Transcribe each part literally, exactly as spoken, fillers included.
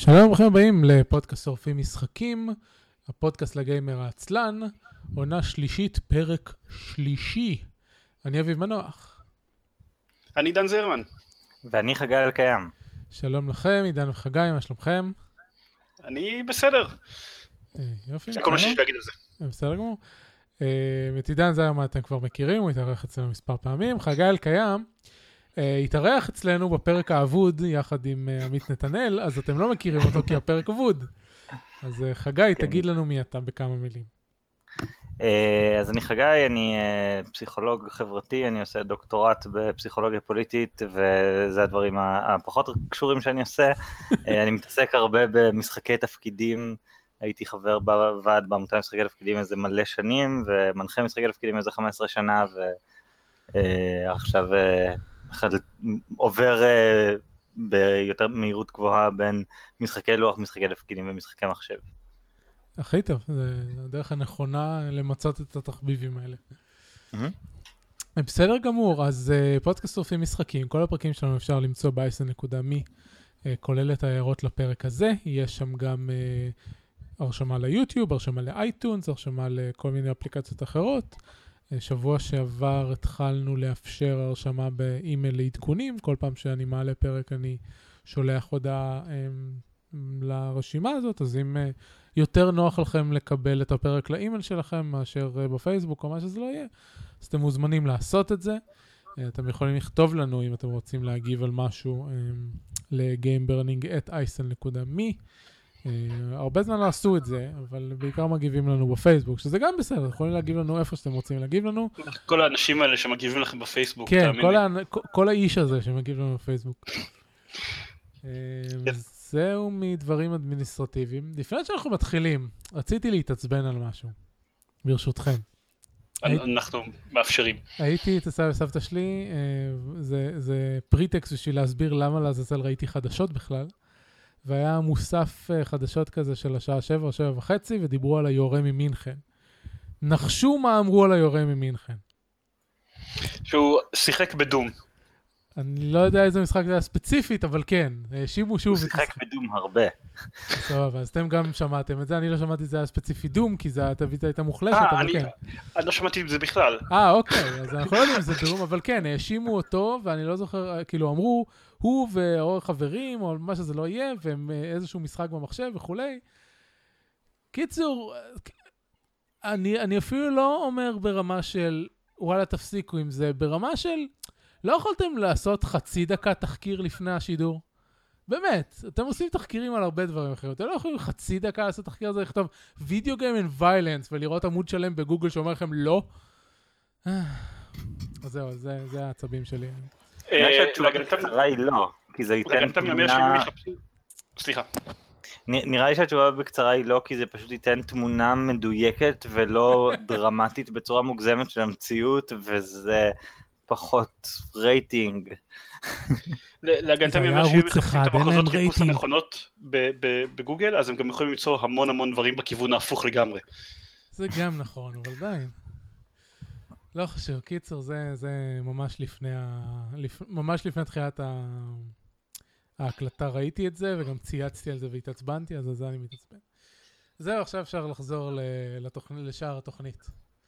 שלום וברוכים הבאים לפודקאסט שורפים משחקים, הפודקאסט לגיימר העצלן, עונה שלישית, פרק שלישי. אני אביב מנוח. אני דן זרמן. ואני חגי אלקיים. שלום לכם, עידן וחגי, מה שלומכם? אני בסדר. יופי. זה כל מה שיש להגיד על זה. בסדר גמור. את עידן זרמן אתם כבר מכירים, הוא התארח אצלנו מספר פעמים. חגי אלקיים התארח אצלנו בפרק האבוד יחד עם עמית נתנאל, אז אתם לא מכירים אותו כי הפרק אבוד. אז חגי, תגיד לנו מי אתה בכמה מילים. אז אני חגי, אני פסיכולוג חברתי, אני עושה דוקטורט בפסיכולוגיה פוליטית, וזה הדברים הפחות קשורים שאני עושה. אני מתעסק הרבה במשחקי תפקידים, הייתי חבר בוועד בעמותה משחקי תפקידים איזה מלא שנים, ומנחה משחקי תפקידים איזה חמש עשרה שנה, ועכשיו עובר ביותר מהירות גבוהה בין משחקי לוח, משחקי תפקידים ומשחקי מחשב. הכי טוב, זה הדרך הנכונה למצות את התחביבים האלה. בסדר גמור, אז פודקאסט שורפים משחקים, כל הפרקים שלנו אפשר למצוא ב-אייסן נקודה מי, כולל את ההערות לפרק הזה, יש שם גם הרשמה ליוטיוב, הרשמה לאייטונס, הרשמה לכל מיני אפליקציות אחרות. שבוע שעבר התחלנו לאפשר הרשמה באימייל לעדכונים, כל פעם שאני מעלה פרק אני שולח הודעה לרשימה הזאת, אז אם יותר נוח לכם לקבל את הפרק לאימייל שלכם מאשר בפייסבוק או מה שזה לא יהיה, אז אתם מוזמנים לעשות את זה. אתם יכולים לכתוב לנו אם אתם רוצים להגיב על משהו ל-gameburning at אייסן נקודה מי. הרבה זמן לא עשו את זה, אבל בעיקר מגיבים לנו בפייסבוק, שזה גם בסדר, יכולים להגיב לנו איפה שאתם רוצים להגיב לנו. כל האנשים האלה שמגיבים לכם בפייסבוק, כן, כל האיש הזה שמגיב לנו בפייסבוק. זהו מדברים אדמיניסטרטיביים. לפני שאנחנו מתחילים, רציתי להתעצבן על משהו, ברשותכם. אנחנו מאפשרים. הייתי את הסבא וסבתא שלי, זה פריטקס בשביל להסביר למה לעזאזל ראיתי חדשות בכלל, והיה מוסף חדשות כזה של השעה שבע או שבע וחצי, ודיברו על היורה ממינכן. נחשו מה אמרו על היורה ממינכן. שהוא שיחק בדום. אני לא יודע איזה משחק זה היה ספציפית, אבל כן, האשימו שוב. הוא שיחק בדום הרבה. טוב, אז אתם גם שמעתם את זה, אני לא שמעתי את זה היה ספציפי דום, כי זה התווית הייתה מוחלשת, אבל כן. אני לא שמעתי את זה בכלל. אה, אוקיי, אז אנחנו לא יודעים אם זה דום, אבל כן, האשימו אותו, ואני לא זוכר, כאילו אמרו, הוא ואור חברים, או מה שזה לא יהיה, והם איזשהו משחק במחשב וכולי. קיצור, אני, אני אפילו לא אומר ברמה של, וואלה תפסיקו עם זה, ברמה של, לא יכולתם לעשות חצי דקה תחקיר לפני השידור? באמת, אתם עושים תחקירים על הרבה דברים אחרים, אתם לא יכולים חצי דקה לעשות תחקיר הזה, לכתוב Video Game and Violence, ולראות עמוד שלם בגוגל שאומר לכם לא? אז זהו, זה, זה העצבים שלי. נראה שהתשובה בקצרה היא לא, כי זה ייתן תמונה... סליחה. נראה לי שהתשובה בקצרה היא לא, כי זה פשוט ייתן תמונה מדויקת ולא דרמטית בצורה מוגזמת של המציאות, וזה פחות רייטינג. להגנתם יאמר שהם מחפשים את המחוזות חיפוש הנכונות בגוגל, אז הם גם יכולים למצוא המון המון דברים בכיוון ההפוך לגמרי. זה גם נכון, אבל די. לא חשוב, קיצור, זה, זה ממש לפני, ה... ממש לפני תחילת ה... ההקלטה ראיתי את זה, וגם צייצתי על זה והתעצבנתי, אז זה אני מתעצבן. זהו, עכשיו אפשר לחזור לתוכנ... לשאר התוכנית.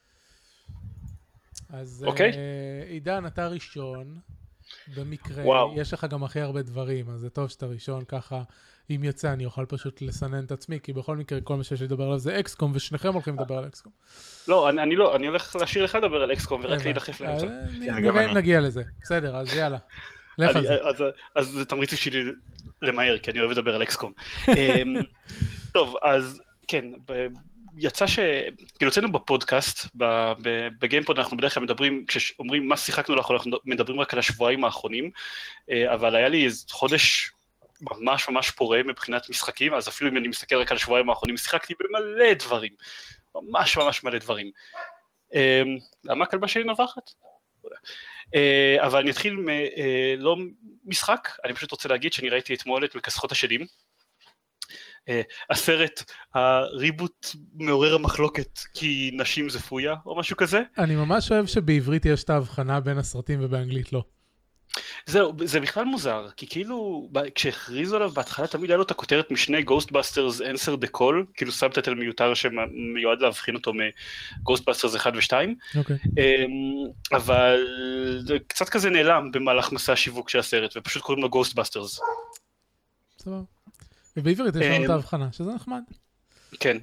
אז אוקיי. uh, עידן, אתה ראשון, במקרה, וואו. יש לך גם הכי הרבה דברים, אז זה טוב שאתה ראשון, ככה, אם יוצא, אני אוכל פשוט לסנן את עצמי, כי בכל מקרה, כל מה שיש לדבר עליו זה אקסקום, ושניכם הולכים לדבר על אקסקום. לא, אני, אני לא, אני הולך להשאיר לך לדבר על אקסקום, ורק להידחף לאמצע. נראה אם נגיע לזה. בסדר, אז יאללה. לך על זה. אז, אז זה תמריץ שלי למהר, כי אני אוהב לדבר על אקסקום. טוב, אז כן, יצא ש... כאילו יוצאנו בפודקאסט, בגיימפוד אנחנו בדרך כלל מדברים, כשאומרים מה שיחקנו לך, אנחנו מדברים רק על השבועיים האחרונים, אבל היה לי חודש ממש ממש פורה מבחינת משחקים, אז אפילו אם אני מסתכל רק על השבועיים האחרונים, שיחקתי במלא דברים, ממש ממש מלא דברים. למה הכלבה שלי נובחת? אבל אני אתחיל מלא משחק, אני פשוט רוצה להגיד שאני ראיתי אתמול את מכסחות השדים, הסרט הריבוט מעורר המחלוקת כי נשים זה פויה או משהו כזה. אני ממש אוהב שבעברית יש את ההבחנה בין הסרטים ובאנגלית לא. זהו, זה בכלל מוזר, כי כאילו, כשהכריזו עליו בהתחלה תמיד היה לו את הכותרת משנה Ghostbusters Answer the Call, כאילו סאבטייטל מיותר שמיועד להבחין אותו מ-Ghostbusters אחד ושתיים, אוקיי. אבל זה קצת כזה נעלם במהלך מסע השיווק של הסרט, ופשוט קוראים לו Ghostbusters. סבבה. ובעברית יש לנו את ההבחנה, שזה נחמד. כן.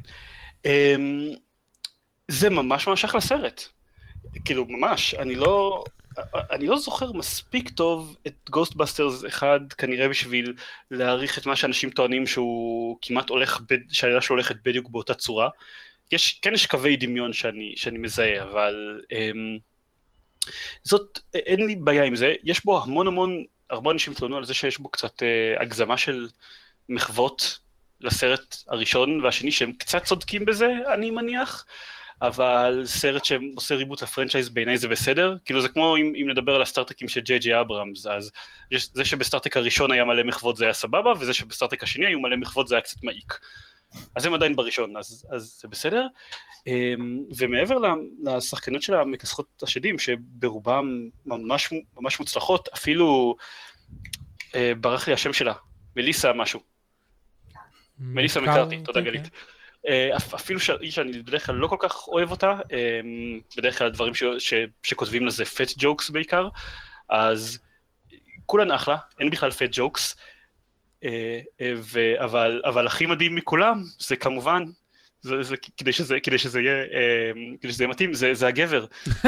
זה ממש ממש אחלה סרט. כאילו, ממש, אני לא... אני לא זוכר מספיק טוב את Ghostbusters אחד, כנראה בשביל להעריך את מה שאנשים טוענים שהוא כמעט הולך, שהעלילה שלו הולכת בדיוק באותה צורה. יש, כן יש קווי דמיון שאני, שאני מזהה, אבל אמ, זאת, אין לי בעיה עם זה. יש בו המון המון, הרבה אנשים טוענו על זה שיש בו קצת אה, הגזמה של מחוות לסרט הראשון והשני, שהם קצת צודקים בזה, אני מניח. אבל סרט שעושה ריבוט לפרנצ'ייז בעיניי זה בסדר, כאילו זה כמו אם, אם נדבר על הסטארטקים של ג'יי ג'יי אברהמס, אז יש, זה שבסטארטק הראשון היה מלא מחוות זה היה סבבה, וזה שבסטארטק השני היו מלא מחוות זה היה קצת מעיק. אז הם עדיין בראשון, אז, אז זה בסדר. ומעבר לשחקנות של המכסחות השדים, שברובם ממש, ממש מוצלחות, אפילו ברח לי השם שלה, מליסה משהו. מליסה מקארתי, תודה גלית. אפילו שאני בדרך כלל לא כל כך אוהב אותה, בדרך כלל דברים שכותבים לזה פט ג'וקס בעיקר, אז כולן אחלה, אין בכלל פט ג'וקס, אבל הכי מדהים מכולם זה כמובן, כדי שזה יהיה מתאים, זה הגבר,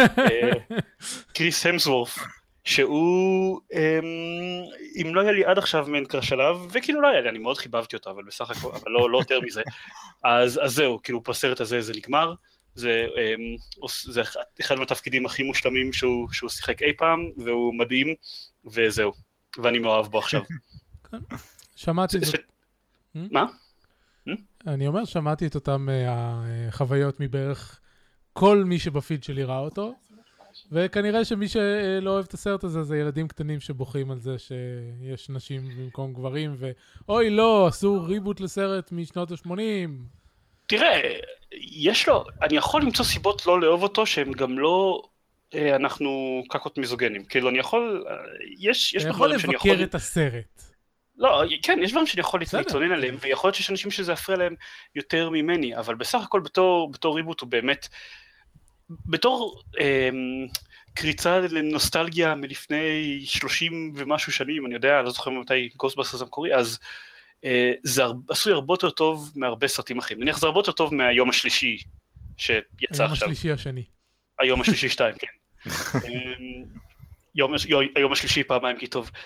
קריס המסוורף, שהוא, אם לא היה לי עד עכשיו מן קרש עליו, וכאילו לא היה לי, אני מאוד חיבבתי אותו, אבל בסך הכל, אבל לא, לא יותר מזה, אז, אז זהו, כאילו בסרט הזה זה נגמר, זה, זה אחד מהתפקידים הכי מושלמים שהוא, שהוא שיחק אי פעם, והוא מדהים, וזהו, ואני מאוהב בו עכשיו. שמעתי זאת. מה? אני אומר, שמעתי את אותם החוויות מבערך כל מי שבפיד שלי ראה אותו, וכנראה שמי שלא אוהב את הסרט הזה, זה ילדים קטנים שבוכים על זה שיש נשים במקום גברים, ואוי לא, אסור ריבוט לסרט משנות ה-שמונים. תראה, יש לו, אני יכול למצוא סיבות לא לאהוב אותו, שהם גם לא, אנחנו קקות מיזוגנים. כאילו, אני יכול, יש, יש אני יכול לבקר את הסרט. לא, כן, יש דברים שאני יכול להתלונן עליהם, ויכול להיות שיש אנשים שזה יפריע להם יותר ממני, אבל בסך הכל בתור, בתור ריבוט הוא באמת, בתור אה, קריצה לנוסטלגיה מלפני שלושים ומשהו שנים, אני יודע, לא זוכר מתי Ghostbusters המקורי, אז אה, זה עשוי הרבה יותר טוב מהרבה סרטים אחרים. נניח זה הרבה יותר טוב מהיום השלישי שיצא היום עכשיו. היום השלישי השני. היום השלישי שתיים, כן. יום, היום השלישי פעמיים כי טוב.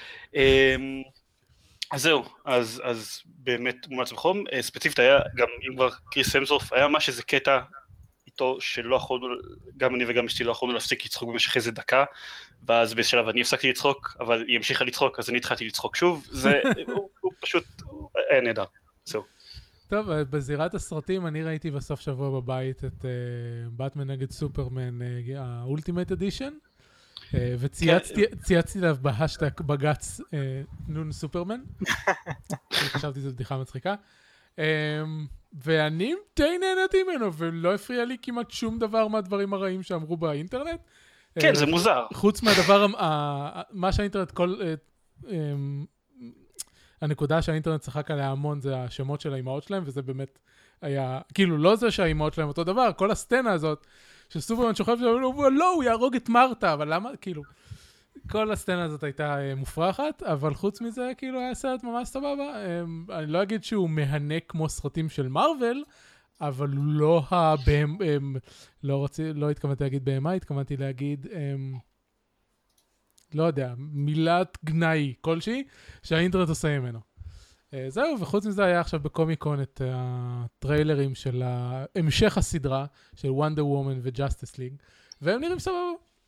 אז זהו, אז, אז באמת מומלץ בחום. ספציפית היה, גם אם כבר קריס המסוורף, היה ממש איזה קטע איתו שלא יכולנו, גם אני וגם אשתי לא יכולנו להפסיק לצחוק במשך איזה דקה, ואז בשלב אני הפסקתי לצחוק, אבל היא המשיכה לצחוק, אז אני התחלתי לצחוק שוב, זה, הוא, הוא פשוט, הוא היה נהדר, זהו. טוב, בזירת הסרטים אני ראיתי בסוף שבוע בבית את באטמן נגד סופרמן, האולטימט אדישן, וצייצתי עליו בהשטג בגץ נון סופרמן, חשבתי זו בדיחה מצחיקה, ואני די נהנתי ממנו, ולא הפריע לי כמעט שום דבר מהדברים הרעים שאמרו באינטרנט. כן, זה מוזר. חוץ מהדבר, מה שהאינטרנט, כל, הנקודה שהאינטרנט צחק עליה המון זה השמות של האימהות שלהם, וזה באמת היה, כאילו לא זה שהאימהות שלהם אותו דבר, כל הסצנה הזאת, שסופרמן שוכב שלהם, לא, הוא יהרוג את מרתה, אבל למה, כאילו, כל הסצנה הזאת הייתה מופרכת, אבל חוץ מזה, כאילו, היה סרט ממש סבבה. אני לא אגיד שהוא מהנה כמו סרטים של מרוול, אבל הוא לא הבהם, לא רוצי, לא התכוונתי להגיד בהמה, התכוונתי להגיד, לא יודע, מילת גנאי כלשהי, שהאינטרנט עושה ממנו. זהו, וחוץ מזה היה עכשיו בקומיקון את הטריילרים של המשך הסדרה, של Wonder Woman ו-Justice League, והם נראים סבבה.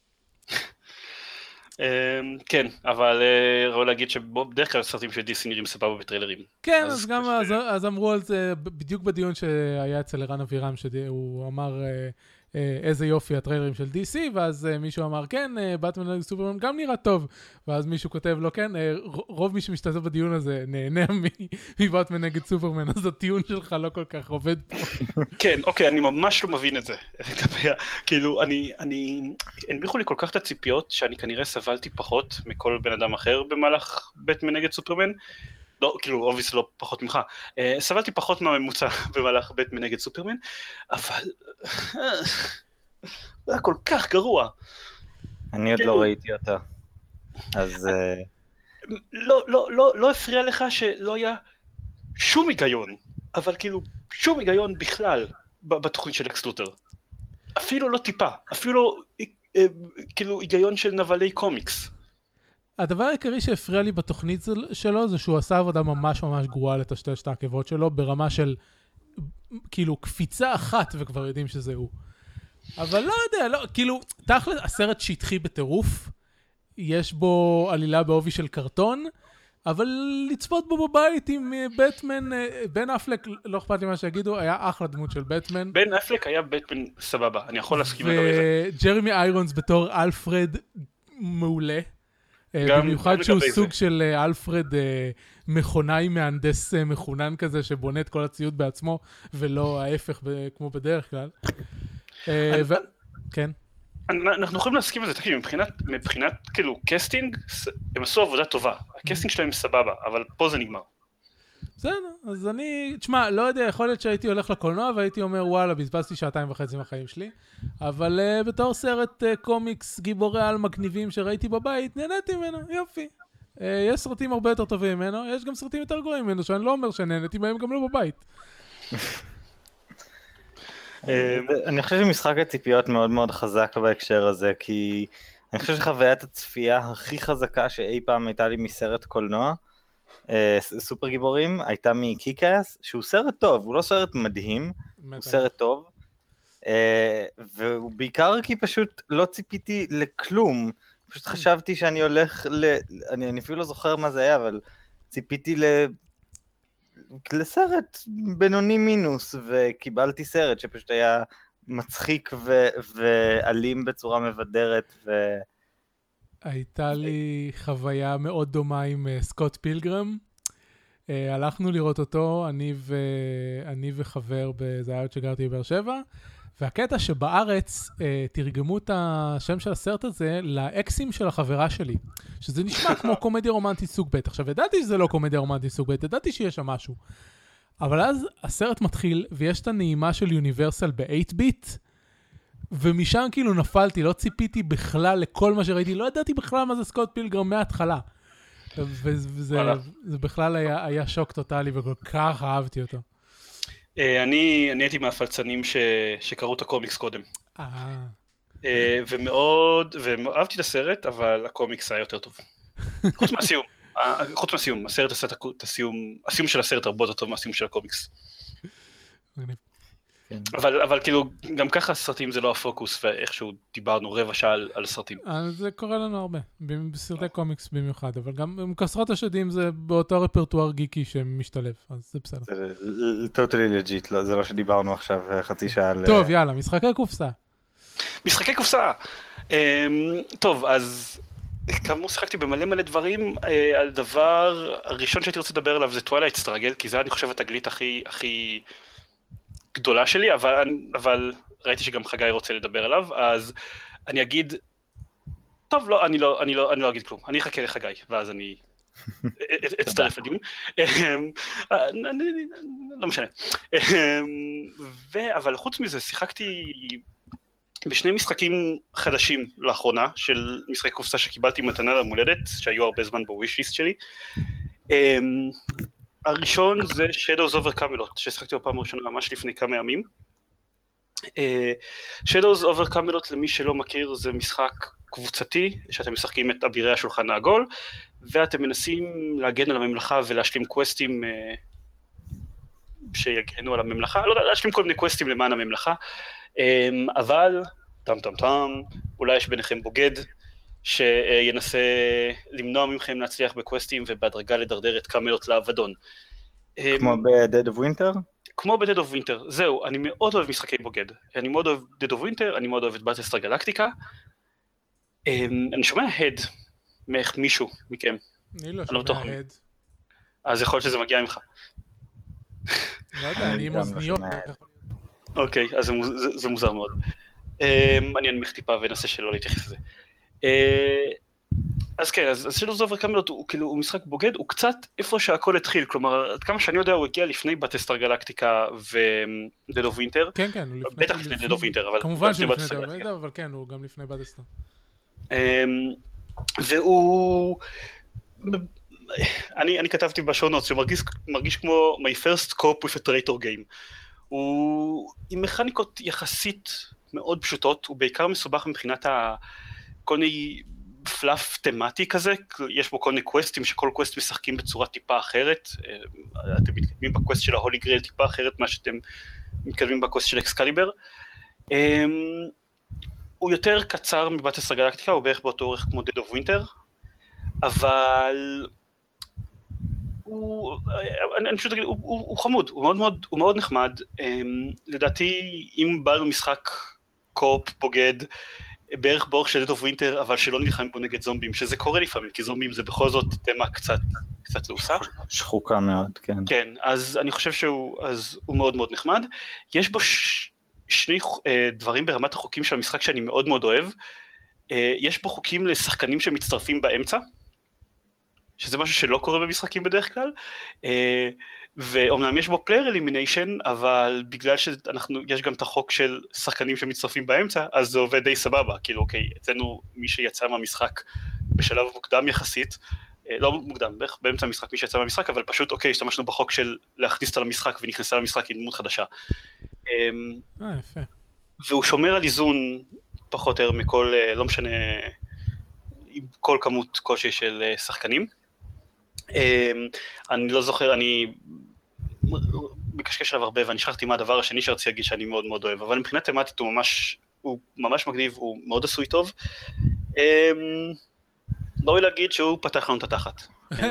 כן, אבל ראוי להגיד שבדרך כלל סרטים של דיסני נראים סבבה בטריילרים. כן, אז גם, אז אמרו על זה, בדיוק בדיון שהיה אצל ערן אבירם, שהוא אמר איזה יופי הטריילרים של די סי, ואז מישהו אמר, כן, באטמן נגד סופרמן גם נראה טוב, ואז מישהו כותב לו, כן, רוב מי שמשתתף בדיון הזה נהנה מבאטמן נגד סופרמן, אז הטיעון שלך לא כל כך עובד פה. כן, אוקיי, אני ממש לא מבין את זה. כאילו, אני, אני, הנמיכו לי כל כך את הציפיות, שאני כנראה סבלתי פחות מכל בן אדם אחר במהלך באטמן נגד סופרמן, לא, כאילו, אובייס לא פחות ממך. סבלתי פחות מהממוצע במהלך באטמן נגד סופרמן, אבל זה היה כל כך גרוע. אני עוד לא ראיתי אותה. אז... לא, לא, לא, לא הפריע לך שלא היה שום היגיון, אבל כאילו, שום היגיון בכלל בתוכנית של אקס לותר. אפילו לא טיפה, אפילו לא, כאילו, היגיון של נבלי קומיקס. הדבר העיקרי שהפריע לי בתוכנית שלו, זה שהוא עשה עבודה ממש ממש גרועה לטשטש את העקבות שלו, ברמה של, כאילו, קפיצה אחת, וכבר יודעים שזה הוא. אבל לא יודע, לא, כאילו, תכל'ס, הסרט שטחי בטירוף, יש בו עלילה בעובי של קרטון, אבל לצפות בו בבית עם בטמן, בן אפלק, לא אכפת לי מה שיגידו, היה אחלה דמות של בטמן. בן אפלק היה בטמן סבבה, אני יכול להסכים לגבי זה. וג'רמי איירונס בתור אלפרד מעולה. במיוחד שהוא סוג של אלפרד מכונאי מהנדס מכונן כזה, שבונה את כל הציוד בעצמו, ולא ההפך כמו בדרך כלל. כן. אנחנו יכולים להסכים על זה, תקשיב, מבחינת כאילו קסטינג, הם עשו עבודה טובה, הקסטינג שלהם סבבה, אבל פה זה נגמר. בסדר, אז אני, תשמע, לא יודע, יכול להיות שהייתי הולך לקולנוע, והייתי אומר, וואלה, בזבזתי שעתיים וחצי מהחיים שלי, אבל uh, בתור סרט uh, קומיקס גיבורי על מגניבים שראיתי בבית, נהניתי ממנו, יופי. Uh, יש סרטים הרבה יותר טובים ממנו, יש גם סרטים יותר גרועים ממנו, שאני לא אומר שנהניתי בהם גם לא בבית. אני חושב שמשחק הציפיות מאוד מאוד חזק בהקשר הזה, כי אני חושב שחוויית הצפייה הכי חזקה שאי פעם הייתה לי מסרט קולנוע, סופר גיבורים, הייתה מקיקאס, שהוא סרט טוב, הוא לא סרט מדהים, הוא סרט טוב, והוא בעיקר כי פשוט לא ציפיתי לכלום, פשוט חשבתי שאני הולך, אני אפילו לא זוכר מה זה היה, אבל ציפיתי לסרט בינוני מינוס, וקיבלתי סרט שפשוט היה מצחיק ואלים בצורה מבדרת, ו... הייתה לי חוויה מאוד דומה עם סקוט פילגרם. הלכנו לראות אותו, אני, ו... אני וחבר, זה היה עוד שגרתי בבאר שבע, והקטע שבארץ תרגמו את השם של הסרט הזה לאקסים של החברה שלי, שזה נשמע כמו קומדיה רומנטית סוג ב'. עכשיו, ידעתי שזה לא קומדיה רומנטית סוג ב', ידעתי שיש שם משהו. אבל אז הסרט מתחיל, ויש את הנעימה של יוניברסל ב-אייט ביט, ומשם כאילו נפלתי, לא ציפיתי בכלל לכל מה שראיתי, לא ידעתי בכלל מה זה סקוט פילגרם מההתחלה. וזה זה בכלל היה, היה שוק טוטלי, וכל כך אהבתי אותו. אני, אני הייתי מהפלצנים ש, שקראו את הקומיקס קודם. ומאוד, ואהבתי את הסרט, אבל הקומיקס היה יותר טוב. חוץ מהסיום, חוץ מהסיום, הסרט עשה את הסיום, הסיום של הסרט הרבה יותר טוב מהסיום של הקומיקס. אבל, אבל כאילו, גם ככה סרטים זה לא הפוקוס, ואיכשהו דיברנו רבע שעה על, על סרטים. זה קורה לנו הרבה, בסרטי קומיקס במיוחד, אבל גם כסרות השדים זה באותו רפרטואר גיקי שמשתלב, אז זה בסדר. זה totally legit, לא, זה לא שדיברנו עכשיו חצי שעה על... טוב, יאללה, משחקי קופסה. משחקי קופסה! טוב, אז כאמור שיחקתי במלא מלא דברים, הדבר הראשון שהייתי רוצה לדבר עליו זה טווילייט סטראגל, כי זה אני חושב התגלית הכי, הכי גדולה שלי, אבל, אבל ראיתי שגם חגי רוצה לדבר עליו, אז אני אגיד, טוב, לא, אני לא, אני לא, אני לא אגיד כלום, אני אחכה לחגי, ואז אני אצטרף לדיון, לא משנה. אבל חוץ מזה, שיחקתי בשני משחקים חדשים לאחרונה, של משחקי קופסה שקיבלתי מתנה למולדת, שהיו הרבה זמן בוויש-ליסט שלי. הראשון זה Shadows over Camelot, ששיחקתי בפעם הראשונה ממש לפני כמה ימים. Shadows over Camelot, למי שלא מכיר, זה משחק קבוצתי, שאתם משחקים את אבירי השולחן העגול, ואתם מנסים להגן על הממלכה ולהשלים קווסטים שיגנו על הממלכה, לא יודע, להשלים כל מיני קווסטים למען הממלכה, אבל, טם טם טם, אולי יש ביניכם בוגד, שינסה למנוע ממכם להצליח בקווסטים ובהדרגה לדרדר את קמלות לאבדון. כמו ב-Dead of Winter? כמו ב-Dead of Winter, זהו, אני מאוד אוהב משחקי בוגד, אני מאוד אוהב Dead of Winter, אני מאוד אוהב את באטלסטאר גלקטיקה, אני שומע הד מישהו מכם. אני לא שומע הד. אז יכול להיות שזה מגיע ממך. לא יודע, אני עם אוזניות. אוקיי, אז זה מוזר מאוד. אני אנמיך טיפה וננסה שלא להתייחס לזה. אז כן, אז Shadows of the Camelot הוא כאילו, הוא משחק בוגד, הוא קצת איפה שהכל התחיל, כלומר, עד כמה שאני יודע, הוא הגיע לפני באטלסטאר גלקטיקה ו-Dead of Winter. כן, כן, הוא לפני... בטח לפני Dead of Winter, אבל... כמובן שלפני Dead of Winter, אבל כן, הוא גם לפני באטלסטאר. והוא... אני כתבתי בשונוטס שמרגיש כמו my first cop with a traitor game. הוא עם מכניקות יחסית מאוד פשוטות, הוא בעיקר מסובך מבחינת כל מיני פלאף תמטי כזה, יש בו כל מיני קווסטים שכל קווסט משחקים בצורה טיפה אחרת, אתם מתקדמים בקווסט של ההולי גרייל טיפה אחרת מה שאתם מתקדמים בקווסט של אקסקליבר. הוא יותר קצר מבאטלסטאר גלקטיקה, הוא בערך באותו אורך כמו Dead of Winter, אבל הוא, אני פשוט אגיד, הוא, הוא, הוא חמוד, הוא מאוד מאוד, הוא מאוד נחמד, לדעתי אם בא לו משחק קופ, בוגד, בערך באורך של Dead of Winter, אבל שלא נלחם בו נגד זומבים, שזה קורה לפעמים, כי זומבים זה בכל זאת תמה קצת, קצת לעושה. שחוקה מאוד, כן. כן, אז אני חושב שהוא, אז הוא מאוד מאוד נחמד. יש בו ש, שני דברים ברמת החוקים של המשחק שאני מאוד מאוד אוהב. יש בו חוקים לשחקנים שמצטרפים באמצע, שזה משהו שלא קורה במשחקים בדרך כלל, ואומנם יש בו פלייר אלימיניישן, אבל בגלל שיש גם את החוק של שחקנים שמצטרפים באמצע, אז זה עובד די סבבה, כאילו אוקיי, אצלנו מי שיצא מהמשחק בשלב מוקדם יחסית, לא מוקדם, באמצע המשחק מי שיצא מהמשחק, אבל פשוט אוקיי, השתמשנו בחוק של להכניס אותה למשחק ונכנסה למשחק עם דמות חדשה. אה, יפה. והוא שומר על איזון פחות או יותר מכל, לא משנה, עם כל כמות קושי של שחקנים. אני לא זוכר, אני מקשקש עליו הרבה ואני שכחתי מה הדבר השני שרציתי להגיד שאני מאוד מאוד אוהב, אבל מבחינת תמטית הוא ממש, הוא ממש מגניב, הוא מאוד עשוי טוב. לא להגיד שהוא פתח לנו את התחת.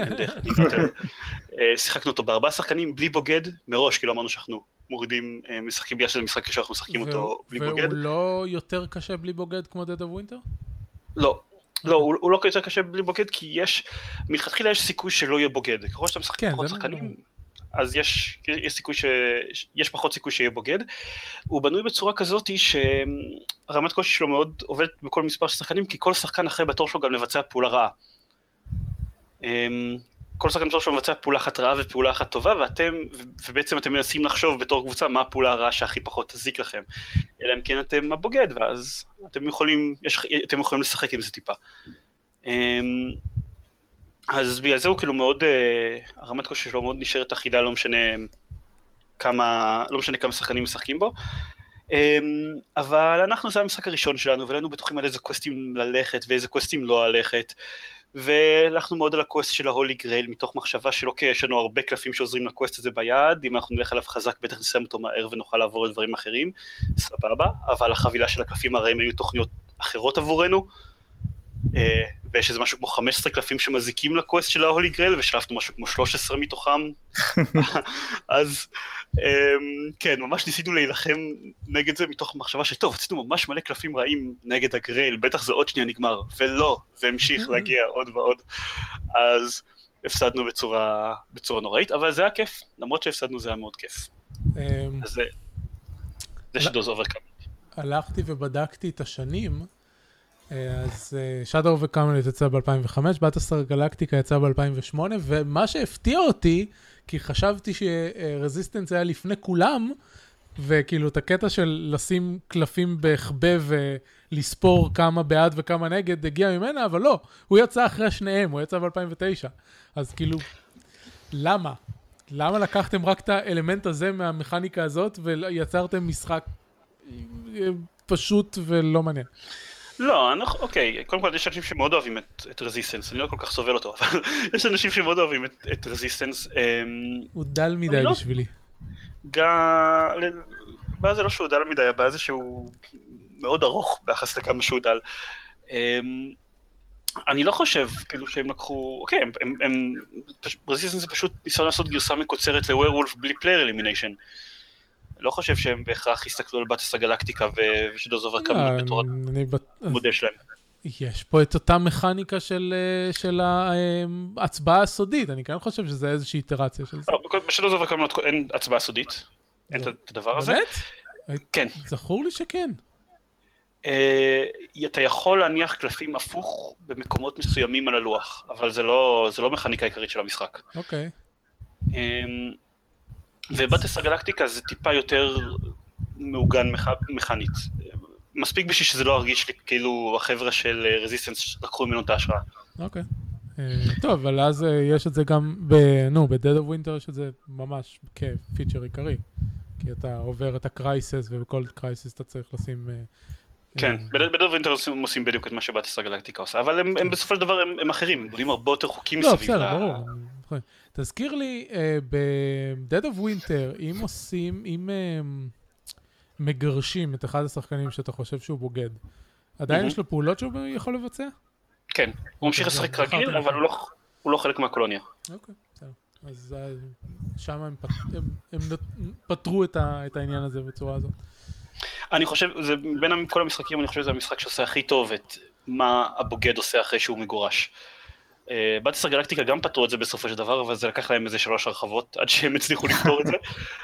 שיחקנו אותו בארבעה שחקנים בלי בוגד, מראש כאילו אמרנו שאנחנו מורידים משחקים בגלל שזה משחק כשאנחנו משחקים אותו בלי בוגד. והוא לא יותר קשה בלי בוגד כמו Dead of Winter? לא. לא, הוא לא יותר קשה בלי בוגד, כי יש, מלכתחילה יש סיכוי שלא יהיה בוגד, ככל שאתה משחק פחות שחקנים, אז יש, יש סיכוי ש... יש פחות סיכוי שיהיה בוגד. הוא בנוי בצורה כזאת שרמת קושי שלו מאוד עובדת בכל מספר של שחקנים, כי כל שחקן אחרי בתור שלו גם לבצע פעולה רעה. כל שחקן בתור שלו מבצע פעולה אחת רעה ופעולה אחת טובה, ואתם, ובעצם אתם מנסים לחשוב בתור קבוצה מה הפעולה הרעה שהכי פחות תזיק לכם. אלא אם כן אתם הבוגד, ואז אתם יכולים, יש, אתם יכולים לשחק עם זה טיפה. אז בגלל זה הוא כאילו מאוד, הרמת קושי שלו מאוד נשארת אחידה, לא משנה כמה, לא משנה כמה שחקנים משחקים בו. אבל אנחנו, זה המשחק הראשון שלנו, ולנו בטוחים על איזה קווסטים ללכת ואיזה קווסטים לא ללכת. והלכנו מאוד על הקווסט של ההולי גרייל, מתוך מחשבה שלא כי יש לנו הרבה קלפים שעוזרים לקווסט הזה ביד, אם אנחנו נלך עליו חזק בטח נסיים אותו מהר ונוכל לעבור לדברים אחרים, סבבה, אבל החבילה של הקלפים הרעים היו תוכניות אחרות עבורנו, ויש איזה משהו כמו חמישה עשר קלפים שמזיקים לקווסט של ההולי גרייל, ושלפנו משהו כמו שלוש עשרה מתוכם, אז כן, ממש ניסינו להילחם נגד זה מתוך מחשבה שטוב, עשינו ממש מלא קלפים רעים נגד הגרייל, בטח זה עוד שנייה נגמר, ולא, זה המשיך להגיע עוד ועוד, אז הפסדנו בצורה, בצורה נוראית, אבל זה היה כיף, למרות שהפסדנו זה היה מאוד כיף. אז זה, זה Shadows of the Camelot. הלכתי ובדקתי את השנים, אז Shadows of the Camelot יצא ב-אלפיים וחמש, באטלסטאר גלקטיקה יצא ב-אלפיים ושמונה, ומה שהפתיע אותי, כי חשבתי שרזיסטנס היה לפני כולם, וכאילו את הקטע של לשים קלפים בהחבא ולספור כמה בעד וכמה נגד הגיע ממנה, אבל לא, הוא יצא אחרי שניהם, הוא יצא ב-אלפיים ותשע. אז כאילו, למה? למה לקחתם רק את האלמנט הזה מהמכניקה הזאת, ויצרתם משחק פשוט ולא מעניין? לא, אנחנו, אוקיי, קודם כל יש אנשים שמאוד אוהבים את, את רזיסטנס, אני לא כל כך סובל אותו, אבל יש אנשים שמאוד אוהבים את, את רזיסטנס. הוא דל מדי לא, בשבילי. גם, הבעיה זה לא שהוא דל מדי, הבעיה זה שהוא מאוד ארוך ביחס לכמה שהוא דל. אני לא חושב, כאילו שהם לקחו, אוקיי, הם, הם, רזיסטנס זה פשוט ניסיון לעשות גרסה מקוצרת לווירולף בלי פלייר אלימיניישן. לא חושב שהם בהכרח יסתכלו על בטס הגלקטיקה ושדוז אובר קאמינג בתורת מודל שלהם. יש פה את אותה מכניקה של, של ההצבעה הסודית, אני כן חושב שזה איזושהי איטרציה של זה. בשדוז אובר קאמינג אין הצבעה סודית, אין את הדבר הזה. באמת? כן. זכור לי שכן. אתה יכול להניח קלפים הפוך במקומות מסוימים על הלוח, אבל זה לא, זה לא מכניקה עיקרית של המשחק. אוקיי. ובטס הגלקטיקה זה טיפה יותר מעוגן מכנית. מספיק בשביל שזה לא הרגיש לי כאילו החבר'ה של רזיסטנס לקחו ממנו את ההשראה. אוקיי. טוב, אבל אז יש את זה גם, נו, ב-Dead of Winter יש את זה ממש כפיצ'ר עיקרי. כי אתה עובר את הקרייסס, ובכל קרייסס אתה צריך לשים... כן, ב-Dead of Winter הם עושים בדיוק את מה שבטס הגלקטיקה עושה, אבל הם בסופו של דבר הם אחרים, הם בונים הרבה יותר חוקים מסביב. לא, בסדר, ברור. תזכיר לי, ב-Dead of Winter, אם עושים, אם מגרשים את אחד השחקנים שאתה חושב שהוא בוגד, עדיין יש לו פעולות שהוא יכול לבצע? כן, הוא ממשיך לשחק רגיל, אבל הוא לא חלק מהקולוניה. אוקיי, בסדר. אז שם הם פתרו את העניין הזה בצורה הזאת. אני חושב, זה בין כל המשחקים, אני חושב שזה המשחק שעושה הכי טוב את מה הבוגד עושה אחרי שהוא מגורש. בטס הגלקטיקה גם פתרו את זה בסופו של דבר, אבל זה לקח להם איזה שלוש הרחבות עד שהם הצליחו לפתור את זה.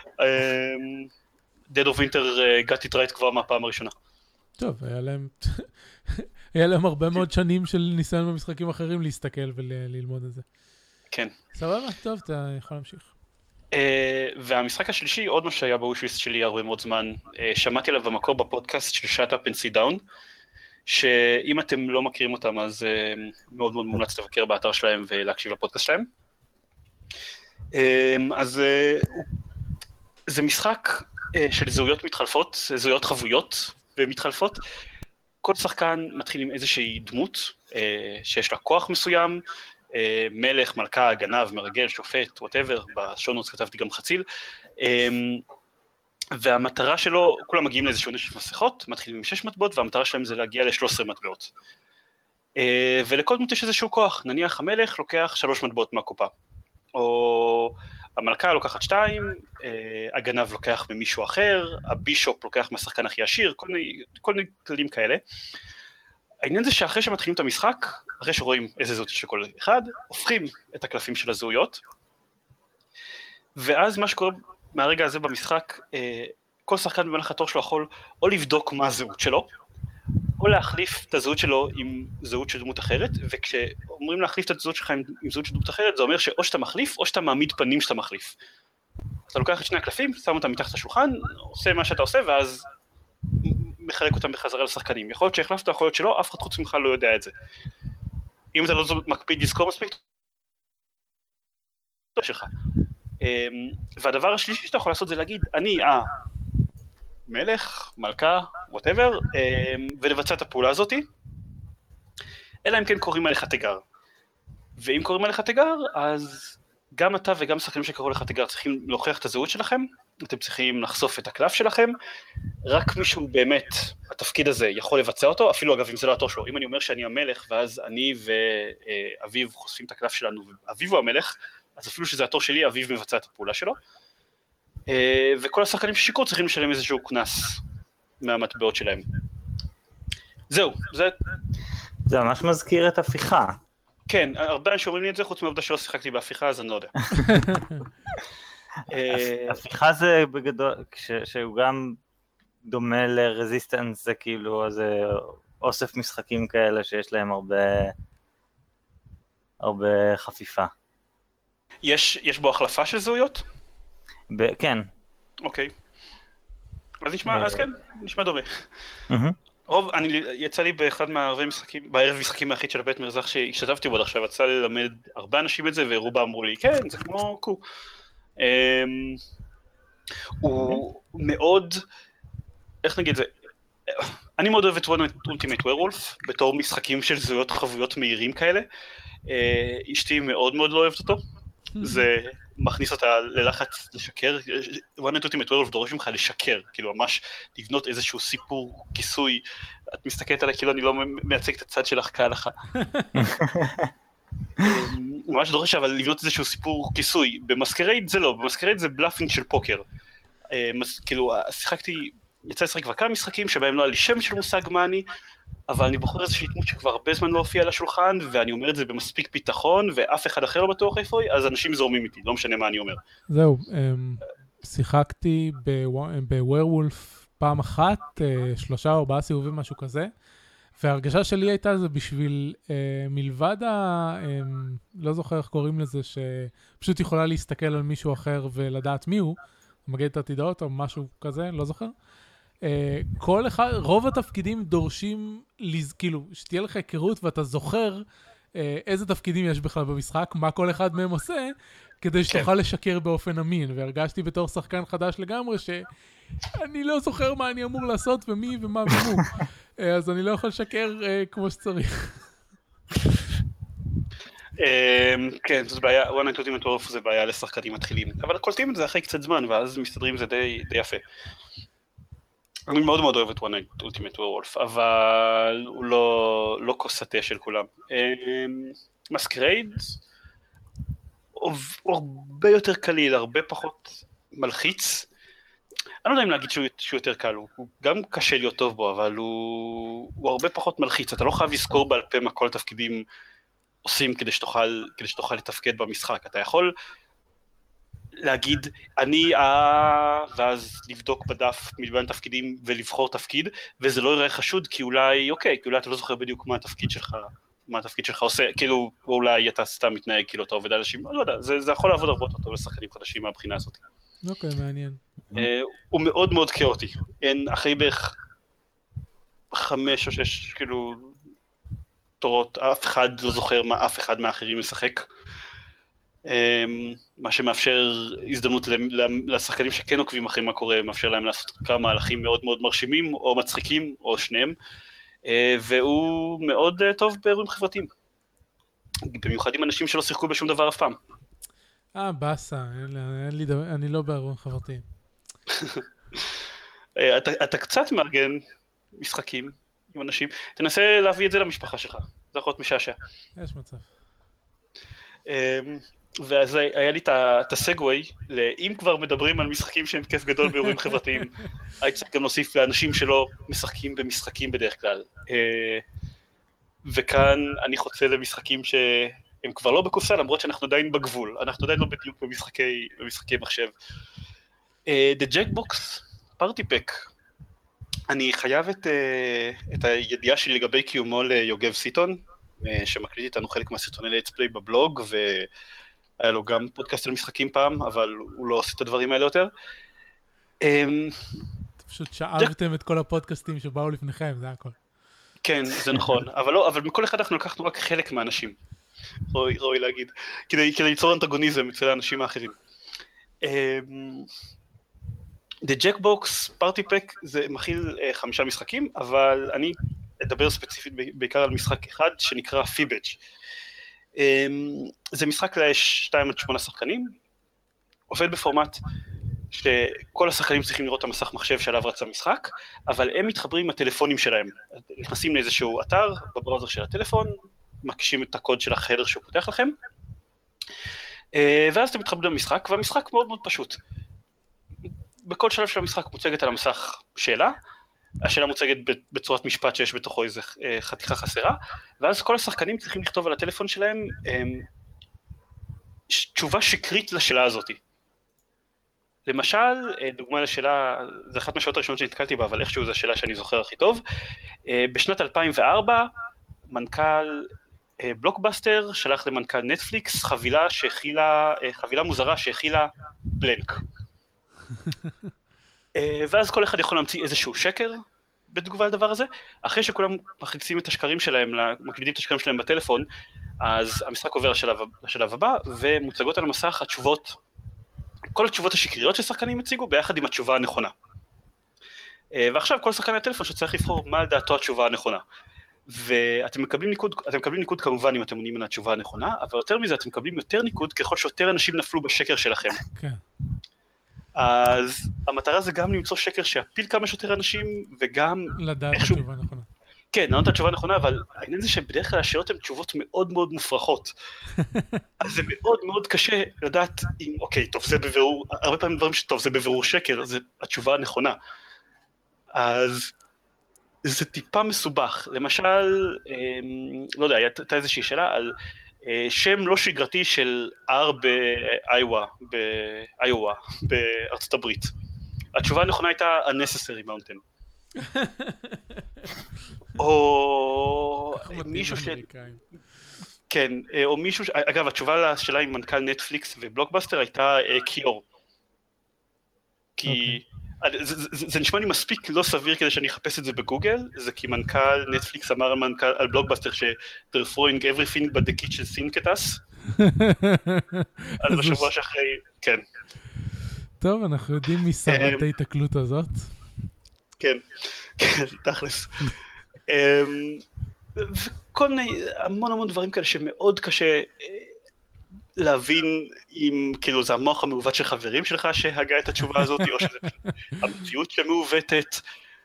Dead of Winter got it right כבר מהפעם הראשונה. טוב, היה להם, היה להם הרבה מאוד שנים של ניסיון במשחקים אחרים להסתכל וללמוד את זה. כן. סבבה, טוב, אתה יכול להמשיך. והמשחק השלישי, עוד מה שהיה בווישליסט שלי הרבה מאוד זמן, שמעתי עליו במקור בפודקאסט של Shut Up and Sit Down, שאם אתם לא מכירים אותם, אז מאוד מאוד מומלץ לבקר באתר שלהם ולהקשיב לפודקאסט שלהם. אז זה משחק של זהויות מתחלפות, זהויות חבויות ומתחלפות. כל שחקן מתחיל עם איזושהי דמות שיש לה כוח מסוים, מלך, מלכה, גנב, מרגל, שופט, whatever, בשונוס כתבתי גם חציל, והמטרה שלו, כולם מגיעים לאיזשהו נשף מסכות, מתחילים עם שש מטבעות, והמטרה שלהם זה להגיע ל-שלוש עשרה מטבעות. ולכל דמות יש איזשהו כוח, נניח המלך לוקח שלוש מטבעות מהקופה, או המלכה לוקחת שתיים, הגנב לוקח ממישהו אחר, הבישופ לוקח מהשחקן הכי עשיר, כל מיני, כל מיני כללים כאלה. העניין זה שאחרי שמתחילים את המשחק, אחרי שרואים איזה זהות של כל אחד, הופכים את הקלפים של הזהויות, ואז מה שקורה מהרגע הזה במשחק, כל שחקן במהלך התור שלו יכול או לבדוק מה הזהות שלו, או להחליף את הזהות שלו עם זהות של דמות אחרת, וכשאומרים להחליף את הזהות שלך עם, עם זהות של דמות אחרת, זה אומר שאו שאתה מחליף, או שאתה מעמיד פנים שאתה מחליף. אתה לוקח את שני הקלפים, שם אותם מתחת השולחן, עושה מה שאתה עושה, ואז מחלק אותם בחזרה לשחקנים. יכול להיות שהחלפת, יכול להיות שלא, אף אחד חוץ ממך לא יודע את זה. אם אתה לא מקפיד לזכור מספיק, שלך. והדבר השלישי שאתה יכול לעשות זה להגיד, אני המלך, מלכה, whatever, ולבצע את הפעולה הזאת, אלא אם כן קוראים עליך תיגר. ואם קוראים עליך תיגר, אז גם אתה וגם שחקנים שקראו עליך תיגר צריכים להוכיח את הזהות שלכם, אתם צריכים לחשוף את הקלף שלכם, רק מישהו באמת, התפקיד הזה יכול לבצע אותו, אפילו אגב אם זה לא התור שלו, אם אני אומר שאני המלך, ואז אני ואביב חושפים את הקלף שלנו, ואביב הוא המלך, אז אפילו שזה התור שלי, אביב מבצע את הפעולה שלו, וכל השחקנים ששיקרו צריכים לשלם איזשהו כנס מהמטבעות שלהם. זהו, זה... זה ממש מזכיר את הפיכה. כן, הרבה אנשים אומרים לי את זה, חוץ מהעובדה שלא שיחקתי בהפיכה, אז אני לא יודע. הפיכה זה בגדול, שהוא גם דומה לרזיסטנס, זה כאילו איזה אוסף משחקים כאלה שיש להם הרבה, הרבה חפיפה. יש, יש בו החלפה של זהויות? ב- כן. אוקיי. אז נשמע, אז כן, נשמע דומה. רוב, אני, יצא לי באחד מהערבי משחקים, בערב משחקים היחיד של הבית מרזח שהשתתפתי בו עד עכשיו, יצא לי ללמד הרבה אנשים את זה, ורובם אמרו לי, כן, זה כמו קו. הוא מאוד, איך נגיד זה, אני מאוד אוהב את Ultimate Werewolf, בתור משחקים של זהויות חבויות מהירים כאלה, אשתי מאוד מאוד לא אוהבת אותו, זה מכניס אותה ללחץ לשקר, Ultimate Werewolf דורש ממך לשקר, כאילו ממש לבנות איזשהו סיפור, כיסוי, את מסתכלת עליי כאילו אני לא מייצג את הצד שלך כהלכה. ממש דורש אבל לבנות איזשהו סיפור כיסוי, במסקרייד זה לא, במסקרייד זה בלאפינג של פוקר, כאילו, שיחקתי, יצא לשחק כבר כמה משחקים שבהם לא היה לי שם של מושג מה אני, אבל אני בוחר איזושהי דמות שכבר הרבה זמן לא הופיעה על השולחן, ואני אומר את זה במספיק ביטחון, ואף אחד אחר לא בטוח איפה היא, אז אנשים זורמים איתי, לא משנה מה אני אומר. זהו, שיחקתי בווירולף פעם אחת, שלושה או ארבעה סיבובים, משהו כזה, וההרגשה שלי הייתה זה בשביל מלבד ה... לא זוכר איך קוראים לזה, שפשוט יכולה להסתכל על מישהו אחר ולדעת מי הוא, מגד את עתידות או משהו כזה, לא זוכר. כל אחד, רוב התפקידים דורשים, כאילו, שתהיה לך היכרות ואתה זוכר איזה תפקידים יש בכלל במשחק, מה כל אחד מהם עושה, כדי שתוכל לשקר באופן אמין. והרגשתי בתור שחקן חדש לגמרי שאני לא זוכר מה אני אמור לעשות ומי ומה ומו. אז אני לא יכול לשקר כמו שצריך. כן, זאת בעיה, וואן נייט אולטימט וורף זה בעיה לשחקנים מתחילים, אבל קולטים את זה אחרי קצת זמן, ואז מסתדרים את זה די יפה. אני מאוד מאוד אוהב את וואן נייט אולטימט וורף, אבל הוא לא כוס התה של כולם. מסקרייד הוא הרבה יותר קליל, הרבה פחות מלחיץ. אני לא יודע אם להגיד שהוא יותר קל, הוא גם קשה להיות טוב בו, אבל הוא הרבה פחות מלחיץ. אתה לא חייב לזכור בעל פה מה כל התפקידים עושים כדי שתוכל, כדי שתוכל לתפקד במשחק. אתה יכול להגיד, אני אה, ואז לבדוק בדף מלבן תפקידים ולבחור תפקיד, וזה לא יראה חשוד, כי אולי, אוקיי, כי אולי אתה לא זוכר בדיוק מה התפקיד שלך, מה התפקיד שלך עושה, כאילו, אולי אתה סתם מתנהג, כאילו אתה עובד על אנשים, לא יודע, זה, זה יכול לעבוד הרבה יותר טוב לשחקנים חדשים מהבחינה הזאת. אוקיי, מעניין. הוא מאוד מאוד כאוטי, אין, אחרי בערך חמש או שש, כאילו, תורות, אף אחד לא זוכר מה אף אחד מהאחרים משחק, מה שמאפשר הזדמנות לשחקנים שכן עוקבים אחרי מה קורה, מאפשר להם לעשות כמה מהלכים מאוד מאוד מרשימים, או מצחיקים, או שניהם, והוא מאוד טוב באירועים חברתיים, במיוחד עם אנשים שלא שיחקו בשום דבר אף פעם. אה, בסה, אני לא באירועים חברתיים. אתה קצת מארגן משחקים עם אנשים, תנסה להביא את זה למשפחה שלך, זה יכול להיות משעשע. יש מצב. ואז היה לי את הסגווי, אם כבר מדברים על משחקים שהם כיף גדול באירועים חברתיים, הייתי צריך גם להוסיף לאנשים שלא משחקים במשחקים בדרך כלל. וכאן אני חוצה למשחקים שהם כבר לא בקופסה, למרות שאנחנו עדיין בגבול, אנחנו עדיין לא בדיוק במשחקי, במשחקי מחשב. The Jackbox Party Pack, אני חייב את, את הידיעה שלי לגבי קיומו ליוגב סיטון, שמקליט איתנו חלק מהסרטוני Let's Play בבלוג, והיה לו גם פודקאסט על משחקים פעם, אבל הוא לא עושה את הדברים האלה יותר. פשוט שאבתם את כל הפודקאסטים שבאו לפניכם, זה הכל. כן, זה נכון, אבל לא, אבל מכל אחד אנחנו לקחנו רק חלק מהאנשים, רואי, רואי להגיד, כדי, כדי ליצור אנטגוניזם אצל האנשים האחרים. The Jackbox Party Pack זה מכיל חמישה משחקים, אבל אני אדבר ספציפית בעיקר על משחק אחד שנקרא Fibbage. זה משחק ל-שתיים עד שמונה שחקנים, עובד בפורמט שכל השחקנים צריכים לראות את המסך מחשב שעליו רץ המשחק, אבל הם מתחברים עם הטלפונים שלהם, נכנסים לאיזשהו אתר בבראוזר של הטלפון, מקישים את הקוד של החדר שהוא פותח לכם, ואז אתם מתחברים למשחק, והמשחק מאוד מאוד פשוט. בכל שלב של המשחק מוצגת על המסך שאלה, השאלה מוצגת בצורת משפט שיש בתוכו איזו חתיכה חסרה, ואז כל השחקנים צריכים לכתוב על הטלפון שלהם תשובה שקרית לשאלה הזאת. למשל, דוגמה לשאלה, זו אחת מהשאלות הראשונות שנתקלתי בה, אבל איכשהו זו השאלה שאני זוכר הכי טוב. בשנת אלפיים וארבע, מנכ"ל בלוקבאסטר שלח למנכ"ל נטפליקס חבילה שהכילה, חבילה מוזרה שהכילה בלנק. ואז כל אחד יכול להמציא איזשהו שקר בתגובה לדבר הזה. אחרי שכולם מחליצים את השקרים שלהם, מקלידים את השקרים שלהם בטלפון, אז המשחק עובר לשלב, לשלב הבא, ומוצגות על המסך התשובות, כל התשובות השקריות ששחקנים הציגו, ביחד עם התשובה הנכונה. ועכשיו כל שחקן הטלפון שצריך לבחור מה על דעתו התשובה הנכונה. ואתם מקבלים ניקוד, אתם מקבלים ניקוד כמובן אם אתם עונים על התשובה הנכונה, אבל יותר מזה אתם מקבלים יותר ניקוד ככל שיותר אנשים נפלו בשקר שלכם. כן. אז המטרה זה גם למצוא שקר שיפיל כמה שיותר אנשים, וגם לדעת התשובה הנכונה. כן, נענות התשובה נכונה, אבל העניין זה שבדרך כלל השאלות הן תשובות מאוד מאוד מופרכות. אז זה מאוד מאוד קשה לדעת אם, אוקיי, טוב, זה בבירור, הרבה פעמים דברים שטוב, זה בבירור שקר, זה התשובה הנכונה. אז זה טיפה מסובך. למשל, לא יודע, הייתה איזושהי שאלה על שם לא שגרתי של הר באיואה, באיואה, בארצות הברית. התשובה הנכונה הייתה unnecessary mountain. או מישהו ש... כן, או מישהו ש... אגב, התשובה לשאלה עם מנכ"ל נטפליקס ובלוקבאסטר הייתה קיור. כי... זה נשמע לי מספיק לא סביר כדי שאני אחפש את זה בגוגל, זה כי מנכ"ל נטפליקס אמר על בלוקבאסטר ש-they're throwing everything but the kitchen sink at us. אז בשבוע שאחרי, כן. טוב, אנחנו יודעים מי שרת ההתקלות הזאת. כן, כן, תכלס. וכל מיני, המון המון דברים כאלה שמאוד קשה להבין אם כאילו זה המוח המעוות של חברים שלך שהגה את התשובה הזאת, או שזה המציאות שמעוותת,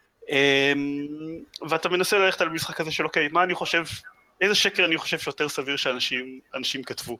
ואתה מנסה ללכת על משחק הזה של אוקיי, מה אני חושב, איזה שקר אני חושב שיותר סביר שאנשים אנשים כתבו.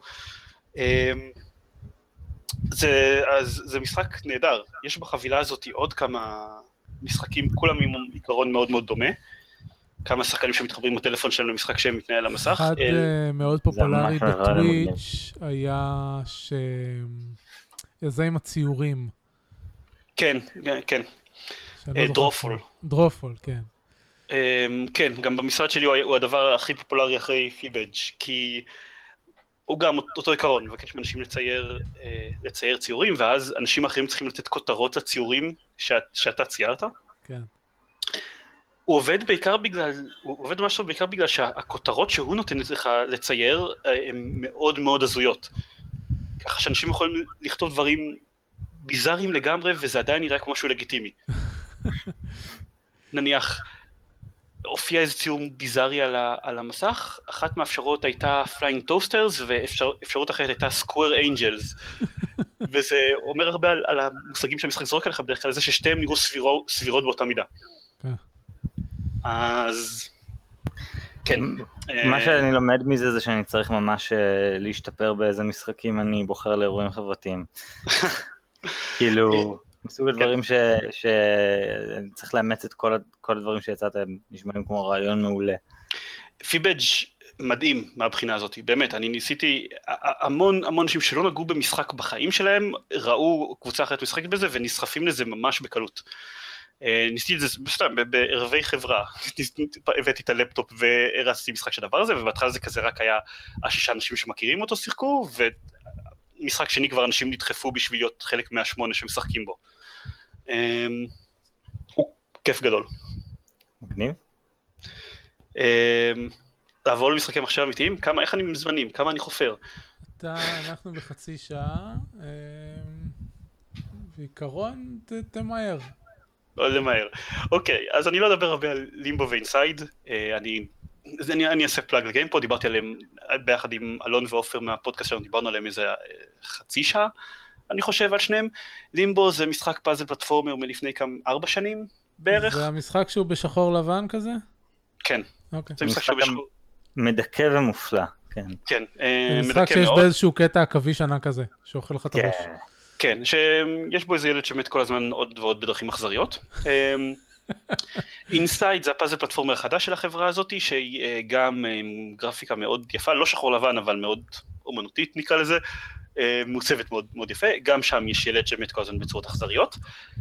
זה, אז זה משחק נהדר, יש בחבילה הזאת עוד כמה משחקים, כולם עם עיקרון מאוד מאוד דומה, כמה שחקנים שמתחברים בטלפון שלהם למשחק שהם מתנהל על המסך. אחד מאוד פופולרי בטוויץ' היה שיזה עם הציורים. כן, כן. דרופול. דרופול, כן. כן, גם במשרד שלי הוא הדבר הכי פופולרי אחרי פיבג', כי הוא גם אותו עיקרון, מבקש מאנשים לצייר, לצייר ציורים, ואז אנשים אחרים צריכים לתת כותרות לציורים שאתה ציירת. כן. הוא עובד בעיקר בגלל, הוא עובד משהו בעיקר בגלל שהכותרות שהוא נותן לך לצייר הן מאוד מאוד הזויות. ככה שאנשים יכולים לכתוב דברים ביזאריים לגמרי, וזה עדיין נראה כמו שהוא לגיטימי. נניח, הופיע איזה ציור ביזארי על, על המסך, אחת מהאפשרות הייתה Flying Toasters, ואפשרות אחרת הייתה Square Angels. וזה אומר הרבה על, על המושגים שהמשחק זורק עליך בדרך כלל, זה ששתיהם נראו סבירו, סבירות באותה מידה. אז כן. מה שאני לומד מזה זה שאני צריך ממש להשתפר באיזה משחקים אני בוחר לאירועים חברתיים. כאילו, מסוג הדברים שאני צריך לאמץ את כל הדברים שיצאת, הם נשמעים כמו רעיון מעולה. פיבג' מדהים מהבחינה הזאת, באמת, אני ניסיתי, המון המון אנשים שלא נגעו במשחק בחיים שלהם, ראו קבוצה אחרת משחקת בזה ונסחפים לזה ממש בקלות. ניסיתי את זה סתם, בערבי חברה, הבאתי את הלפטופ והרצתי משחק של הדבר הזה, ובהתחלה זה כזה רק היה השישה אנשים שמכירים אותו שיחקו, ומשחק שני כבר אנשים נדחפו בשביל להיות חלק מהשמונה שמשחקים בו. הוא כיף גדול. מגניב. לעבור למשחקים עכשיו אמיתיים, כמה, איך אני מזמנים, כמה אני חופר? אתה, אנחנו בחצי שעה, בעיקרון תמהר. לא למהר. אוקיי, אז אני לא אדבר הרבה על לימבו ואינסייד, אני, אני, אני אעשה פלאג לגיימפוד, דיברתי עליהם ביחד עם אלון ואופר מהפודקאסט שלנו, דיברנו עליהם איזה חצי שעה, אני חושב על שניהם. לימבו זה משחק פאזל פלטפורמר מלפני כמה, ארבע שנים בערך. זה המשחק שהוא בשחור לבן כזה? כן. אוקיי. זה משחק שהוא בשחור. מדכא ומופלא, כן. כן, זה משחק שיש באיזשהו קטע עכבי שנה כזה, שאוכל לך את הראש. כן, שיש בו איזה ילד שמת כל הזמן עוד ועוד בדרכים אכזריות. אינסייד זה הפאזל פלטפורמר החדש של החברה הזאת, שהיא גם גרפיקה מאוד יפה, לא שחור לבן, אבל מאוד אומנותית נקרא לזה, מוצבת מאוד מאוד יפה, גם שם יש ילד שמת כל הזמן בצורות אכזריות.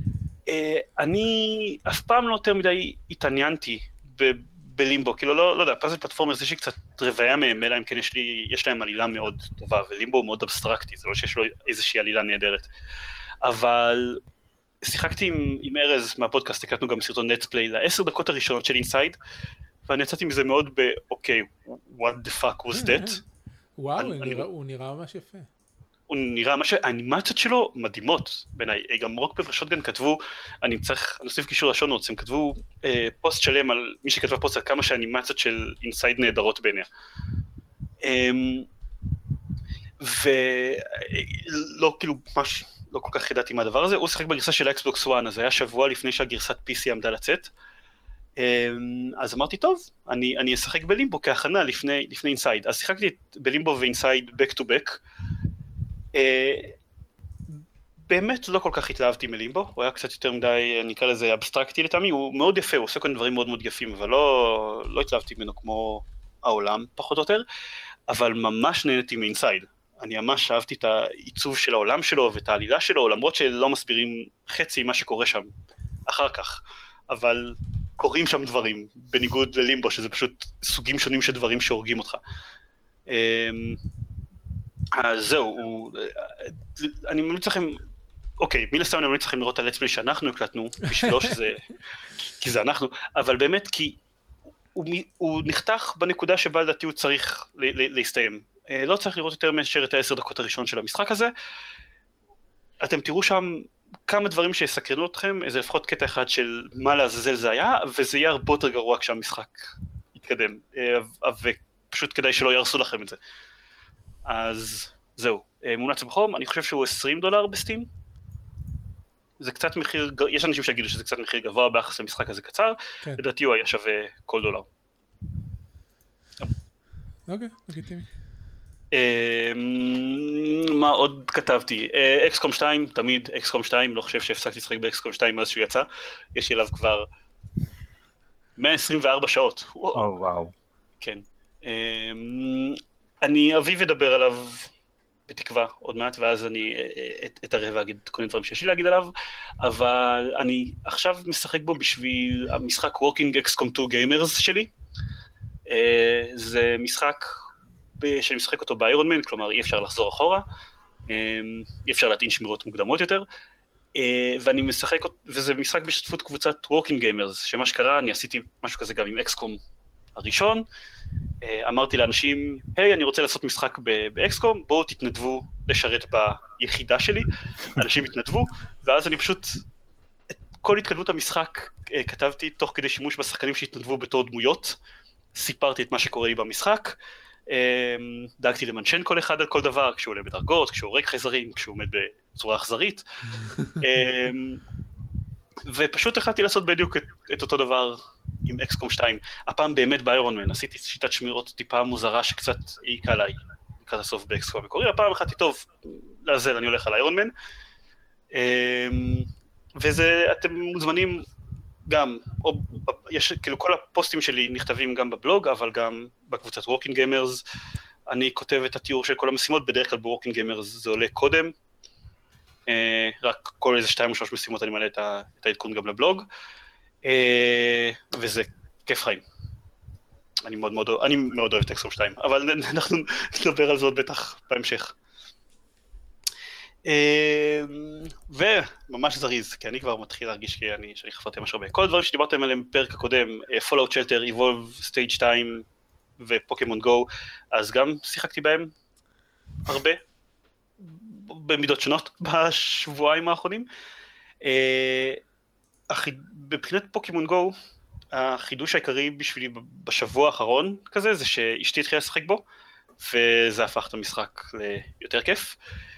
אני אף פעם לא יותר מדי התעניינתי בלימבו, כאילו לא, לא יודע, פאזל פלטפורמר זה שקצת רוויה מהם, אלא אם כן יש, לי, יש להם עלילה מאוד טובה, ולימבו הוא מאוד אבסטרקטי, זה לא שיש לו איזושהי עלילה נהדרת. אבל שיחקתי עם, עם ארז מהפודקאסט, הקלטנו גם סרטון נטפליי לעשר דקות הראשונות של אינסייד, ואני יצאתי מזה מאוד באוקיי, what the fuck was that? וואו, אני, אני, הוא נראה ממש יפה. הוא נראה ממש, האנימציות שלו מדהימות בעיניי, גם רוק פפרשוטגן כתבו, אני צריך, נוסיף קישור לשונות, הם כתבו אה, פוסט שלם על, מי שכתבה פוסט על כמה שהאנימציות של אינסייד נהדרות בעיניה. אה, ולא כאילו, ממש, לא כל כך ידעתי מה הדבר הזה, הוא שחק בגרסה של אקסבוקס וואן, אז היה שבוע לפני שהגרסת פי סי עמדה לצאת, אז אמרתי, טוב, אני, אני אשחק בלימבו כהכנה לפני, לפני אינסייד. אז שיחקתי בלימבו ואינסייד back to back. באמת לא כל כך התלהבתי מלימבו, הוא היה קצת יותר מדי, נקרא לזה אבסטרקטי לטעמי, הוא מאוד יפה, הוא עושה כאן דברים מאוד מאוד יפים, אבל לא, לא התלהבתי ממנו כמו העולם, פחות או יותר, אבל ממש נהניתי מאינסייד. אני ממש אהבתי את העיצוב של העולם שלו ואת העלילה שלו, למרות שלא מסבירים חצי מה שקורה שם אחר כך, אבל קורים שם דברים, בניגוד ללימבו, שזה פשוט סוגים שונים של דברים שהורגים אותך. אז זהו, אני ממליץ לכם, אוקיי, מי לסתם אני ממליץ לכם לראות את הלטס פליי שאנחנו הקלטנו, בשבילו שזה, כי זה אנחנו, אבל באמת כי הוא, הוא נחתך בנקודה שבה לדעתי הוא צריך להסתיים. לא צריך לראות יותר מאשר את העשר דקות הראשון של המשחק הזה. אתם תראו שם כמה דברים שיסקרנו אתכם, איזה לפחות קטע אחד של מה לעזאזל זה היה, וזה יהיה הרבה יותר גרוע כשהמשחק יתקדם, ופשוט כדאי שלא ירסו לכם את זה. אז זהו, מומלץ בחום, אני חושב שהוא עשרים דולר בסטים. זה קצת מחיר, יש אנשים שיגידו שזה קצת מחיר גבוה ביחס למשחק הזה קצר, כן. לדעתי הוא היה שווה כל דולר. אוקיי, לגיטימי. מה עוד כתבתי? אקסקום שתיים, תמיד אקסקום שתיים, לא חושב שהפסקתי לשחק באקסקום שתיים מאז שהוא יצא, יש אליו כבר מאה עשרים וארבע שעות. או וואו. כן. אני אביא ודבר עליו בתקווה עוד מעט, ואז אני אתערב ואגיד כל מיני דברים שיש לי להגיד עליו, אבל אני עכשיו משחק בו בשביל המשחק Working אקס קום טו Gamers שלי. זה משחק שאני משחק אותו באיירון מן, כלומר אי אפשר לחזור אחורה, אי אפשר להטעין שמירות מוקדמות יותר, ואני משחק, וזה משחק בשתתפות קבוצת Working Gamers, שמה שקרה, אני עשיתי משהו כזה גם עם אקסקום הראשון, אמרתי לאנשים, היי, אני רוצה לעשות משחק באקסקום, בואו תתנדבו לשרת ביחידה שלי, אנשים התנדבו, ואז אני פשוט, את כל התקדמות המשחק כתבתי תוך כדי שימוש בשחקנים שהתנדבו בתור דמויות, סיפרתי את מה שקורה לי במשחק, דאגתי למנשן כל אחד על כל דבר, כשהוא עולה בדרגות, כשהוא הורג חייזרים, כשהוא עומד בצורה אכזרית, ופשוט החלטתי לעשות בדיוק את, את אותו דבר עם אקסקום שתיים, הפעם באמת באיירון מן, עשיתי שיטת שמירות טיפה מוזרה שקצת העיקה עליי, לקראת הסוף באקסקום המקורי, הפעם החלטתי טוב, לעזל, אני הולך על איירון מן, וזה, אתם מוזמנים גם, או, יש, כאילו כל הפוסטים שלי נכתבים גם בבלוג, אבל גם בקבוצת Working Gamers, אני כותב את התיאור של כל המשימות, בדרך כלל ב-Working Gamers זה עולה קודם, רק כל איזה שתיים או שלוש משימות אני מעלה את העדכון גם לבלוג, וזה כיף חיים. אני מאוד מאוד, אני מאוד אוהב את אקסקום שתיים, אבל אנחנו נדבר על זאת בטח בהמשך. וממש זריז, כי אני כבר מתחיל להרגיש שאני חפרתי משהו הרבה. כל הדברים שדיברתם עליהם בפרק הקודם, Fallout Shelter, Evolve, Stage שתיים ופוקימון גו, אז גם שיחקתי בהם הרבה, במידות שונות בשבועיים האחרונים. בבחינת פוקימון גו, החידוש העיקרי בשבילי בשבוע האחרון כזה, זה שאשתי התחילה לשחק בו, וזה הפך את המשחק ליותר כיף.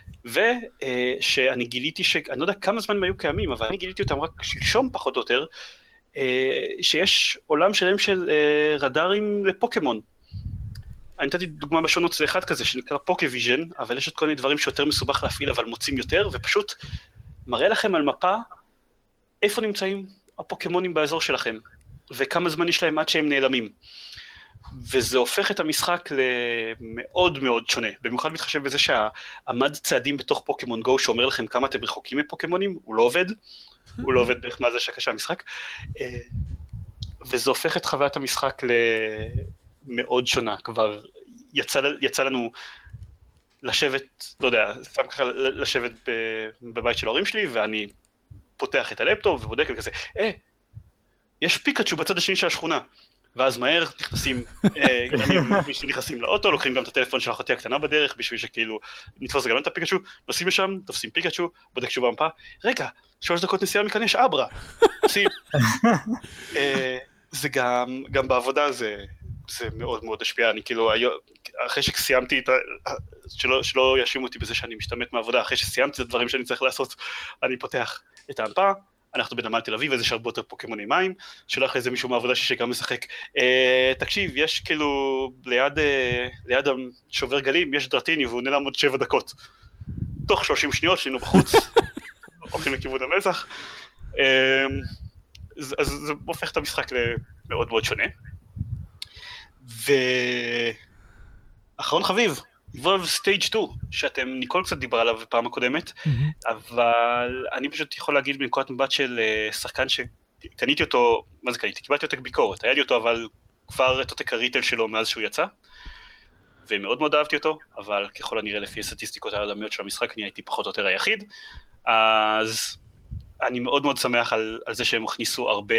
ושאני גיליתי, ש... אני לא יודע כמה זמן הם היו קיימים, אבל אני גיליתי אותם רק שלשום פחות או יותר, שיש עולם שלם של רדארים לפוקימון. אני נתתי דוגמה בשונות לאחד כזה, שנקרא פוקיוויז'ן, אבל יש את כל מיני דברים שיותר מסובך להפעיל, אבל מוצאים יותר, ופשוט מראה לכם על מפה איפה נמצאים הפוקימונים באזור שלכם, וכמה זמן יש להם עד שהם נעלמים. וזה הופך את המשחק למאוד מאוד שונה, במיוחד מתחשב בזה שהעמד צעדים בתוך פוקימון גו שאומר לכם כמה אתם רחוקים מפוקימונים, הוא לא עובד, הוא לא עובד דרך מה זה שקשה המשחק, וזה הופך את חוויית המשחק למאוד שונה, כבר יצא, יצא לנו לשבת, לא יודע, סתם ככה לשבת בבית של ההורים שלי, ואני פותח את הלפטופ ובודק וכזה, אה, יש פיקאצ'ו בצד השני של השכונה, ואז מהר נכנסים, נכנסים לאוטו, לוקחים גם את הטלפון של אחותי הקטנה בדרך, בשביל שכאילו נתפוס גם את הפיקאצ'ו, נוסעים לשם, תופסים פיקאצ'ו, בודק שוב במפה, רגע, שלוש דקות נסיעה מכאן יש אברה, עושים. זה גם, גם בעבודה זה, זה מאוד מאוד השפיע, אני כאילו, אחרי שסיימתי את ה... שלא, שלא יאשימו אותי בזה שאני משתמט מעבודה, אחרי שסיימתי את הדברים שאני צריך לעשות, אני פותח את המפה, אנחנו בנמל תל אביב, איזה הרבה יותר פוקימוני מים, שולח איזה מישהו מהעבודה שגם משחק, אה, תקשיב, יש כאילו, ליד, אה, ליד השובר גלים, יש דרטיני, והוא נעלם עוד שבע דקות. תוך שלושים שניות, שהיינו בחוץ, הולכים לכיוון המזח, אה, אז, אז זה הופך את המשחק למאוד מאוד שונה. ואחרון חביב, וולב סטייג' שתיים, שאתם, ניקול קצת דיברה עליו בפעם הקודמת, mm-hmm. אבל אני פשוט יכול להגיד בנקודת מבט של uh, שחקן שקניתי אותו, מה זה קניתי? קיבלתי עותק ביקורת, היה לי אותו אבל כבר את עותק הריטל שלו מאז שהוא יצא, ומאוד מאוד אהבתי אותו, אבל ככל הנראה לפי הסטטיסטיקות העולמיות של המשחק, אני הייתי פחות או יותר היחיד, אז אני מאוד מאוד שמח על, על זה שהם הכניסו הרבה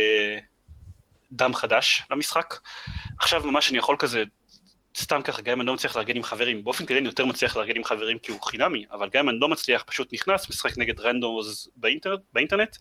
דם חדש למשחק. עכשיו ממש אני יכול כזה, סתם ככה, גם אם אני לא מצליח לארגן עם חברים, באופן כדי אני יותר מצליח לארגן עם חברים כי הוא חינמי, אבל גם אם אני לא מצליח, פשוט נכנס, משחק נגד רנדומוז באינטרנט, באינטרנט,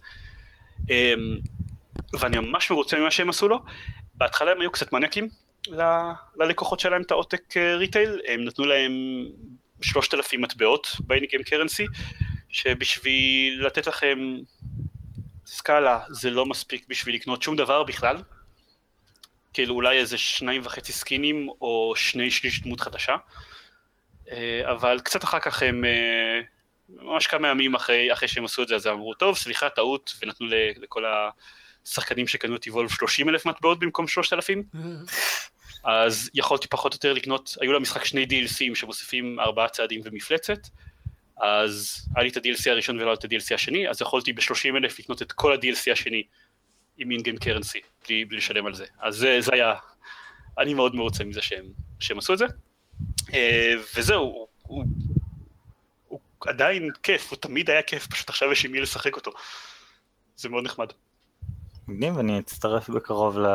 ואני ממש מרוצה ממה שהם עשו לו. בהתחלה הם היו קצת מניאקים ל- ללקוחות שלהם את העותק ריטייל, הם נתנו להם שלושת אלפים מטבעות באינגיים קרנסי, שבשביל לתת לכם סקאלה, זה לא מספיק בשביל לקנות שום דבר בכלל, כאילו אולי איזה שניים וחצי סקינים או שני שליש דמות חדשה, אבל קצת אחר כך הם, ממש כמה ימים אחרי, אחרי שהם עשו את זה, אז הם אמרו, טוב, סליחה, טעות, ונתנו לכל השחקנים שקנו את איבולב שלושים אלף מטבעות במקום שלושת אלפים, אז יכולתי פחות או יותר לקנות, היו למשחק שני די אל סים שמוסיפים ארבעה צעדים ומפלצת, אז היה לי את ה-די אל סי הראשון ולא את ה-די אל סי השני, אז יכולתי ב-שלושים אלף לקנות את כל ה-די אל סי השני, עם אינגיים קרנסי, בלי, בלי לשלם על זה. אז זה, זה היה, אני מאוד מרוצה מזה שהם, שהם עשו את זה. וזהו, הוא, הוא, הוא עדיין כיף, הוא תמיד היה כיף, פשוט עכשיו יש עם מי לשחק אותו. זה מאוד נחמד. מגניב, אני אצטרף בקרוב ל...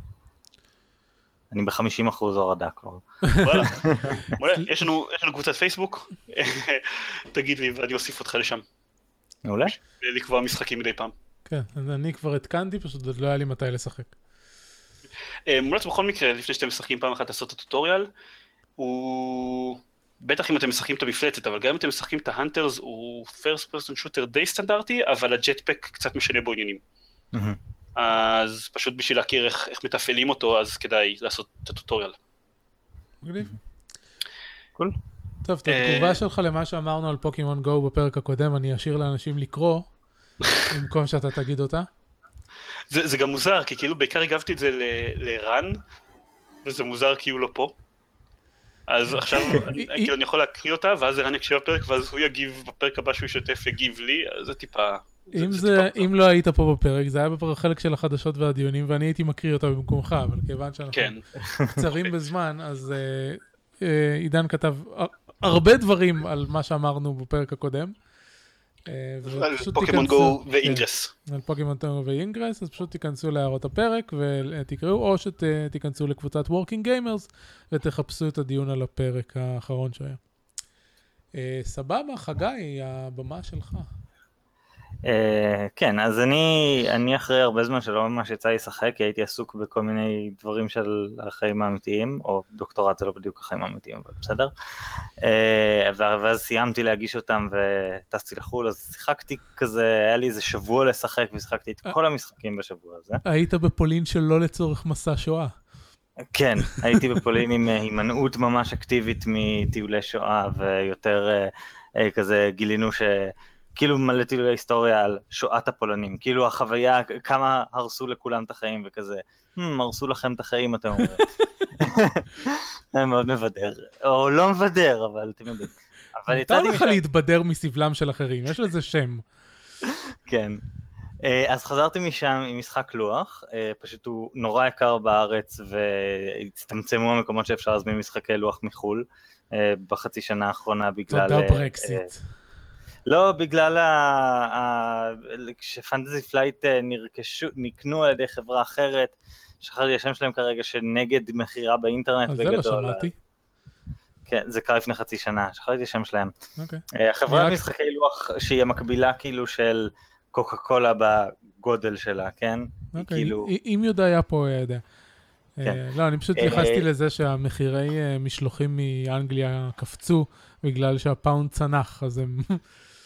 אני ב-חמישים אחוז הורדה כבר. וואלה, וואלה, יש לנו, יש לנו קבוצת פייסבוק, תגיד לי ואני אוסיף אותך לשם. מעולה. לקבוע משחקים מדי פעם. כן, אני כבר התקנתי, פשוט לא היה לי מתי לשחק. מומלץ בכל מקרה, לפני שאתם משחקים פעם אחת לעשות את הטוטוריאל, הוא... בטח אם אתם משחקים את המפלצת, אבל גם אם אתם משחקים את ההנטרס, הוא first person shooter די סטנדרטי, אבל הג'טפק קצת משנה בו עניינים. אז פשוט בשביל להכיר איך, איך מתפעלים אותו, אז כדאי לעשות את הטוטוריאל. מגניב. קול. טוב, את התגובה שלך למה שאמרנו על פוקימון גו בפרק הקודם, אני אשאיר לאנשים לקרוא, במקום שאתה תגיד אותה. זה, זה גם מוזר, כי כאילו בעיקר הגבתי את זה לרן, וזה מוזר כי הוא לא פה. אז עכשיו כאילו אני יכול להקריא אותה, ואז רן יקשיב בפרק, ואז הוא יגיב בפרק הבא שהוא ישתף, יגיב לי, אז זה טיפה... אם, זה, אם לא היית פה בפרק, זה היה בחלק של החדשות והדיונים, ואני הייתי מקריא אותה במקומך, אבל כיוון שאנחנו כן. קצרים בזמן, אז uh, uh, עידן כתב הרבה דברים על מה שאמרנו בפרק הקודם. על פוקימון גו ואינגרס. על פוקימון גו ואינגרס, אז פשוט תיכנסו להערות הפרק ותקראו, או שתיכנסו לקבוצת Working Gamers ותחפשו את הדיון על הפרק האחרון שהיה. סבבה, חגי, הבמה שלך. כן, אז אני, אני אחרי הרבה זמן שלא ממש יצא לי לשחק, כי הייתי עסוק בכל מיני דברים של החיים האמיתיים, או דוקטורט זה לא בדיוק החיים האמיתיים, אבל בסדר. ואז סיימתי להגיש אותם וטסתי לחול, אז שיחקתי כזה, היה לי איזה שבוע לשחק, ושיחקתי את כל המשחקים בשבוע הזה. היית בפולין שלא לצורך מסע שואה. כן, הייתי בפולין עם הימנעות ממש אקטיבית מטיולי שואה, ויותר כזה גילינו ש... כאילו מלאתי לי היסטוריה על שואת הפולנים, כאילו החוויה, כמה הרסו לכולם את החיים וכזה, הרסו לכם את החיים, אתם אומרים. זה מאוד מבדר, או לא מבדר, אבל אתם יודעים. מותר לך להתבדר מסבלם של אחרים, יש לזה שם. כן. אז חזרתי משם עם משחק לוח, פשוט הוא נורא יקר בארץ, והצטמצמו המקומות שאפשר להזמין משחקי לוח מחול, בחצי שנה האחרונה בגלל... תודה ברקסיט. לא, בגלל שפנטזי פלייט נקנו על ידי חברה אחרת, שכחתי השם שלהם כרגע שנגד מחירה באינטרנט בגדול. אז זה לא שמעתי. כן, זה קרה לפני חצי שנה, שכחתי השם שלהם. החברה משחקי לוח שהיא המקבילה כאילו של קוקה קולה בגודל שלה, כן? אם יודע היה פה, יודע. לא, אני פשוט התייחסתי לזה שהמחירי משלוחים מאנגליה קפצו, בגלל שהפאונד צנח, אז הם...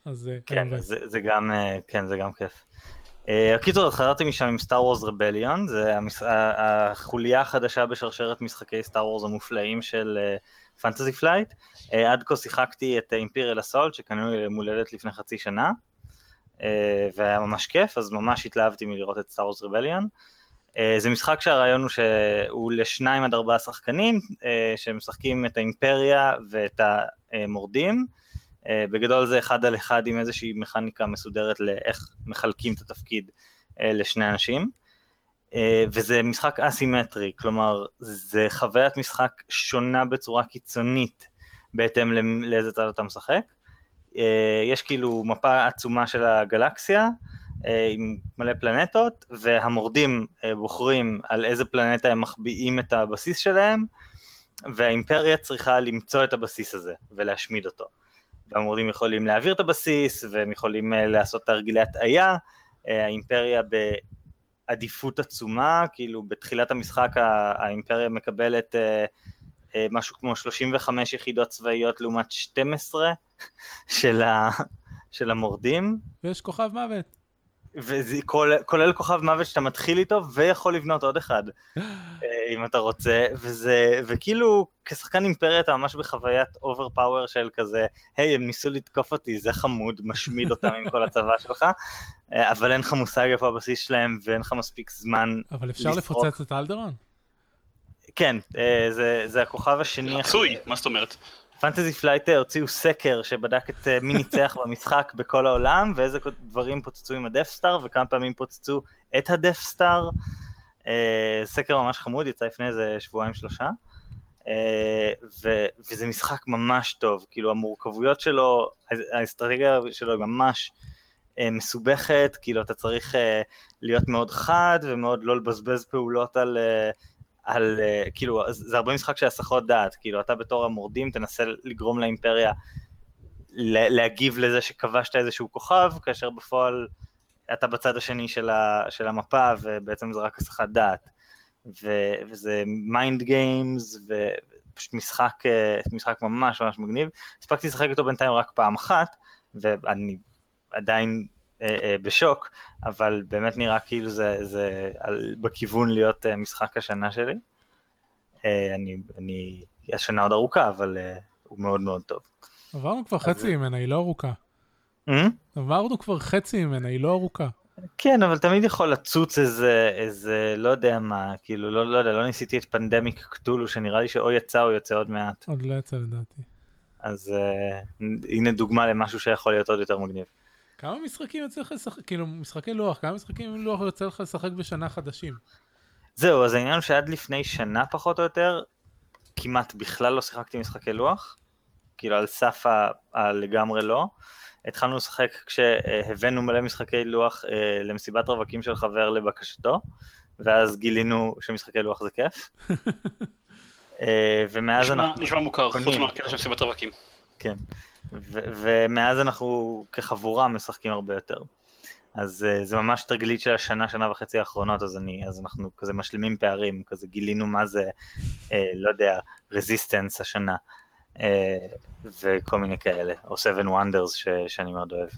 אז כן, זה, זה גם, כן, זה גם כיף. הקיצור, חזרתי משם עם סטאר וורס רבליון, זה המש... החוליה החדשה בשרשרת משחקי סטאר וורס המופלאים של פנטזי פלייט. עד כה שיחקתי את אימפריאל אסולט, שקנו לי מולדת לפני חצי שנה, והיה ממש כיף, אז ממש התלהבתי מלראות את סטאר וורס רבליון. זה משחק שהרעיון הוא שהוא לשניים עד ארבעה שחקנים, שמשחקים את האימפריה ואת המורדים, בגדול זה אחד על אחד עם איזושהי מכניקה מסודרת לאיך מחלקים את התפקיד לשני אנשים, וזה משחק אסימטרי, כלומר זה חוויית משחק שונה בצורה קיצונית בהתאם לאיזה צד אתה משחק. יש כאילו מפה עצומה של הגלקסיה עם מלא פלנטות, והמורדים בוחרים על איזה פלנטה הם מחביאים את הבסיס שלהם, והאימפריה צריכה למצוא את הבסיס הזה ולהשמיד אותו. והמורדים יכולים להעביר את הבסיס, והם יכולים לעשות תרגילי הטעיה. האימפריה בעדיפות עצומה, כאילו בתחילת המשחק האימפריה מקבלת משהו כמו שלושים וחמש יחידות צבאיות לעומת שתים עשרה של, ה, של המורדים. ויש כוכב מוות. וזה כולל, כולל כוכב מוות שאתה מתחיל איתו, ויכול לבנות עוד אחד, אם אתה רוצה, וזה, וכאילו, כשחקן אימפריה אתה ממש בחוויית אוברפאוור של כזה, היי, הם ניסו לתקוף אותי, זה חמוד, משמיד אותם עם כל הצבא שלך, אבל אין לך מושג איפה הבסיס שלהם, ואין לך מספיק זמן לשרוק. אבל אפשר לפוצץ את אלדרון? כן, זה, זה הכוכב השני. רצוי, מה זאת אומרת? פנטזי פלייט הוציאו סקר שבדק את מי ניצח במשחק בכל העולם, ואיזה דברים פוצצו עם הדף סטאר, וכמה פעמים פוצצו את הדף סטאר. סקר ממש חמוד, יצא לפני איזה שבועיים שלושה, וזה משחק ממש טוב, כאילו המורכבויות שלו, האסטרטגיה שלו היא ממש מסובכת, כאילו אתה צריך להיות מאוד חד, ומאוד לא לבזבז פעולות על... על, כאילו, זה הרבה משחק של הסחות דעת, כאילו, אתה בתור המורדים תנסה לגרום לאימפריה להגיב לזה שכבשת איזשהו כוכב, כאשר בפועל אתה בצד השני של, ה, של המפה, ובעצם זה רק הסחת דעת, ו, וזה מיינד גיימס, ופשוט משחק, משחק ממש ממש מגניב. הספקתי לשחק איתו בינתיים רק פעם אחת, ואני עדיין בשוק, אבל באמת נראה כאילו זה, זה בכיוון להיות משחק השנה שלי. אני, אני, השנה עוד ארוכה, אבל הוא מאוד מאוד טוב. עברנו כבר חצי ממנה, היא לא ארוכה. עברנו כבר חצי ממנה, היא לא ארוכה. כן, אבל תמיד יכול לצוץ איזה, איזה, לא יודע מה, כאילו, לא, לא יודע, לא ניסיתי את פנדמיק קטולו, שנראה לי שאו יצא או יוצא עוד מעט. עוד לא יצא לדעתי. אז הנה דוגמה למשהו שיכול להיות עוד יותר מגניב. כמה משחקים יוצא לך לשחק, כאילו משחקי לוח, כמה משחקים לוח יוצא לך לשחק בשנה חדשים? זהו, אז העניין הוא שעד לפני שנה פחות או יותר, כמעט בכלל לא שיחקתי משחקי לוח, כאילו על סף הלגמרי לא. התחלנו לשחק כשהבאנו מלא משחקי לוח למסיבת רווקים של חבר לבקשתו, ואז גילינו שמשחקי לוח זה כיף. ומאז אנחנו... נשמע מוכר, חוץ מהקטע של מסיבת רווקים. כן. ומאז אנחנו כחבורה משחקים הרבה יותר. אז זה ממש תרגלית של השנה, שנה וחצי האחרונות, אז, אני, אז אנחנו כזה משלימים פערים, כזה גילינו מה זה, לא יודע, רזיסטנס השנה, וכל מיני כאלה, או Seven Wonders ש, שאני מאוד אוהב.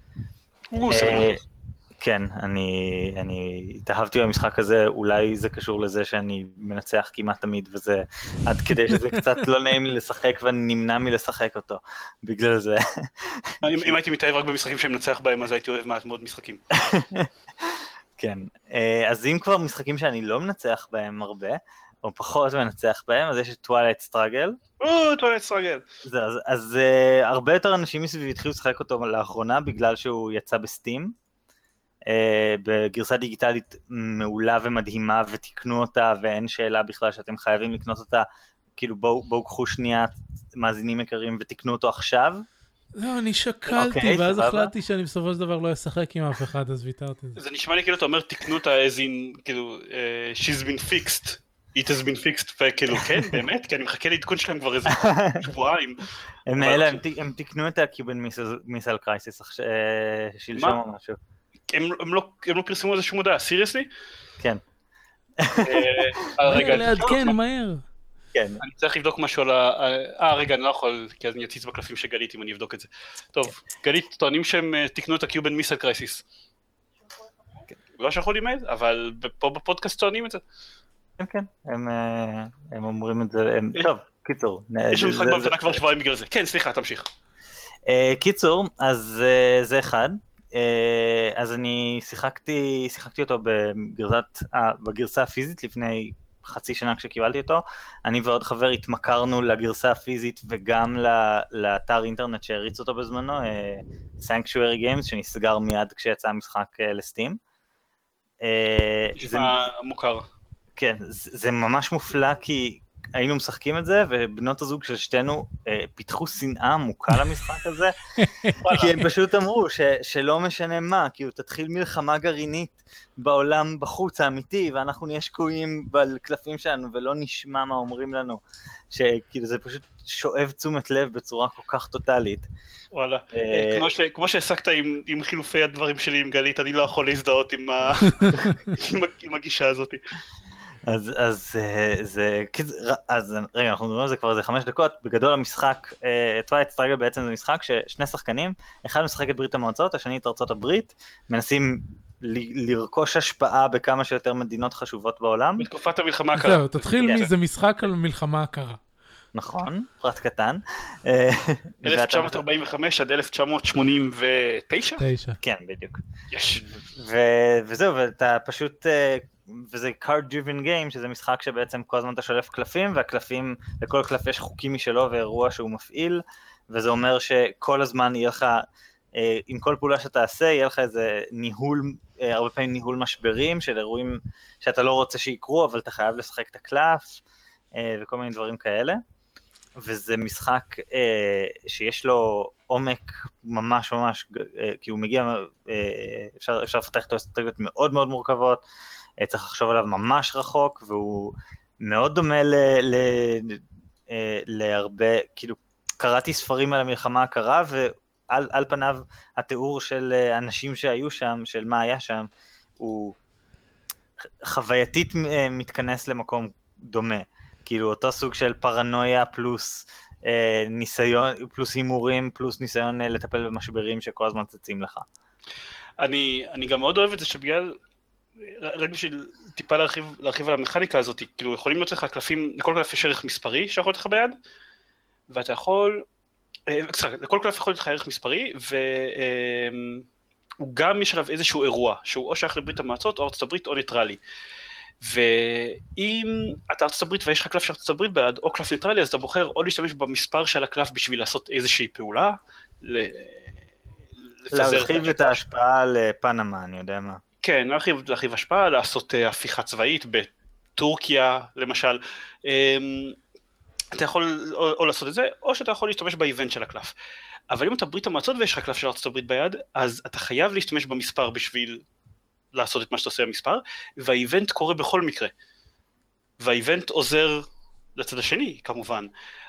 כן, אני, אני התאהבתי במשחק הזה, אולי זה קשור לזה שאני מנצח כמעט תמיד, וזה עד כדי שזה קצת לא נעים לי לשחק, ואני נמנע מלשחק אותו, בגלל זה. אם הייתי מתאהב רק במשחקים שמנצח בהם, אז הייתי אוהב מעט מאוד משחקים. כן, אז אם כבר משחקים שאני לא מנצח בהם הרבה, או פחות מנצח בהם, אז יש את Twilight Struggle. או, Twilight Struggle. זה, אז, אז הרבה יותר אנשים מסביב התחילו לשחק אותו לאחרונה, בגלל שהוא יצא בסטים, Uh, בגרסה דיגיטלית מעולה ומדהימה, ותקנו אותה, ואין שאלה בכלל שאתם חייבים לקנות אותה, כאילו בואו בוא קחו שנייה מאזינים יקרים ותקנו אותו עכשיו. לא, אני שקלתי, okay, ואז החלטתי שאני בסופו של דבר לא אשחק עם אף אחד, אז ויתרתי. זה נשמע לי כאילו אתה אומר תקנו אותה as in, כאילו, uh, she's been fixed, it has been fixed, וכאילו כן, באמת, כי אני מחכה לעדכון שלהם כבר איזה שבועיים. הם אלה, הם תקנו את הקיובן מיסל קרייסיס, שלשום או משהו. הם, הם, לא, הם לא פרסמו איזשהו מודעה, סיריוסלי? כן. מהר לעדכן, מהר. כן. אני צריך לבדוק משהו על ה... אה, רגע, אני לא יכול, כי אז אני אציץ בקלפים של גלית אם אני אבדוק את זה. טוב, גלית, טוענים שהם תקנו את הקיובן מיסל קרייסיס. לא שלחו לי מייל, אבל פה בפודקאסט טוענים את זה. כן, כן, הם אומרים את זה, טוב, קיצור. יש לנו משחק בהמתנה כבר שבועיים בגלל זה. כן, סליחה, תמשיך. קיצור, אז זה אחד. אז אני שיחקתי, שיחקתי אותו בגרסת, בגרסה הפיזית לפני חצי שנה כשקיבלתי אותו. אני ועוד חבר התמכרנו לגרסה הפיזית וגם לאתר אינטרנט שהריץ אותו בזמנו, Sanctuary Games, שנסגר מיד כשיצא המשחק לסטים. נשמע מוכר. כן, זה ממש מופלא כי היינו משחקים את זה, ובנות הזוג של שתינו אה, פיתחו שנאה עמוקה למשחק הזה, כי הם פשוט אמרו ש, שלא משנה מה, כאילו תתחיל מלחמה גרעינית בעולם בחוץ האמיתי, ואנחנו נהיה שקועים בקלפים שלנו, ולא נשמע מה אומרים לנו, שכאילו זה פשוט שואב תשומת לב בצורה כל כך טוטלית. וואלה, אה... כמו, ש, כמו שהעסקת עם, עם חילופי הדברים שלי עם גלית, אני לא יכול להזדהות עם, ה... עם, עם הגישה הזאת. אז, אז, זה, אז רגע, אנחנו מדברים על זה כבר איזה חמש דקות, בגדול המשחק, טווייליט סטרייגל בעצם זה משחק ששני שחקנים, אחד משחק את ברית המועצות, השני את ארצות הברית, מנסים ל- לרכוש השפעה בכמה שיותר מדינות חשובות בעולם. בתקופת המלחמה הקרה. זהו, תתחיל מזה משחק על מלחמה הקרה. נכון, פרט קטן. אלף תשע מאות ארבעים וחמש עד אלף תשע מאות שמונים ותשע? תשע. כן, בדיוק. יש. וזהו, ואתה פשוט... וזה card driven game, שזה משחק שבעצם כל הזמן אתה שולף קלפים, והקלפים, לכל קלף יש חוקים משלו ואירוע שהוא מפעיל, וזה אומר שכל הזמן יהיה לך, עם כל פעולה שאתה תעשה, יהיה לך איזה ניהול, הרבה פעמים ניהול משברים של אירועים שאתה לא רוצה שיקרו, אבל אתה חייב לשחק את הקלף, וכל מיני דברים כאלה. וזה משחק שיש לו עומק ממש ממש, כי הוא מגיע, אפשר, אפשר לפתח את האסטרטגיות מאוד מאוד מורכבות, צריך לחשוב עליו ממש רחוק, והוא מאוד דומה ל, ל, להרבה, כאילו, קראתי ספרים על המלחמה הקרה, ועל על פניו התיאור של אנשים שהיו שם, של מה היה שם, הוא חווייתית מתכנס למקום דומה, כאילו אותו סוג של פרנויה פלוס ניסיון, פלוס הימורים, פלוס ניסיון לטפל במשברים שכל הזמן צצים לך. אני, אני גם מאוד אוהב את זה שבגלל, רק בשביל טיפה להרחיב, להרחיב על המכניקה הזאת, כאילו יכולים להיות לך קלפים, לכל קלף יש ערך מספרי שיכול להיות לך ביד, ואתה יכול, לכל קלף יכול להיות לך ערך מספרי, והוא גם יש עליו איזשהו אירוע, שהוא או שייך לברית המועצות, או ארצות הברית, או ניטרלי. ואם אתה ארצות הברית ויש לך קלף של ארצות הברית ביד, או קלף ניטרלי, אז אתה בוחר או להשתמש במספר של הקלף בשביל לעשות איזושהי פעולה, להרחיב את ההשפעה לפנמה, אני יודע מה. כן, להרחיב, להרחיב השפעה, לעשות הפיכה צבאית בטורקיה, למשל. אתה יכול או, או לעשות את זה, או שאתה יכול להשתמש באיבנט של הקלף. אבל אם אתה ברית המועצות ויש לך קלף של ארצות הברית ביד, אז אתה חייב להשתמש במספר בשביל לעשות את מה שאתה עושה במספר, והאיבנט קורה בכל מקרה. והאיבנט עוזר לצד השני, כמובן.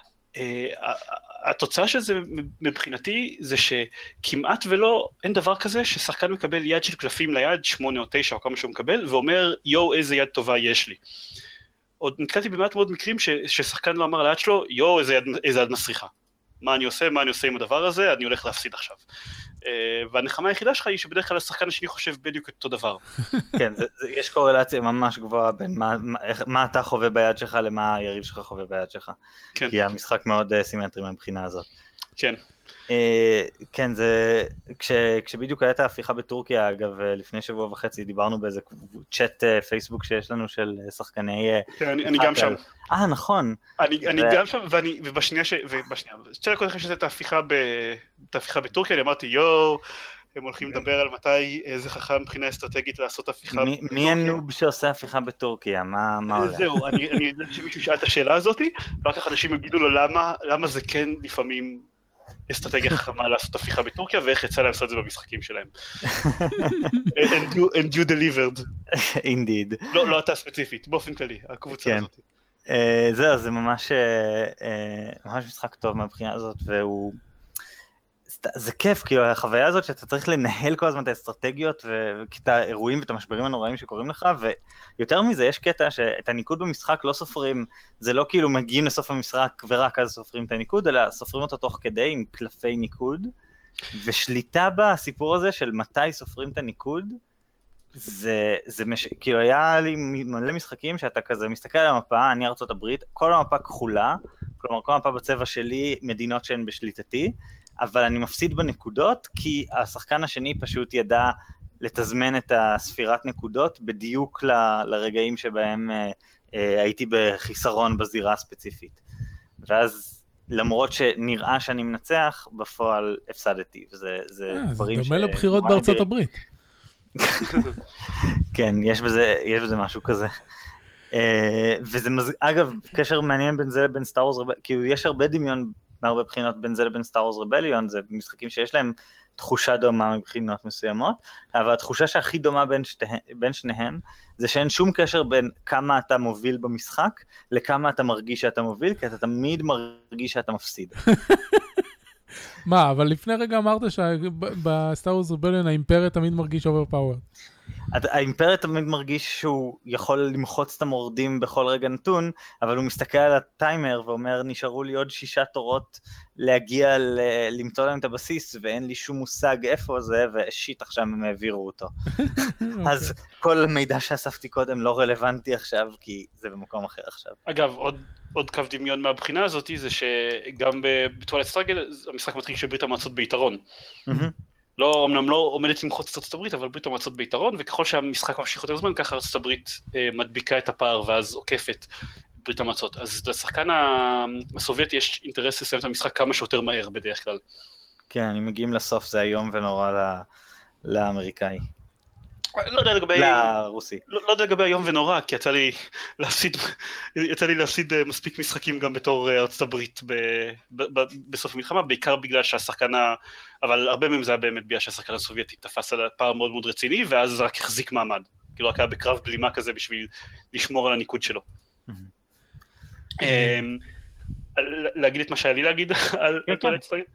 התוצאה של זה מבחינתי זה שכמעט ולא, אין דבר כזה ששחקן מקבל יד של קלפים ליד, שמונה או תשע או כמה שהוא מקבל, ואומר, יו, איזה יד טובה יש לי. עוד נתקלתי במעט מאוד מקרים ש, ששחקן לא אמר ליד שלו, יו, איזה יד, איזה יד מסריחה. מה אני עושה, מה אני עושה עם הדבר הזה, אני הולך להפסיד עכשיו. והנחמה היחידה שלך היא שבדרך כלל השחקן השני חושב בדיוק את אותו דבר. כן, זה, זה, יש קורלציה ממש גבוהה בין מה, מה, מה אתה חווה ביד שלך למה היריב שלך חווה ביד שלך. כן. כי המשחק מאוד uh, סימטרי מהבחינה הזאת. כן. Uh, כן, זה, כש, כשבדיוק הייתה ההפיכה בטורקיה, אגב, לפני שבוע וחצי דיברנו באיזה צ'אט uh, פייסבוק שיש לנו של שחקני... כן, אני, אני גם שם. אה, נכון. אני, ו... אני גם שם, ואני, ובשנייה ש... ובשנייה, שתי דקות אחרי שזה את ההפיכה ב... את ההפיכה בטורקיה, אני אמרתי, יואו, הם הולכים לדבר על מתי איזה חכם מבחינה אסטרטגית לעשות הפיכה בטורקיה. מי הנוב שעושה הפיכה בטורקיה? מה, מה עולה? זהו, אני, אני יודע שמישהו שאל את השאלה הזאת, ורק כך אנשים יגידו לו למה, למה זה כן לפעמים אסטרטגיה חכמה לעשות הפיכה בטורקיה, ואיך יצא להם לעשות את זה במשחקים שלהם. And you, and you delivered. Indeed. לא, לא אתה ספציפית, באופן כללי, הקבוצה כן. הזאת. Uh, זהו, זה ממש, uh, ממש משחק טוב מהבחינה הזאת, והוא... זה כיף, כאילו החוויה הזאת שאתה צריך לנהל כל הזמן את האסטרטגיות ואת האירועים ואת המשברים הנוראים שקורים לך, ויותר מזה יש קטע שאת הניקוד במשחק לא סופרים, זה לא כאילו מגיעים לסוף המשחק ורק אז סופרים את הניקוד, אלא סופרים אותו תוך כדי עם קלפי ניקוד, ושליטה בסיפור הזה של מתי סופרים את הניקוד, זה, זה מש... כאילו היה לי מלא משחקים שאתה כזה מסתכל על המפה, אני ארצות הברית, כל המפה כחולה, כלומר כל המפה בצבע שלי, מדינות שהן בשליטתי, אבל אני מפסיד בנקודות, כי השחקן השני פשוט ידע לתזמן את הספירת נקודות, בדיוק ל... לרגעים שבהם אה, אה, הייתי בחיסרון בזירה הספציפית. ואז למרות שנראה שאני מנצח, בפועל הפסדתי, וזה זה אה, דברים ש... זה דומה לבחירות בארצות הברית. כן, יש בזה, יש בזה משהו כזה. וזה, אגב, קשר מעניין בין זה לבין סטאר וורס רבליון, כאילו יש הרבה דמיון מהרבה בחינות בין זה לבין סטאר וורס רבליון, זה משחקים שיש להם תחושה דומה מבחינות מסוימות, אבל התחושה שהכי דומה בין, שתי, בין שניהם, זה שאין שום קשר בין כמה אתה מוביל במשחק, לכמה אתה מרגיש שאתה מוביל, כי אתה תמיד מרגיש שאתה מפסיד. מה, אבל לפני רגע אמרת שבסטאר וורס רבליון האימפריה תמיד מרגיש אוברפאוור. האימפריה תמיד מרגיש שהוא יכול למחוץ את המורדים בכל רגע נתון, אבל הוא מסתכל על הטיימר ואומר, נשארו לי עוד שישה תורות להגיע למצוא להם את הבסיס, ואין לי שום מושג איפה זה, ושיט עכשיו הם העבירו אותו. אז כל מידע שאספתי קודם לא רלוונטי עכשיו, כי זה במקום אחר עכשיו. אגב, עוד, עוד קו דמיון מהבחינה הזאת, זה שגם בטווילייט סטראגל, המשחק מתחיל שברית המועצות ביתרון. לא, אמנם לא עומדת למחוץ את ארצות הברית, אבל ברית המועצות ביתרון, וככל שהמשחק ממשיך יותר זמן, ככה ארצות הברית אה, מדביקה את הפער, ואז עוקפת ברית המועצות. אז לשחקן הסובייטי יש אינטרס לסיים את המשחק כמה שיותר מהר בדרך כלל. כן, אם מגיעים לסוף זה היום ונורא לאמריקאי. לא יודע לגבי... לרוסי. לא, לא יודע לגבי היום ונורא, כי יצא לי להפסיד, יצא לי להפסיד מספיק משחקים גם בתור ארצות הברית ב, ב, ב, בסוף המלחמה, בעיקר בגלל שהשחקן ה... אבל הרבה מהם זה היה באמת בגלל שהשחקן הסובייטי תפס על פער מאוד מאוד רציני, ואז רק החזיק מעמד. כאילו רק היה בקרב בלימה כזה בשביל לשמור על הניקוד שלו. להגיד את מה שהיה לי להגיד על טווילייט סטראגל?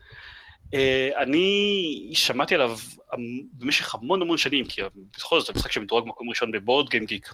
אני שמעתי עליו במשך המון המון שנים, כי בכל זאת זה משחק שמדורג מקום ראשון בבורד גיים גיק,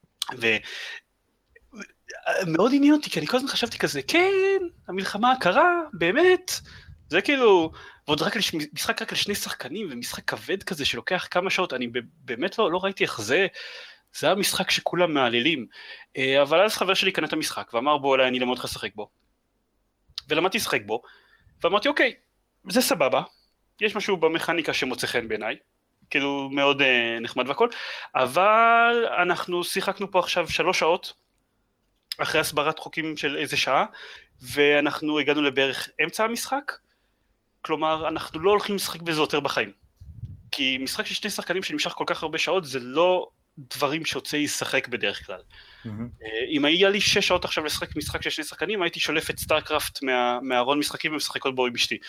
ומאוד עניין אותי, כי אני כל הזמן חשבתי כזה, כן, המלחמה קרה, באמת, זה כאילו, ועוד רק משחק רק לשני שחקנים, ומשחק כבד כזה שלוקח כמה שעות, אני באמת לא, לא ראיתי איך זה, זה היה משחק שכולם מעלילים, אבל אז חבר שלי קנה את המשחק, ואמר בו, אולי אני למוד לך לשחק בו, ולמדתי לשחק בו, ואמרתי, אוקיי, זה סבבה, יש משהו במכניקה שמוצא חן בעיניי, כאילו מאוד אה, נחמד והכל, אבל אנחנו שיחקנו פה עכשיו שלוש שעות, אחרי הסברת חוקים של איזה שעה, ואנחנו הגענו לבערך אמצע המשחק, כלומר אנחנו לא הולכים לשחק בזה יותר בחיים, כי משחק של שני שחקנים שנמשך כל כך הרבה שעות, זה לא דברים שיוצא לשחק בדרך כלל. Mm-hmm. אם היה לי שש שעות עכשיו לשחק משחק של שני שחקנים, הייתי שולף את סטארקראפט מה, מהארון משחקים ומשחקות בו עם אשתי.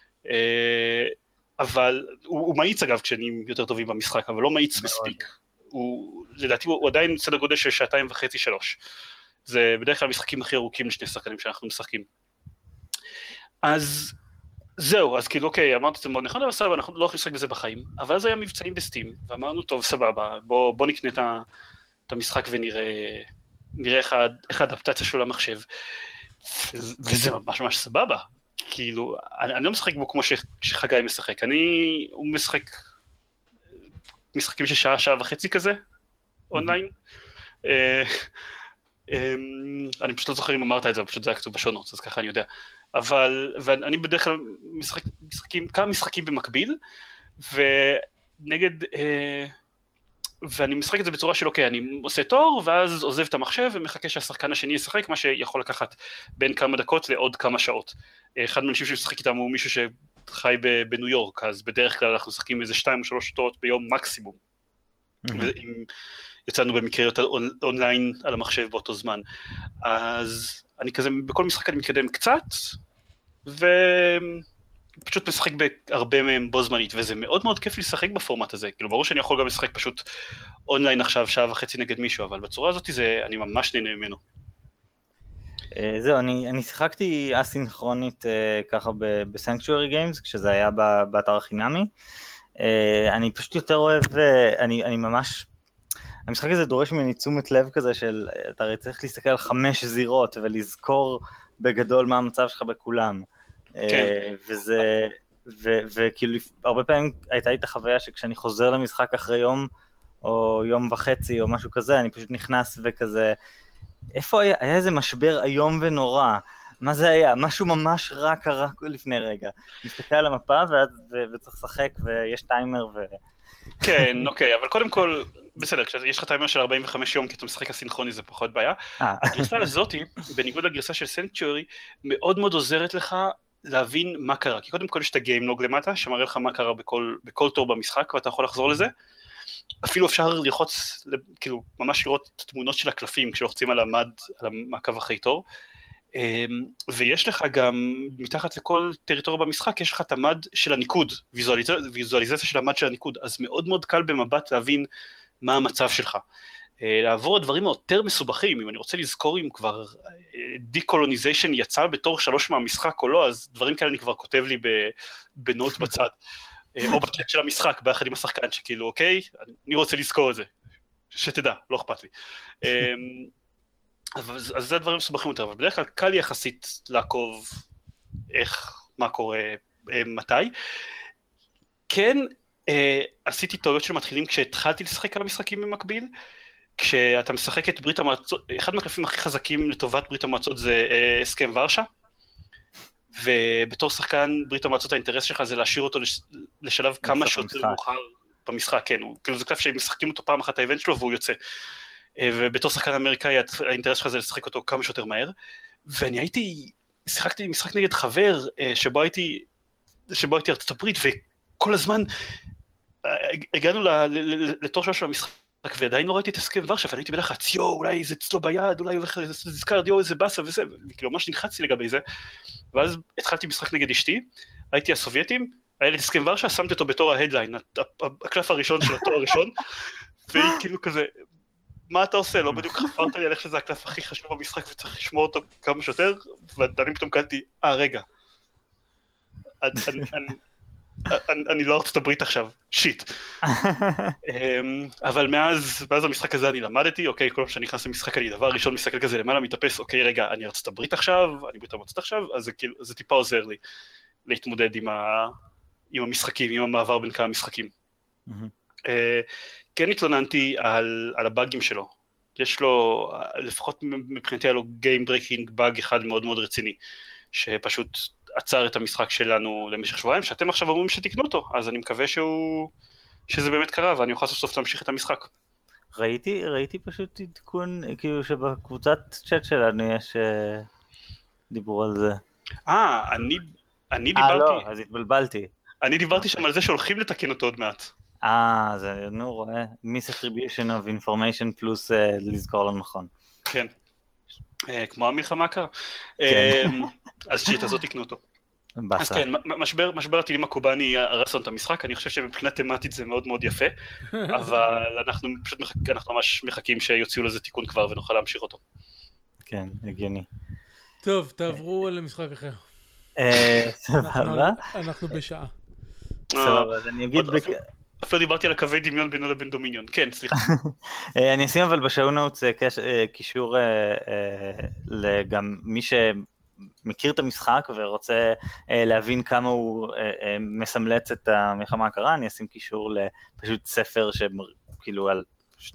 אבל הוא, הוא מאיץ אגב כשנהיים יותר טובים במשחק, אבל לא מאיץ מספיק. הוא, לדעתי הוא עדיין סדר גודל של שעתיים וחצי שלוש. זה בדרך כלל המשחקים הכי ארוכים לשני שחקנים שאנחנו משחקים. אז זהו, אז כאילו אוקיי, אמרתי את זה מאוד נכון, אבל סבבה, אנחנו לא יכולים לשחק בזה בחיים. אבל אז היה מבצעים בסטים, ואמרנו טוב סבבה, בוא, בוא נקנה את, ה, את המשחק ונראה נראה איך, איך האדפטציה שלו למחשב. וזה ממש ממש סבבה. כאילו, אני, אני לא משחק בו כמו ש, שחגי משחק, אני, הוא משחק משחקים של שעה, שעה וחצי כזה, אונליין. אני פשוט לא זוכר אם אמרת את זה, פשוט זה היה כתוב בשונות, אז ככה אני יודע. אבל, ואני בדרך כלל משחק, משחקים, כמה משחקים במקביל, ונגד, ואני משחק את זה בצורה של אוקיי, אני עושה תור, ואז עוזב את המחשב, ומחכה שהשחקן השני ישחק, מה שיכול לקחת בין כמה דקות לעוד כמה שאות. אחד מהאנשים שמשחק איתם הוא מישהו שחי בניו יורק, אז בדרך כלל אנחנו משחקים איזה שתיים או שלוש שעות ביום מקסימום. ואם יצאנו במקרה יותר אונליין על המחשב באותו זמן. אז אני כזה, בכל משחק אני מתקדם קצת, ופשוט משחק בהרבה מהם בו זמנית, וזה מאוד מאוד כיף לשחק בפורמט הזה. כאילו ברור שאני יכול גם לשחק פשוט אונליין עכשיו, שעה וחצי נגד מישהו, אבל בצורה הזאת זה, אני ממש נהנה ממנו. זהו, אני, אני שיחקתי אסינכרונית ככה בסנקצ'וארי גיימס, כשזה היה באתר החינמי. אני פשוט יותר אוהב, אני, אני ממש, המשחק הזה דורש ממני תשומת לב כזה של, אתה הרי צריך להסתכל על חמש זירות ולזכור בגדול מה המצב שלך בכולם. כן. וזה, ו, וכאילו הרבה פעמים הייתה לי את החוויה שכשאני חוזר למשחק אחרי יום, או יום וחצי או משהו כזה, אני פשוט נכנס וכזה, איפה היה? היה איזה משבר איום ונורא, מה זה היה? משהו ממש רע קרה לפני רגע. מסתכל על המפה וצריך לשחק ויש טיימר ו... כן, אוקיי, אבל קודם כל, בסדר, כשיש לך טיימר של ארבעים וחמש יום, כי אתה משחק הסינכרוני זה פחות בעיה. הגרסה הזאת, בניגוד לגרסה של סנקצ'וארי, מאוד מאוד עוזרת לך להבין מה קרה. כי קודם כל יש את הגיימלוג למטה, שמראה לך מה קרה בכל, בכל תור במשחק, ואתה יכול לחזור לזה. אפילו אפשר ללחוץ, כאילו, ממש לראות את התמונות של הקלפים, כשלוחצים על המד, על המעקב אחרי תור. ויש לך גם, מתחת לכל טריטוריה במשחק, יש לך את המד של הניקוד, ויזואליזציה של המד של הניקוד, אז מאוד מאוד קל במבט להבין מה המצב שלך. לעבור הדברים היותר מסובכים, אם אני רוצה לזכור אם כבר דיקולוניזיישן יצא בתור שלוש מהמשחק או לא, אז דברים כאלה אני כבר כותב לי בנוט בצד, או בצ'אט של המשחק, ביחד עם השחקן, שכאילו, אוקיי, אני רוצה לזכור את זה, שתדע, לא אכפת לי. אז זה הדברים מסובכים יותר, אבל בדרך כלל קל יחסית לעקוב איך, מה קורה, מתי. כן, עשיתי טעויות של מתחילים כשהתחלתי לשחק על המשחקים במקביל, כשאתה משחק את ברית המועצות, אחד מהקלפים הכי חזקים לטובת ברית המועצות זה הסכם ורשה, ובתור שחקן ברית המועצות האינטרס שלך זה להשאיר אותו לשלב כמה שיותר מאוחר במשחק, כן, כאילו זה קלף שמשחקים אותו פעם אחת האיבנט שלו והוא יוצא. ובתור שחקן אמריקאי האינטרס שלך זה לשחק אותו כמה שיותר מהר, ואני הייתי, שיחקתי משחק נגד חבר שבו הייתי, שבו הייתי ארצות הברית, וכל הזמן הגענו לתור שלו של המשחק, ועדיין לא ראיתי את הסכם ורשה, ואני הייתי בלחץ, יו, אולי זה אצלו ביד, אולי הולך לזכר, יו, איזה באסה וזה, וכאילו ממש נלחצתי לגבי זה, ואז התחלתי משחק נגד אשתי, הייתי הסובייטים, היה לי הסכם ורשה, שמתי אותו בתור ההדליין, הקלף הראשון של התור הראשון, והיא כאילו כזה, מה אתה עושה? לא בדיוק חפרת לי על איך שזה הקלף הכי חשוב במשחק וצריך לשמור אותו כמה שיותר, ואני פתאום קלטתי, אה רגע, אני לא ארצות הברית עכשיו, שיט. אבל מאז המשחק הזה אני למדתי, אוקיי, כל פעם שאני נכנס למשחק אני דבר ראשון מסתכל כזה למעלה, מתאפס, אוקיי רגע, אני ארצות הברית עכשיו, אני ברית המועצות עכשיו, אז זה טיפה עוזר לי להתמודד עם המשחקים, עם המעבר בין כמה משחקים. כן התלוננתי על, על הבאגים שלו, יש לו, לפחות מבחינתי היה לו Game Breaking באג אחד מאוד מאוד רציני, שפשוט עצר את המשחק שלנו למשך שבועיים, שאתם עכשיו אומרים שתקנו אותו, אז אני מקווה שהוא, שזה באמת קרה, ואני אוכל סוף סוף להמשיך את המשחק. ראיתי, ראיתי פשוט עדכון, כאילו שבקבוצת צ'אט שלנו יש דיבור על זה. אה, אני, אני דיברתי... אה, לא, אז התבלבלתי. אני דיברתי שם על זה שהולכים לתקן אותו עוד מעט. אה, זה, נו, רואה, Misattribution of Information פלוס לזכור לא נכון. כן, כמו המלחמה קרה. אז שיט, אז לא תקנו אותו. אז כן, משבר הטילים הקובאני הרס לנו את המשחק, אני חושב שמבחינה תמטית זה מאוד מאוד יפה, אבל אנחנו פשוט אנחנו ממש מחכים שיוציאו לזה תיקון כבר ונוכל להמשיך אותו. כן, הגיוני. טוב, תעברו למשחק אחר. סבבה? אנחנו בשעה. סבבה, אז אני אגיד... אפילו דיברתי על הקווי דמיון בינו לבין דומיניון, כן, סליחה. אני אשים אבל בשואו נוטס קישור גם מי שמכיר את המשחק ורוצה להבין כמה הוא מסמלץ את המלחמה הקרה, אני אשים קישור לפשוט ספר שכאילו על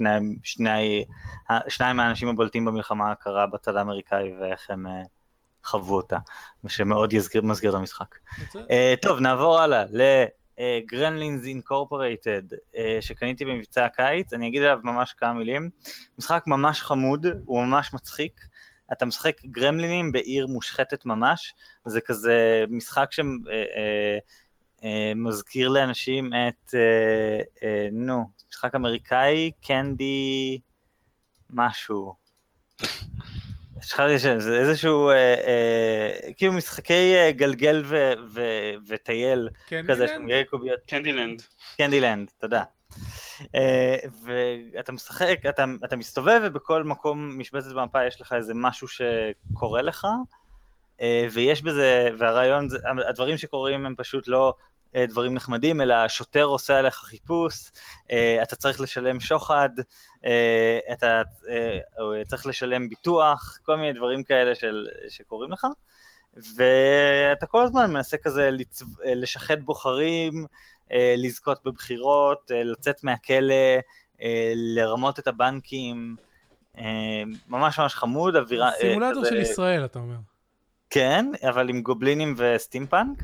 שניים מהאנשים הבולטים במלחמה הקרה בצד האמריקאי ואיך הם חוו אותה, ושמאוד מסגיר את המשחק. טוב, נעבור הלאה ל... גרמלינס אינקורפורייטד, שקניתי במבצע הקיץ, אני אגיד עליו ממש כמה מילים, משחק ממש חמוד, הוא ממש מצחיק, אתה משחק גרמלינים בעיר מושחתת ממש, זה כזה משחק שמזכיר לאנשים את, נו, משחק אמריקאי, קנדי, משהו, זה איזשהו, כאילו משחקי גלגל וטייל, כזה, קנדילנד? קנדילנד, תודה. ואתה משחק, אתה, אתה מסתובב, ובכל מקום משבצת במפה יש לך איזה משהו שקורה לך, ויש בזה, והרעיון, הדברים שקורים הם פשוט לא דברים נחמדים, אלא השוטר עושה עליך חיפוש, אתה צריך לשלם שוחד, אתה צריך לשלם ביטוח, כל מיני דברים כאלה של, שקורים לך, ואתה כל הזמן מנסה כזה לשחד בוחרים, לזכות בבחירות, לצאת מהכלא, לרמות את הבנקים, ממש ממש חמוד. סימולטור של ישראל, אתה אומר. כן, אבל עם גובלינים וסטימפאנק.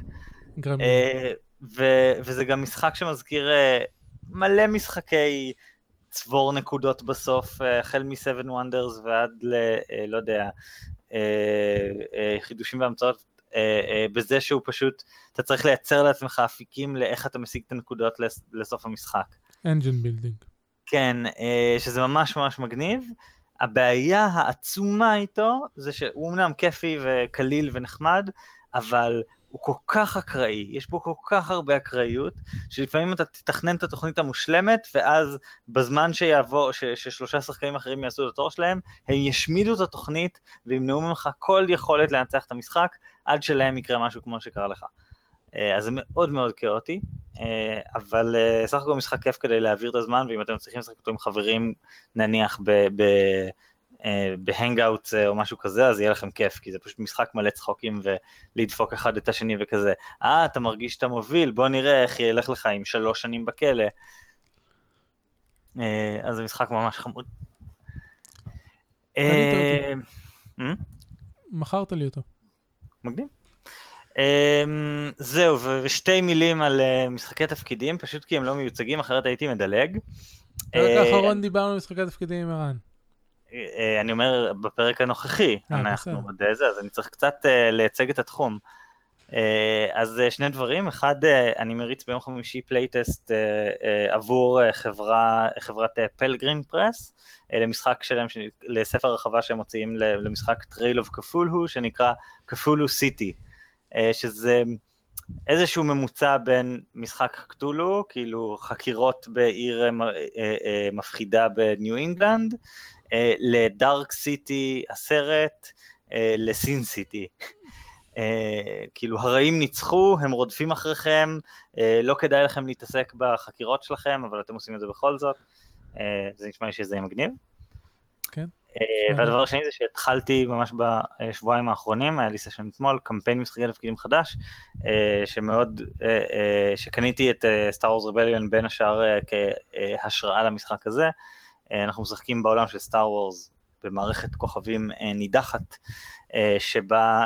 וזה גם משחק שמזכיר מלא משחקי צבור נקודות בסוף, החל מ-Seven Wonders ועד ל... לא יודע, חידושים והמצאות, בזה שהוא פשוט, אתה צריך לייצר לעצמך אפיקים לאיך אתה משיג את הנקודות לסוף המשחק. Engine building. כן, שזה ממש ממש מגניב. הבעיה העצומה איתו, זה שהוא אמנם כיפי וקליל ונחמד, אבל הוא כל כך אקראי, יש בו כל כך הרבה אקראיות, שלפעמים אתה תתכנן את התוכנית המושלמת, ואז בזמן שיעבור, ש- ששלושה שחקנים אחרים יעשו את התור שלהם, הם ישמידו את התוכנית, וימנעו ממך כל יכולת לנצח את המשחק, עד שלהם יקרה משהו כמו שקרה לך. אז זה מאוד מאוד כאוטי, אבל סך הכל משחק כיף כדי להעביר את הזמן, ואם אתם צריכים לשחק אותו עם חברים, נניח ב... ב- בהנגאוט או משהו כזה, אז יהיה לכם כיף, כי זה פשוט משחק מלא צחוקים ולדפוק אחד את השני וכזה, אה, אתה מרגיש שאתה מוביל, בוא נראה איך ילך לך עם שלוש שנים בכלא. אז זה משחק ממש חמוד. מכרת לי אותו. מגניב. זהו, ושתי מילים על משחקי תפקידים, פשוט כי הם לא מיוצגים, אחרת הייתי מדלג. בפרק האחרון דיברנו על משחקי תפקידים עם ערן. אני אומר, בפרק הנוכחי, אנחנו עוד זה, אז אני צריך קצת לייצג את התחום. אז שני דברים, אחד, אני מריץ ביום חמישי פלייטסט עבור חברת פלגרין פרס, למשחק שלהם, לספר הרחבה שהם מוציאים למשחק Trail of Cthulhu, שנקרא Cthulhu City, שזה איזשהו ממוצע בין משחק קטולו, כאילו חקירות בעיר מפחידה בניו אינגלנד, לדארק סיטי הסרט, לסין סיטי. כאילו הרעים ניצחו, הם רודפים אחריכם, לא כדאי לכם להתעסק בחקירות שלכם, אבל אתם עושים את זה בכל זאת. זה נשמע לי שזה יהיה מגניב. כן. והדבר השני זה שהתחלתי ממש בשבועיים האחרונים, היה לי סשן אתמול, קמפיין משחקי תפקידים חדש, שמאוד, שקניתי את Star Wars Rebellion בין השאר כהשראה למשחק הזה. אנחנו משחקים בעולם של סטאר וורס במערכת כוכבים נידחת, שבה,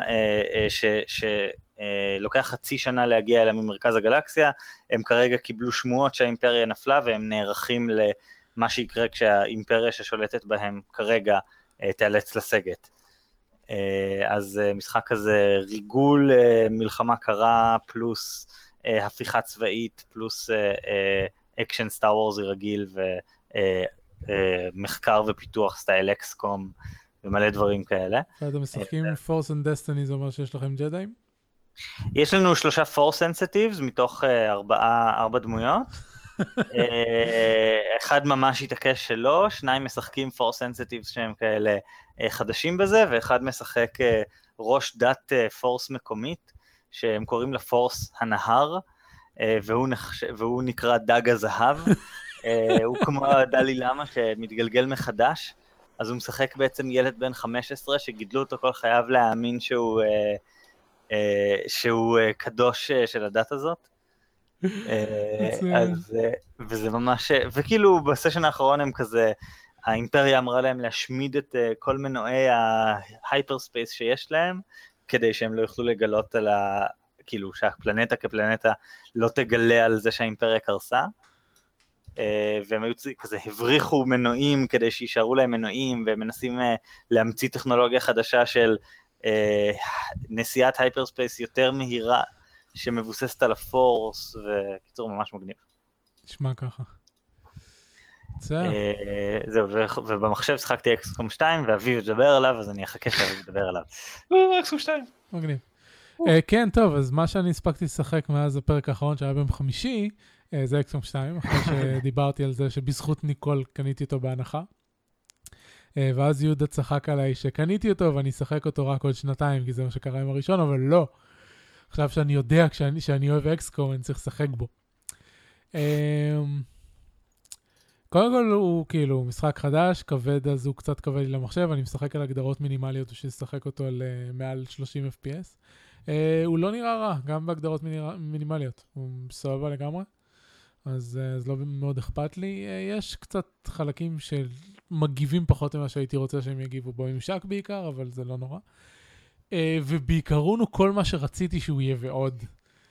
שלוקח חצי שנה להגיע אליה ממרכז הגלקסיה, הם כרגע קיבלו שמועות שהאימפריה נפלה, והם נערכים למה שיקרה כשהאימפריה ששולטת בהם כרגע תיאלץ לסגת. אז משחק כזה ריגול, מלחמה קרה, פלוס הפיכה צבאית, פלוס אקשן סטאר וורסי רגיל, ו... מחקר ופיתוח סטייל אקסקום ומלא דברים כאלה. ואתם משחקים עם Force and Destiny, זה אומר שיש לכם ג'דאים? יש לנו שלושה Force Sensitives מתוך ארבעה, ארבע דמויות. אחד ממש התעקש שלא, שניים משחקים Force Sensitives שהם כאלה חדשים בזה, ואחד משחק ראש דת Force מקומית, שהם קוראים לה Force הנהר, והוא, נחש... והוא נקרא דג הזהב. הוא כמו דלי למה שמתגלגל מחדש, אז הוא משחק בעצם ילד בן חמש עשרה שגידלו אותו כל חייו להאמין שהוא, שהוא קדוש של הדת הזאת. אז, וזה ממש, וכאילו בסשן האחרון הם כזה, האימפריה אמרה להם להשמיד את כל מנועי ההייפרספייס שיש להם, כדי שהם לא יוכלו לגלות על ה... כאילו שהפלנטה כפלנטה לא תגלה על זה שהאימפריה קרסה, והם היו כזה, הבריחו מנועים כדי שישארו להם מנועים, והם מנסים להמציא טכנולוגיה חדשה של נסיעת הייפרספייס יותר מהירה, שמבוססת על הפורס, וקיצור ממש מגניב. נשמע ככה. זהו, ובמחשב שחקתי אקסקום שתיים, ואביב ידבר עליו, אז אני אחכה שאביב ידבר עליו. אקסקום שתיים. מגניב. כן, טוב, אז מה שאני הספקתי לשחק מאז הפרק האחרון שהיה ביום חמישי, זה אקסקום שתיים, אחרי שדיברתי על זה שבזכות ניקול קניתי אותו בהנחה. ואז יהודה צחק עליי שקניתי אותו ואני אשחק אותו רק עוד שנתיים, כי זה מה שקרה עם הראשון, אבל לא. עכשיו שאני יודע כשאני, שאני אוהב אקסקום, אני צריך לשחק בו. קודם כל הוא כאילו משחק חדש, כבד, אז הוא קצת כבד לי למחשב, אני משחק על הגדרות מינימליות בשביל לשחק אותו על מעל שלושים אף פי אס. הוא לא נראה רע, גם בהגדרות מינימליות, הוא סבבה לגמרי, אז זה לא מאוד אכפת לי. יש קצת חלקים שמגיבים פחות ממה שהייתי רוצה שהם יגיבו בו, ממשק בעיקר, אבל זה לא נורא. ובעיקרון הוא כל מה שרציתי שהוא יהיה ועוד.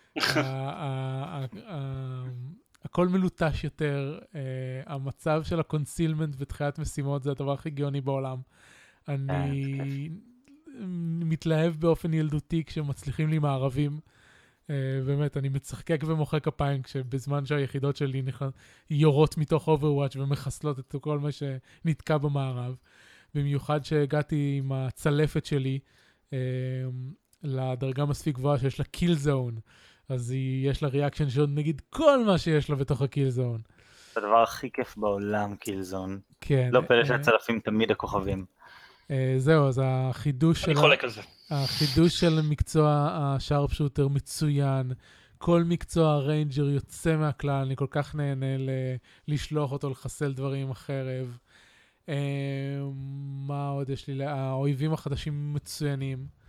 הכל מלוטש יותר, המצב של הקונסילמנט ותחיית משימות זה הדבר הכי גאוני בעולם. אני מתלהב באופן ילדותי כשמצליחים לי מערבים. באמת, אני מצחקק ומוחק כפיים כשבזמן שהיחידות שלי יורות מתוך Overwatch ומחסלות את כל מה שנתקע במערב. במיוחד שהגעתי עם הצלפת שלי לדרגה מספיק גבוהה שיש לה קיל זון. אז יש לה ריאקשן שעוד נגיד כל מה שיש לה בתוך הקיל זון. זה הדבר הכי כיף בעולם, קיל זון. כן. לא פלא שהצלפים תמיד הכוכבים. זהו, אז החידוש של... אני חולק על זה. החידוש של מקצוע השארפ שוטר מצוין. כל מקצוע הריינג'ר יוצא מהכלל. אני כל כך נהנה לשלוח אותו, לחסל דברים עם החרב. מה עוד יש לי? האויבים החדשים מצוינים.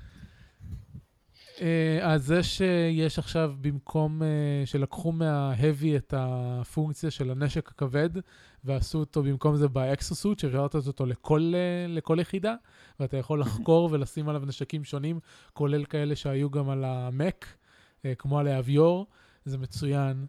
אז זה שיש עכשיו במקום שלקחו מה-heavy את הפונקציה של הנשק הכבד ועשו אותו במקום זה באקסוסוט שאפשר לתת אותו לכל, לכל יחידה ואתה יכול לחקור ולשים עליו נשקים שונים כולל כאלה שהיו גם על המק כמו על האביור, זה מצוין.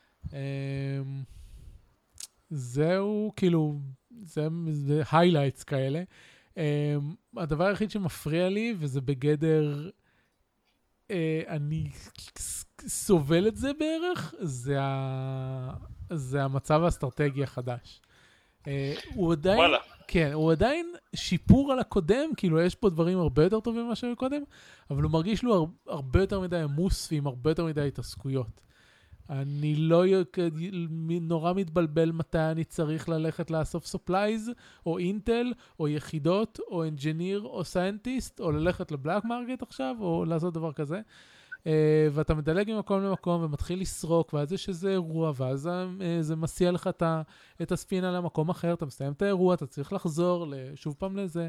זהו כאילו זה, זה highlights כאלה. הדבר היחיד שמפריע לי וזה בגדר אני סובל את זה בערך, זה, ה... זה המצב האסטרטגי החדש. הוא עדיין, וואלה. כן, הוא עדיין שיפור על הקודם, כאילו יש פה דברים הרבה יותר טובים ממה שהיו קודם, אבל הוא מרגיש לו הרבה יותר מדי עמוס ועם הרבה יותר מדי התעסקויות. אני לא נורא מתבלבל מתי אני צריך ללכת לאסוף סופלייז, או אינטל, או יחידות, או אנג'יניר, או סיינטיסט, או ללכת לבלאק מרקט עכשיו, או לעשות דבר כזה. ואתה מדלג ממקום למקום ומתחיל לסרוק, ואז יש איזה אירוע, ואז זה מסיע לך את הספינה למקום אחר, אתה מסיים את האירוע, אתה צריך לחזור שוב פעם לזה.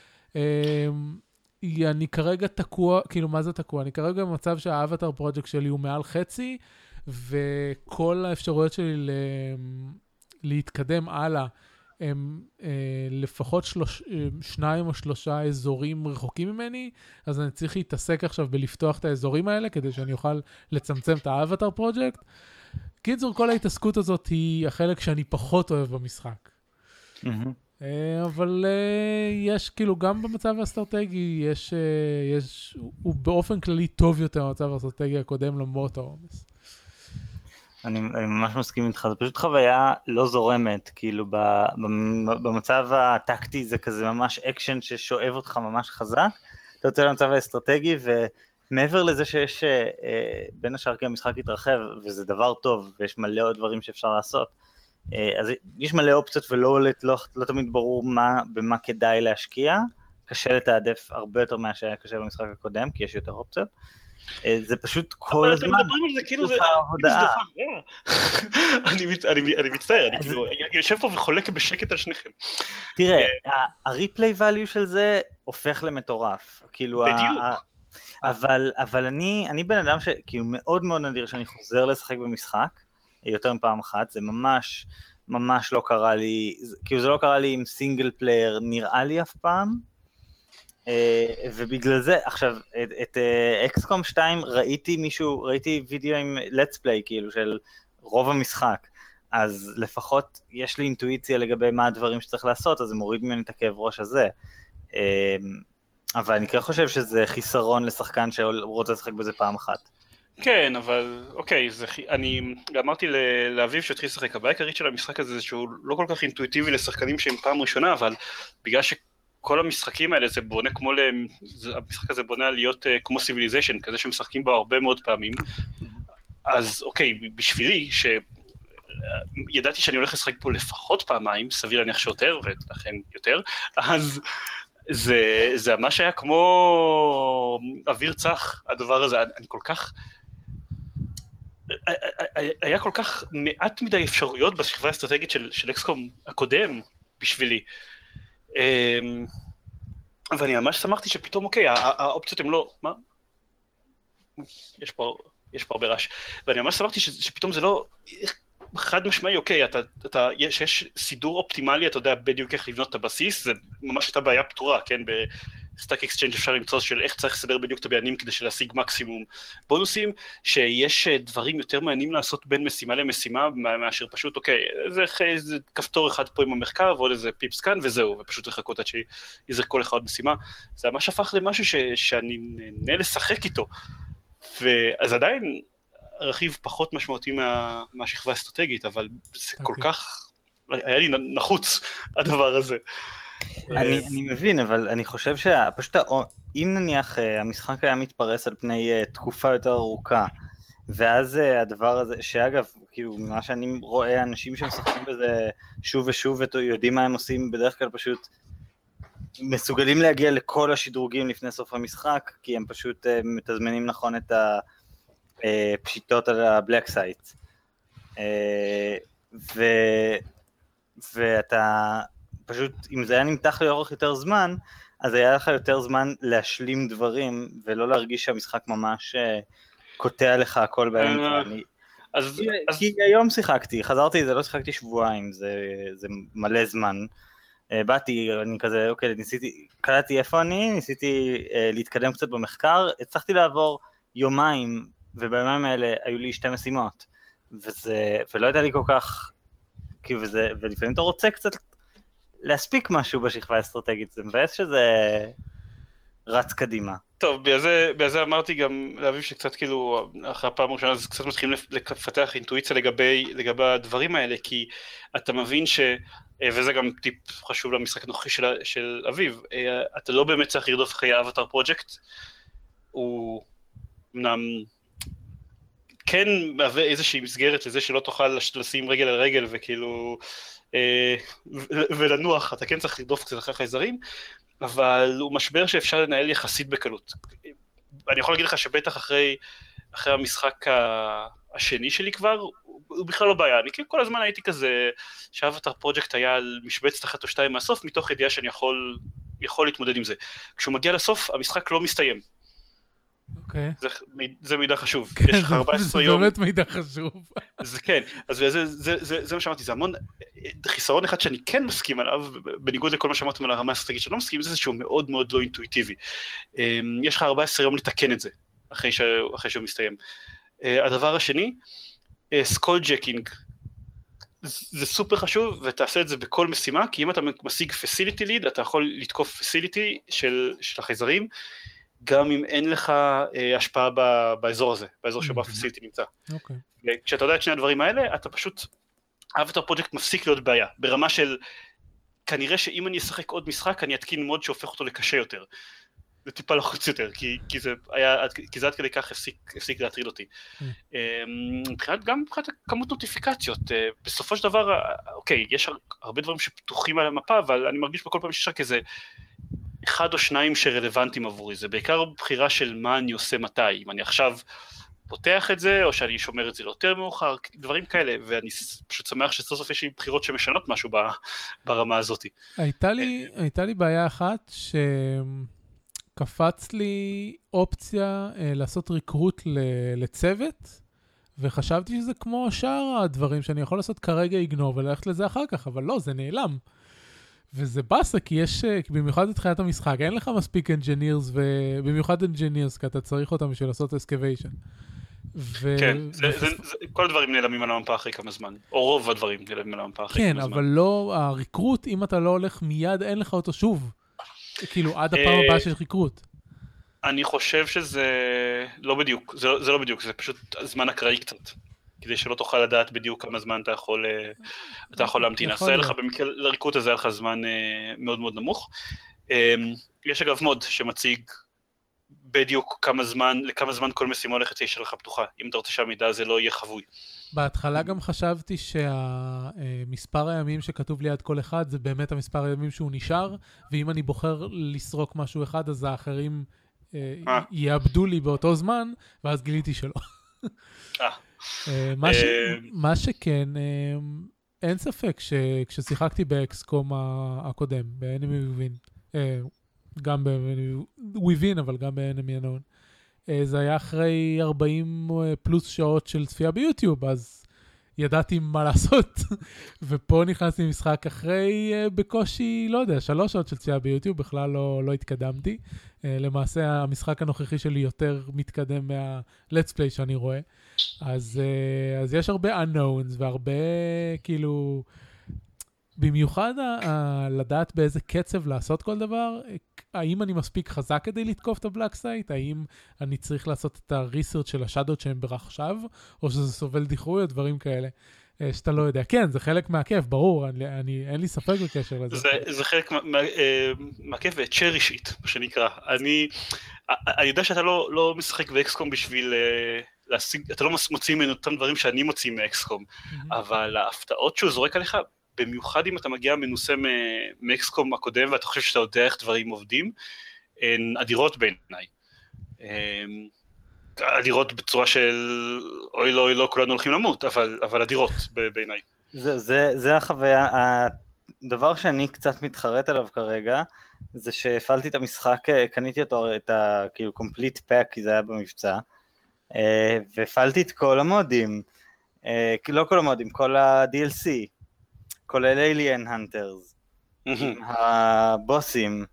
אני כרגע תקוע, כאילו מה זה תקוע? אני כרגע במצב שהאבטר פרויקט שלי הוא מעל חצי, וכל האפשרויות שלי ל... להתקדם הלאה, הם אה, לפחות שלוש, שניים או שלושה אזורים רחוקים ממני, אז אני צריך להתעסק עכשיו בלפתוח את האזורים האלה, כדי שאני אוכל לצמצם את האבטר פרויקט. קיצור, כל ההתעסקות הזאת היא החלק שאני פחות אוהב במשחק. Mm-hmm. אה, אבל אה, יש כאילו גם במצב האסטרטגי, יש, אה, יש, הוא באופן כללי טוב יותר במצב האסטרטגי הקודם למרות העומס. אני, אני ממש מסכים איתך, זו פשוט חוויה לא זורמת, כאילו במצב הטקטי זה כזה ממש אקשן ששואב אותך ממש חזק, אתה יוצא למצב האסטרטגי, ומעבר לזה שיש בין השאר כי המשחק יתרחב, וזה דבר טוב, ויש מלא עוד דברים שאפשר לעשות, אז יש מלא אופציות ולא לא, לא תמיד ברור מה, במה כדאי להשקיע, קשה לתעדף הרבה יותר מה שהיה קשה במשחק הקודם, כי יש יותר אופציות, זה פשוט כל הזמן. אבל אתם מדברים על זה כאילו זה הודעה. אני מצטער, אני כאילו יושב פה וחולק בשקט על שניכם. תראה, הריפליי ואליו של זה הופך למטורף. בדיוק. אבל אני בן אדם שכאילו מאוד מאוד נדיר שאני חוזר לשחק במשחק, יותר מפעם אחת, זה ממש, ממש לא קרה לי, כאילו זה לא קרה לי עם סינגל פלייר, נראה לי אף פעם, ובגלל זה, עכשיו, את אקסקום שתיים ראיתי מישהו, ראיתי וידאו עם let's play, כאילו, של רוב המשחק, אז לפחות יש לי אינטואיציה לגבי מה הדברים שצריך לעשות, אז זה מוריד ממני את הכאב ראש הזה, אבל אני כבר חושב שזה חיסרון לשחקן שרוצה לשחק בזה פעם אחת. כן, אבל אוקיי, זה, אני אמרתי לאביב שהתחיל לשחק, הבעיה העיקרית של המשחק הזה, שהוא לא כל כך אינטואיטיבי לשחקנים שהם פעם ראשונה, אבל בגלל ש... כל המשחקים האלה זה בונה כמו, המשחק הזה בונה להיות כמו סיביליזיישן, כזה שמשחקים בו הרבה מאוד פעמים, אז אוקיי, בשבילי, ידעתי שאני הולך לשחק פה לפחות פעמיים, סביר להניח שיותר, ולכן יותר, אז זה, זה ממש היה כמו אוויר צח, הדבר הזה, אני כל כך, היה כל כך מעט מדי אפשרויות בשכבה האסטרטגית של, של אקסקום הקודם בשבילי, ואני ממש שמחתי שפתאום, אוקיי, האופציות הן לא, מה? יש פה, יש פה הרבה רעש, ואני ממש שמחתי שפתאום זה לא חד משמעי, אוקיי, אתה, אתה, יש, יש סידור אופטימלי, אתה יודע בדיוק איך לבנות את הבסיס, זה ממש הייתה בעיה פתורה, כן, בסטאק אקסצ'יינג' אפשר למצוא של איך צריך לסדר בדיוק את הבעיינים כדי להשיג מקסימום בונוסים, שיש דברים יותר מעניינים לעשות בין משימה למשימה, מאשר פשוט, אוקיי, זה, זה כפתור אחד פה עם המחקר, ועוד איזה פיפס כאן, וזהו, ופשוט לחכות עד שיזרק כל אחד משימה, זה ממש הפך למשהו ש, שאני נהנה לשחק איתו, ואז עדיין, רכיב פחות משמעותי מה, מהשכבה האסטרטגית, אבל זה כל כך, היה לי נחוץ הדבר הזה. אני, אני מבין, אבל אני חושב שפשוט, אם נניח המשחק היה מתפרס על פני תקופה יותר ארוכה, ואז הדבר הזה, שאגב, כאילו, מה שאני רואה, אנשים שמשחקים בזה שוב ושוב, ויודעים מה הם עושים, בדרך כלל פשוט מסוגלים להגיע לכל השדרוגים לפני סוף המשחק, כי הם פשוט מתזמנים נכון את ה... פשיטות על הבלק סייט, ו... ואתה פשוט, אם זה היה נמתח לאורך יותר זמן, אז היה לך יותר זמן להשלים דברים, ולא להרגיש שהמשחק ממש קוטע לך הכל באמצע. אני... אז, כי, אז... כי היום שיחקתי, חזרתי, זה לא שיחקתי שבועיים, זה, זה מלא זמן, באתי, אני כזה, אוקיי, ניסיתי, קלטתי איפה אני, ניסיתי להתקדם קצת במחקר, הצלחתי לעבור יומיים, ובימים האלה היו לי שתי משימות, וזה, ולא ידע לי כל כך, כי וזה, ולפעמים אתה רוצה קצת להספיק משהו בשכבה האסטרטגית, זה מבאס שזה רץ קדימה. טוב, בזה, בזה אמרתי גם לאביב שקצת כאילו, אחרי הפעם הראשונה, אז קצת מתחילים לפתח אינטואיציה לגבי, לגבי הדברים האלה, כי אתה מבין ש, וזה גם טיפ חשוב למשחק הנוכחי של, של אביב, אתה לא באמת צריך לרדוף אחרי אבטר פרויקט, הוא אמנם, כן מהווה איזושהי מסגרת לזה שלא תוכל לשים רגל על רגל וכאילו אה, ולנוח, אתה כן צריך לרדוף קצת אחרי חייזרים, אבל הוא משבר שאפשר לנהל יחסית בקלות. אני יכול להגיד לך שבטח אחרי, אחרי המשחק השני שלי כבר, הוא בכלל לא בעיה, אני כל הזמן הייתי כזה, שהאבטר פרויקט היה על משבצת אחת או שתיים מהסוף, מתוך ידיעה שאני יכול, יכול להתמודד עם זה. כשהוא מגיע לסוף, המשחק לא מסתיים. אוקיי. זה, זה מידע חשוב. כן, יש לך ארבע עשרה יום. זה באמת מידע חשוב. זה כן, אז זה, זה, זה, זה, זה מה שאמרתי, זה המון, חיסרון אחד שאני כן מסכים עליו, בניגוד לכל מה שאמרתם על הרמה האסטרטגית שאני לא מסכים, זה שהוא מאוד מאוד לא אינטואיטיבי. יש לך ארבע עשרה יום לתקן את זה, אחרי, ש, אחרי שהוא מסתיים. הדבר השני, סקול ג'קינג, זה סופר חשוב, ותעשה את זה בכל משימה, כי אם אתה משיג פסיליטי ליד, אתה יכול לתקוף פסיליטי של, של החייזרים, גם אם אין לך אה, השפעה ב, באזור הזה, באזור שבו הפסיליטי נמצא. אוקיי. כשאתה יודע את שני הדברים האלה, אתה פשוט, האבטר פרויקט מפסיק להיות בעיה, ברמה של, כנראה שאם אני אשחק עוד משחק, אני אתקין מוד שהופך אותו לקשה יותר. זה טיפה לחוץ יותר, כי, כי זה היה, כי זה עד כדי כך הפסיק, הפסיק להטריד אותי. מבחינת, גם מבחינת כמות נוטיפיקציות, בסופו של דבר, אוקיי, יש הרבה דברים שפתוחים על המפה, אבל אני מרגיש בכל פעם שיש רק איזה, אחד או שניים שרלוונטיים עבורי, זה בעיקר בחירה של מה אני עושה מתי, אם אני עכשיו פותח את זה, או שאני שומר את זה ליותר מאוחר, דברים כאלה, ואני פשוט שמח שסוף סוף יש לי בחירות שמשנות משהו ברמה הזאת. הייתה לי, הייתה לי בעיה אחת, שקפץ לי אופציה לעשות ריקרוט לצוות, וחשבתי שזה כמו שאר הדברים שאני יכול לעשות כרגע יגנוב, וללכת לזה אחר כך, אבל לא, זה נעלם. וזה בסה, כי יש, במיוחד בתחילת המשחק, אין לך מספיק engineers, ובמיוחד engineers, כי אתה צריך אותם בשביל לעשות excavation. ו... כן, זה, ו... זה, זה, כל הדברים נעלמים על המפה אחרי כמה זמן, או רוב הדברים נעלמים על המפה אחרי כן, כמה זמן. כן, אבל לא, הריקרוט, אם אתה לא הולך מיד, אין לך אותו שוב. כאילו, עד הפעם הבאה של ריקרוט. אני חושב שזה לא בדיוק, זה, זה לא בדיוק, זה פשוט זמן אקראי קצת. כדי שלא תוכל לדעת בדיוק כמה זמן אתה יכול, אתה יכול להמתין. עשה לך במקרה לריקרוט הזה, היה לך זמן מאוד מאוד נמוך. יש אגב מוד שמציג בדיוק כמה זמן, לכמה זמן כל משימה הולכת להישאר לך פתוחה, אם אתה רוצה שהמידע הזה לא יהיה חבוי. בהתחלה גם חשבתי שהמספר הימים שכתוב ליד כל אחד, זה באמת המספר הימים שהוא נשאר, ואם אני בוחר לסרוק משהו אחד, אז האחרים יאבדו לי באותו זמן, ואז גיליתי שלא. מה שכן, אין ספק שכששיחקתי באקסקום הקודם, באנימי ווין, גם ווין, אבל גם באנימי אנון, זה היה אחרי ארבעים פלוס שעות של צפייה ביוטיוב, אז ידעתי מה לעשות, ופה נכנסתי למשחק אחרי בקושי, לא יודע, שלוש שעות של צפייה ביוטיוב, בכלל לא, לא התקדמתי. למעשה המשחק הנוכחי שלי יותר מתקדם מה-let's play שאני רואה, אז, אז יש הרבה unknowns והרבה כאילו, במיוחד ה- ה- לדעת באיזה קצב לעשות כל דבר, האם אני מספיק חזק כדי לתקוף את הבלק סייט, האם אני צריך לעשות את הריסרצ' של השאדות שהם ברחשב, או שזה סובל דיחוי או דברים כאלה, שאתה לא יודע. כן, זה חלק מהכיף, ברור, אני, אני, אין לי ספק בקשר לזה. זה, זה חלק מה, מה, מהכיף וצ'ריש איט, מה שנקרא. אני, אני יודע שאתה לא, לא משחק באקסקום בשביל להשיג, אתה לא מוציא ממנו אותם דברים שאני מוציא מאקסקום, אבל ההפתעות שהוא זורק עליך, במיוחד אם אתה מגיע מנוסה מאקסקום הקודם, ואתה חושב שאתה יודע איך דברים עובדים, הן אדירות בעיניי. אדירות בצורה של, אוי לא, אוי לא, כולנו הולכים למות, אבל, אבל אדירות בעיניי. זה, זה, זה החוויה, הדבר שאני קצת מתחרט עליו כרגע, זה שהפעלתי את המשחק, קניתי אותו, את ה, כאילו, complete pack, כי זה היה במבצע, והפעלתי את כל המודים, לא כל המודים, כל ה-די אל סי, כולל Alien Hunters, הבוסים,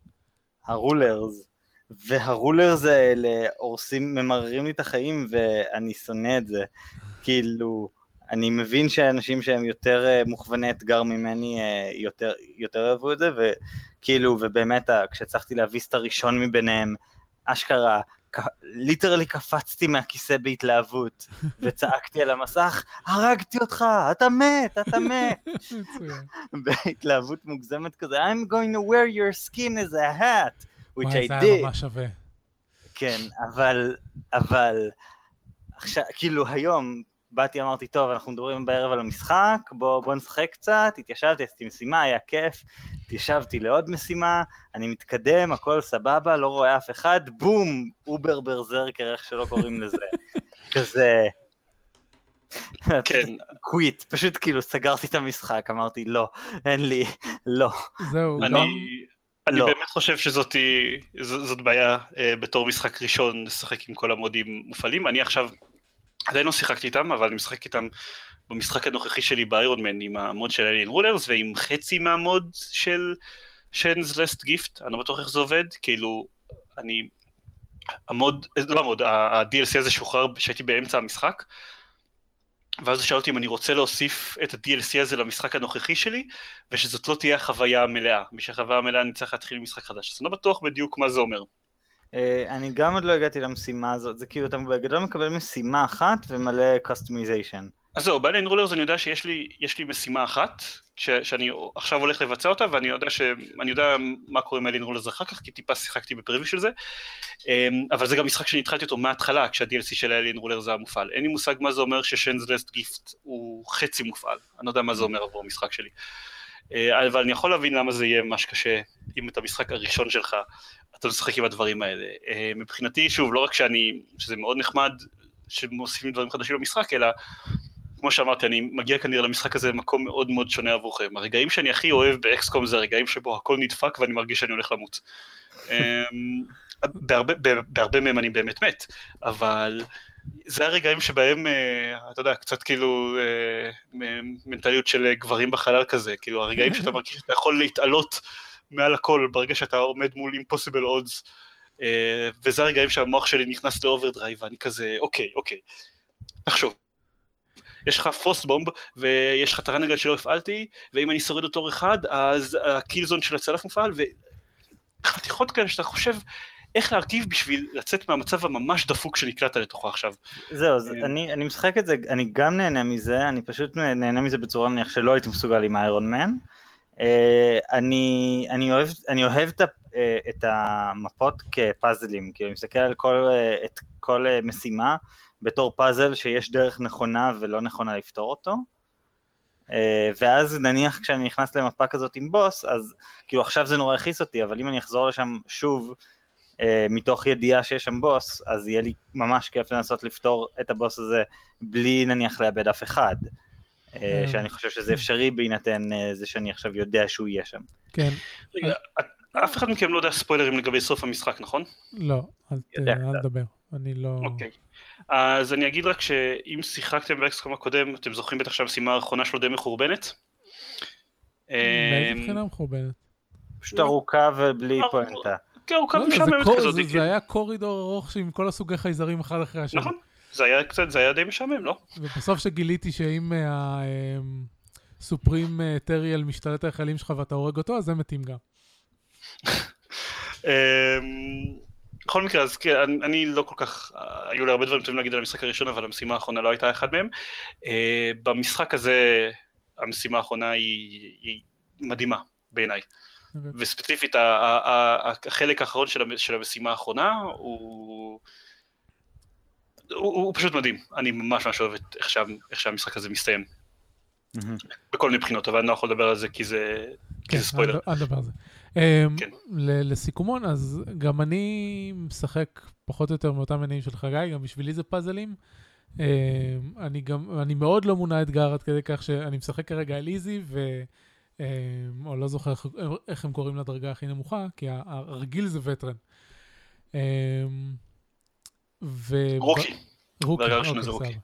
הרולרס, והרולרס האלה הורסים, ממררים לי את החיים, ואני שונא את זה. כאילו, אני מבין שאנשים שהם יותר מוכווני אתגר ממני, יותר, יותר אוהבו את זה, וכאילו, ובאמת, כשצריכתי להביס את הראשון מביניהם, אשכרה, ליטרלי קפצתי מהכיסא בהתלהבות, וצעקתי על המסך, הרגתי אותך, אתה מת, אתה מת. בהתלהבות מוגזמת כזה, I'm going to wear your skin as a hat, which I did. זה היה ממש שווה. כן, אבל, אבל, עכשיו, כאילו היום, באתי אמרתי, טוב, אנחנו מדברים בערב על המשחק, בוא, בוא נשחק קצת, התיישבתי, עשיתי משימה, היה כיף, התיישבתי לעוד משימה, אני מתקדם, הכל סבבה, לא רואה אף אחד, בום, אובר ברזרקר, איך שלא קוראים לזה, כזה, כן. קוויט, פשוט כאילו סגרתי את המשחק, אמרתי, לא, אין לי, לא. זהו, אני... גם... אני לא. באמת חושב שזאת זאת בעיה בתור משחק ראשון לשחק עם כל המודים מופעלים. אני עכשיו עדיין לא שיחקתי איתם, אבל אני משחק איתם במשחק הנוכחי שלי באיירון מן עם המוד של Alien Rulers ועם חצי מהמוד של Shen's Last Gift. אני לא בטוח איך זה עובד, כאילו אני, המוד, לא המוד, ה-די אל סי הזה שוחרר שהייתי באמצע המשחק, ואז שאלתי אם אני רוצה להוסיף את ה-די אל סי הזה למשחק הנוכחי שלי, ושזאת לא תהיה החוויה המלאה. משהחוויה המלאה אני צריך להתחיל משחק חדש. אז אני לא בטוח בדיוק מה זה אומר. אני גם עוד לא הגעתי למשימה הזאת, זה כאילו אתה בגדול מקבל משימה אחת ומלא קסטומיזיישן. אז זהו, ב-Alien Rulers אני יודע שיש לי, יש לי משימה אחת, שאני עכשיו הולך לבצע אותה, ואני יודע שאני יודע מה קורה עם Alien Rulers אחר כך, כי טיפה שיחקתי בפריווי של זה, אבל זה גם משחק שאני התחלתי אותו מההתחלה, כשה-די אל סי של Alien Rulers זה המופעל. אין לי מושג מה זה אומר ש-Shen's Last Gift הוא חצי מופעל, אני לא יודע מה זה אומר עבור המשחק שלי. אבל אני יכול להבין למה זה יהיה ממש קשה, אם את המשחק הראשון שלך, אתה משחק עם הדברים האלה. מבחינתי, שוב, לא רק שאני, שזה מאוד נחמד, שמוסיפים דברים חדשים במשחק, אלא, כמו שאמרתי, אני מגיע כנראה למשחק הזה במקום מאוד מאוד שונה עבורכם. הרגעים שאני הכי אוהב באקסקום זה הרגעים שבו הכל נדפק ואני מרגיש שאני הולך למות. בהרבה, בהרבה מהם אני באמת מת, אבל זה הרגעים שבהם, אתה יודע, קצת כאילו מנטליות של גברים בחלל כזה, כאילו הרגעים שאתה מרגיש שאתה יכול להתעלות מעל הכל ברגע שאתה עומד מול impossible odds, וזה הרגעים שהמוח שלי נכנס לאוברדרייב, ואני כזה, אוקיי, אוקיי, תחשוב. יש לך פוסט בומב, ויש לך טרנגל שלא הפעלתי, ואם אני שורד אותו אחד, אז הקילזון של הצלף מופעל, וחתיכות כאלה שאתה חושב, איך להרכיב בשביל לצאת מהמצב הממש דפוק שנקלעת לתוכו עכשיו. זהו, אני, אני משחק את זה, אני גם נהנה מזה, אני פשוט נהנה מזה בצורה נניח שלא הייתי מסוגל עם איירון מן, אני, אני אוהב, אני אוהב את, את המפות כפאזלים, כאילו אני מסתכל על כל, את כל משימה בתור פאזל שיש דרך נכונה ולא נכונה לפתור אותו, ואז נניח כשאני נכנס למפה כזאת עם בוס, אז כאילו עכשיו זה נורא הכיס אותי, אבל אם אני אחזור לשם שוב, מתוך ידיעה שיש שם בוס, אז יהיה לי ממש כיף לנסות לפתור את הבוס הזה, בלי נניח לאבד אף אחד, שאני חושב שזה אפשרי בהינתן זה שאני עכשיו יודע שהוא יהיה שם. כן. רגע, אף אחד מכם לא יודע ספוילרים לגבי סוף המשחק, נכון? לא, אל תדבר, אני לא... אוקיי. אז אני אגיד רק שאם שיחקתם באקסקום הקודם, אתם זוכרים בטח שהמשימה האחרונה שלו די מחורבנת? מאיזה בחינה מחורבנת? פשוט ארוכה ובלי פואנטה. כן, ארוכה ומשעממת כזאת. זה היה קורידור ארוך עם כל הסוגי חייזרים אחד אחרי השני. נכון, זה היה קצת, זה היה די משעמם, לא? ובסוף שגיליתי שאם הסופרים טריאל משתלט על החיילים שלך ואתה הורג אותו, אז הם מתים גם. בכל מקרה, אז כן, אני לא כל כך, היו לי הרבה דברים טובים להגיד על המשחק הראשון, אבל המשימה האחרונה לא הייתה אחד מהם. במשחק הזה, המשימה האחרונה היא מדהימה בעיניי. וספציפית, החלק האחרון של המשימה האחרונה הוא פשוט מדהים. אני ממש ממש אוהב איך שהמשחק הזה מסתיים. בכל מיני בחינות, אבל אני לא יכול לדבר על זה כי זה ספוילר. כן, אל דבר על זה. לסיכומון, אז גם אני משחק פחות או יותר מאותם עניינים של חגי, גם בשבילי זה פאזלים. אני גם, אני מאוד לא מונע אתגר עד כדי כך שאני משחק כרגע על איזי, או לא זוכר איך הם קוראים לדרגה הכי נמוכה, כי הרגיל זה וטרן. רוקי. רוקי, דרגה ראשונה זה רוקי.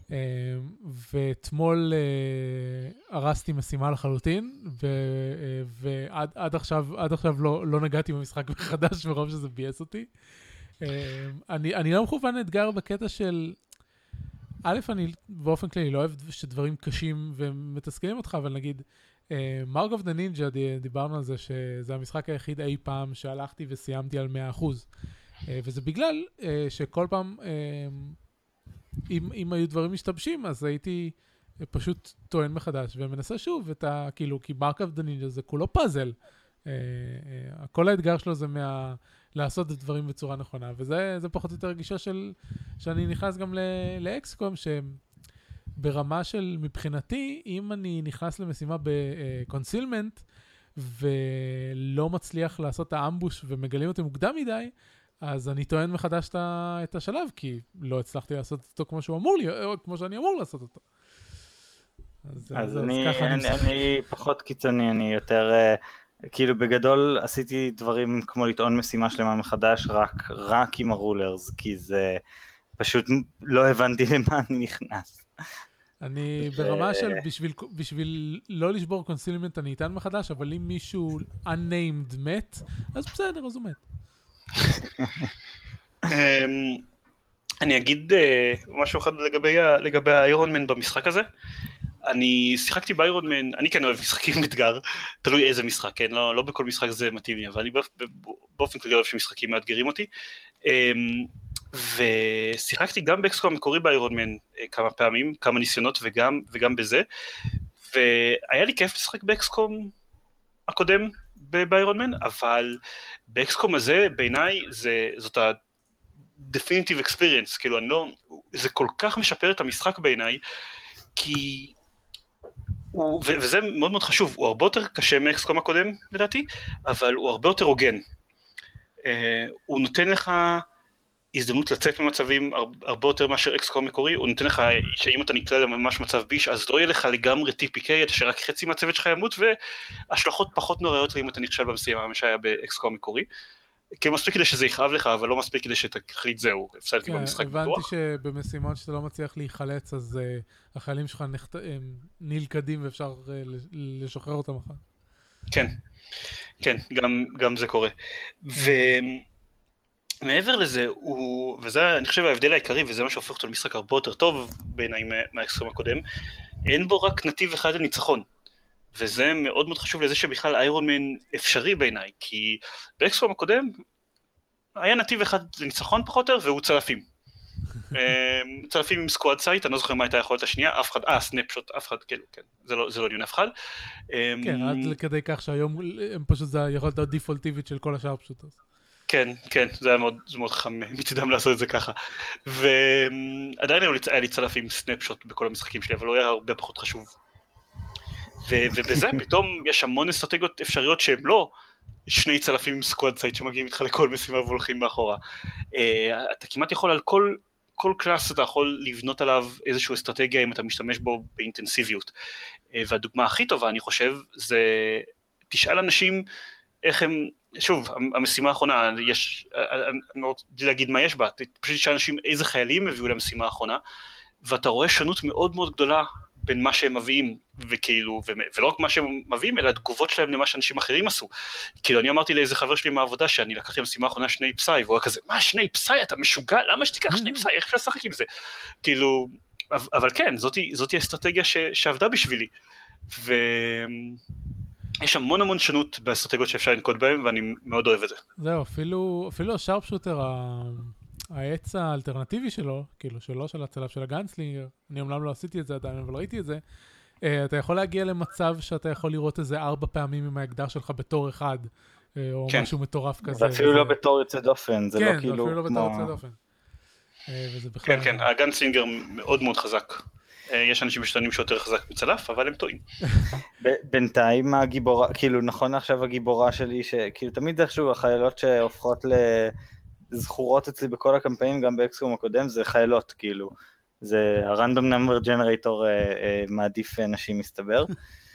ואתמול הרסתי משימה לחלוטין, ועד עכשיו לא נגעתי במשחק מחדש, מרוב שזה בייס אותי. אני לא מכוון אתגר בקטע של, א', אני באופן כללי לא אוהב שדברים קשים ומתסכלים אותך, אבל נגיד, מרק אוף דה נינג'ה, דיברנו על זה, שזה המשחק היחיד אי פעם שהלכתי וסיימתי על מאה אחוז. וזה בגלל שכל פעם, אם, אם היו דברים משתבשים, אז הייתי פשוט טוען מחדש, ומנסה שוב את ה, כאילו, כי מרק אוף דה נינג'ה זה כולו פאזל. כל האתגר שלו זה מה, לעשות את דברים בצורה נכונה, וזה, זה פחות או יותר גישה של, שאני נכנס גם לאקסקום, שברמה של מבחינתי, אם אני נכנס למשימה בקונסילמנט, ולא מצליח לעשות את האמבוש, ומגלים אותי מוקדם מדי, אז אני טוען מחדש את השלב, כי לא הצלחתי לעשות אותו כמו שהוא אמור לי, או כמו שאני אמור לעשות אותו. אז, אז, אז אני, אני, אני פחות קיצוני, אני יותר, כאילו בגדול עשיתי דברים כמו לטעון משימה שלמה מחדש, רק, רק עם הרולרס, כי זה פשוט לא הבנתי למה אני נכנס. אני ברמה של בשביל, בשביל לא לשבור קונסילמנט אני אטען מחדש, אבל אם מישהו unnamed מת, אז בסדר, אז הוא מת. אני אגיד משהו אחד לגבי האיירון מן במשחק הזה. אני שיחקתי באיירון מן, אני כן אוהב משחקים אתגר, תלוי איזה משחק, כן? לא, לא בכל משחק זה מתאים לי, אבל אני באופן כללי אוהב שמשחקים מאתגרים אותי. ושיחקתי גם באקסקום המקורי באיירון מן כמה פעמים, כמה ניסיונות וגם, וגם בזה, והיה לי כיף לשחק באקסקום הקודם באיירון מן, אבל באקסקום הזה בעיניי זה, זאת ה-definitive experience, כאילו אני לא, זה כל כך משפר את המשחק בעיניי, כי, הוא, ו- וזה מאוד מאוד חשוב, הוא הרבה יותר קשה מאקסקום הקודם לדעתי, אבל הוא הרבה יותר הוגן, uh, הוא נותן לך הזדמנות לצאת ממצבים הרבה יותר מאשר אקסקום מקורי, הוא נותן לך שאם אתה נקלע לממש מצב ביש, אז לא יהיה לך לגמרי טי פי קיי, שרק חצי מהצוות שלך ימות, והשלכות פחות נוראיות אם אתה נכשל במשימה, מה שהיה באקסקום מקורי. כי מספיק כדי שזה יכאב לך, אבל לא מספיק כדי שתחליט זהו, הפסדתי במשחק בטוח. הבנתי שבמשימות שאתה לא מצליח להיחלץ, אז החיילים שלך נלכדים ואפשר לשחרר אותם אחר. כן, כן, גם זה קורה. ו... מעבר לזה, הוא, וזה אני חושב ההבדל העיקרי, וזה מה שהופך אותו למשחק הרבה יותר טוב בעיניי מהאקסקום הקודם, אין בו רק נתיב אחד לניצחון, וזה מאוד מאוד חשוב לזה שבכלל איירון מן אפשרי בעיניי, כי באקסקום הקודם היה נתיב אחד לניצחון פחות או יותר, והוא צלפים. צלפים עם סקואד סייט, אני לא זוכר מה הייתה היכולת השנייה, אף אחד, אה, סנפשוט, אף אחד, כן, כן, זה לא, זה לא עניין אף אחד. כן, עד כדי כך שהיום הם פשוט, זה היכולת הדיפולטיבית של כל השאר פשוט. כן, כן, זה היה מאוד, זה מאוד חם מצדם לעשות את זה ככה. ועדיין היה לי צלף עם סנפשוט בכל המשחקים שלי, אבל הוא היה הרבה פחות חשוב. ובזה פתאום יש המון אסטרטגיות אפשריות שהן לא שני צלפים עם סקואד סייט שמגיעים איתך לכל משימה והולכים מאחורה. אתה כמעט יכול על כל, כל קלאס אתה יכול לבנות עליו איזושהי אסטרטגיה אם אתה משתמש בו באינטנסיביות. והדוגמה הכי טובה אני חושב זה תשאל אנשים איך הם, שוב, המשימה האחרונה, יש, אני לא רוצה להגיד מה יש בה, פשוט תשאל אנשים איזה חיילים הביאו למשימה האחרונה, ואתה רואה שונות מאוד מאוד גדולה בין מה שהם מביאים, וכאילו, ולא רק מה שהם מביאים, אלא התגובות שלהם למה שאנשים אחרים עשו. כאילו, אני אמרתי לאיזה חבר שלי מהעבודה, שאני לקחתי למשימה האחרונה שני פסאי, והוא היה כזה, מה, שני פסאי? אתה משוגע? למה שתיקח שני פסאי? איך אפשר לשחק עם זה? כאילו, אבל כן, זאתי האסטרטגיה שעבדה בשבילי. ו... יש המון המון שונות באסטרטגיות שאפשר לנקוט בהן, ואני מאוד אוהב את זה. זהו, אפילו, אפילו השארפשוטר, העץ האלטרנטיבי שלו, כאילו שלו של הצלף של הגאנסלינגר, אני אומנם לא עשיתי את זה עדיין, אבל ראיתי את זה, אתה יכול להגיע למצב שאתה יכול לראות איזה ארבע פעמים עם האקדח שלך בתור אחד, או כן. משהו מטורף כזה. זה אפילו וזה... לא בתור יוצא דופן, זה כן, לא כאילו... כן, אפילו לא בתור יוצא דופן. וזה בכלל... כן, כן, הגאנסלינגר מאוד מאוד חזק. יש אנשים משתנים שיותר חזק מצלף, אבל הם טועים. בינתיים הגיבורה, כאילו נכון עכשיו הגיבורה שלי, שכאילו תמיד איכשהו החיילות שהופכות לזכורות אצלי בכל הקמפיינים, גם באקסקום הקודם, זה חיילות, כאילו. זה הרנדום נאמבר ג'נרייטור מעדיף נשים מסתבר.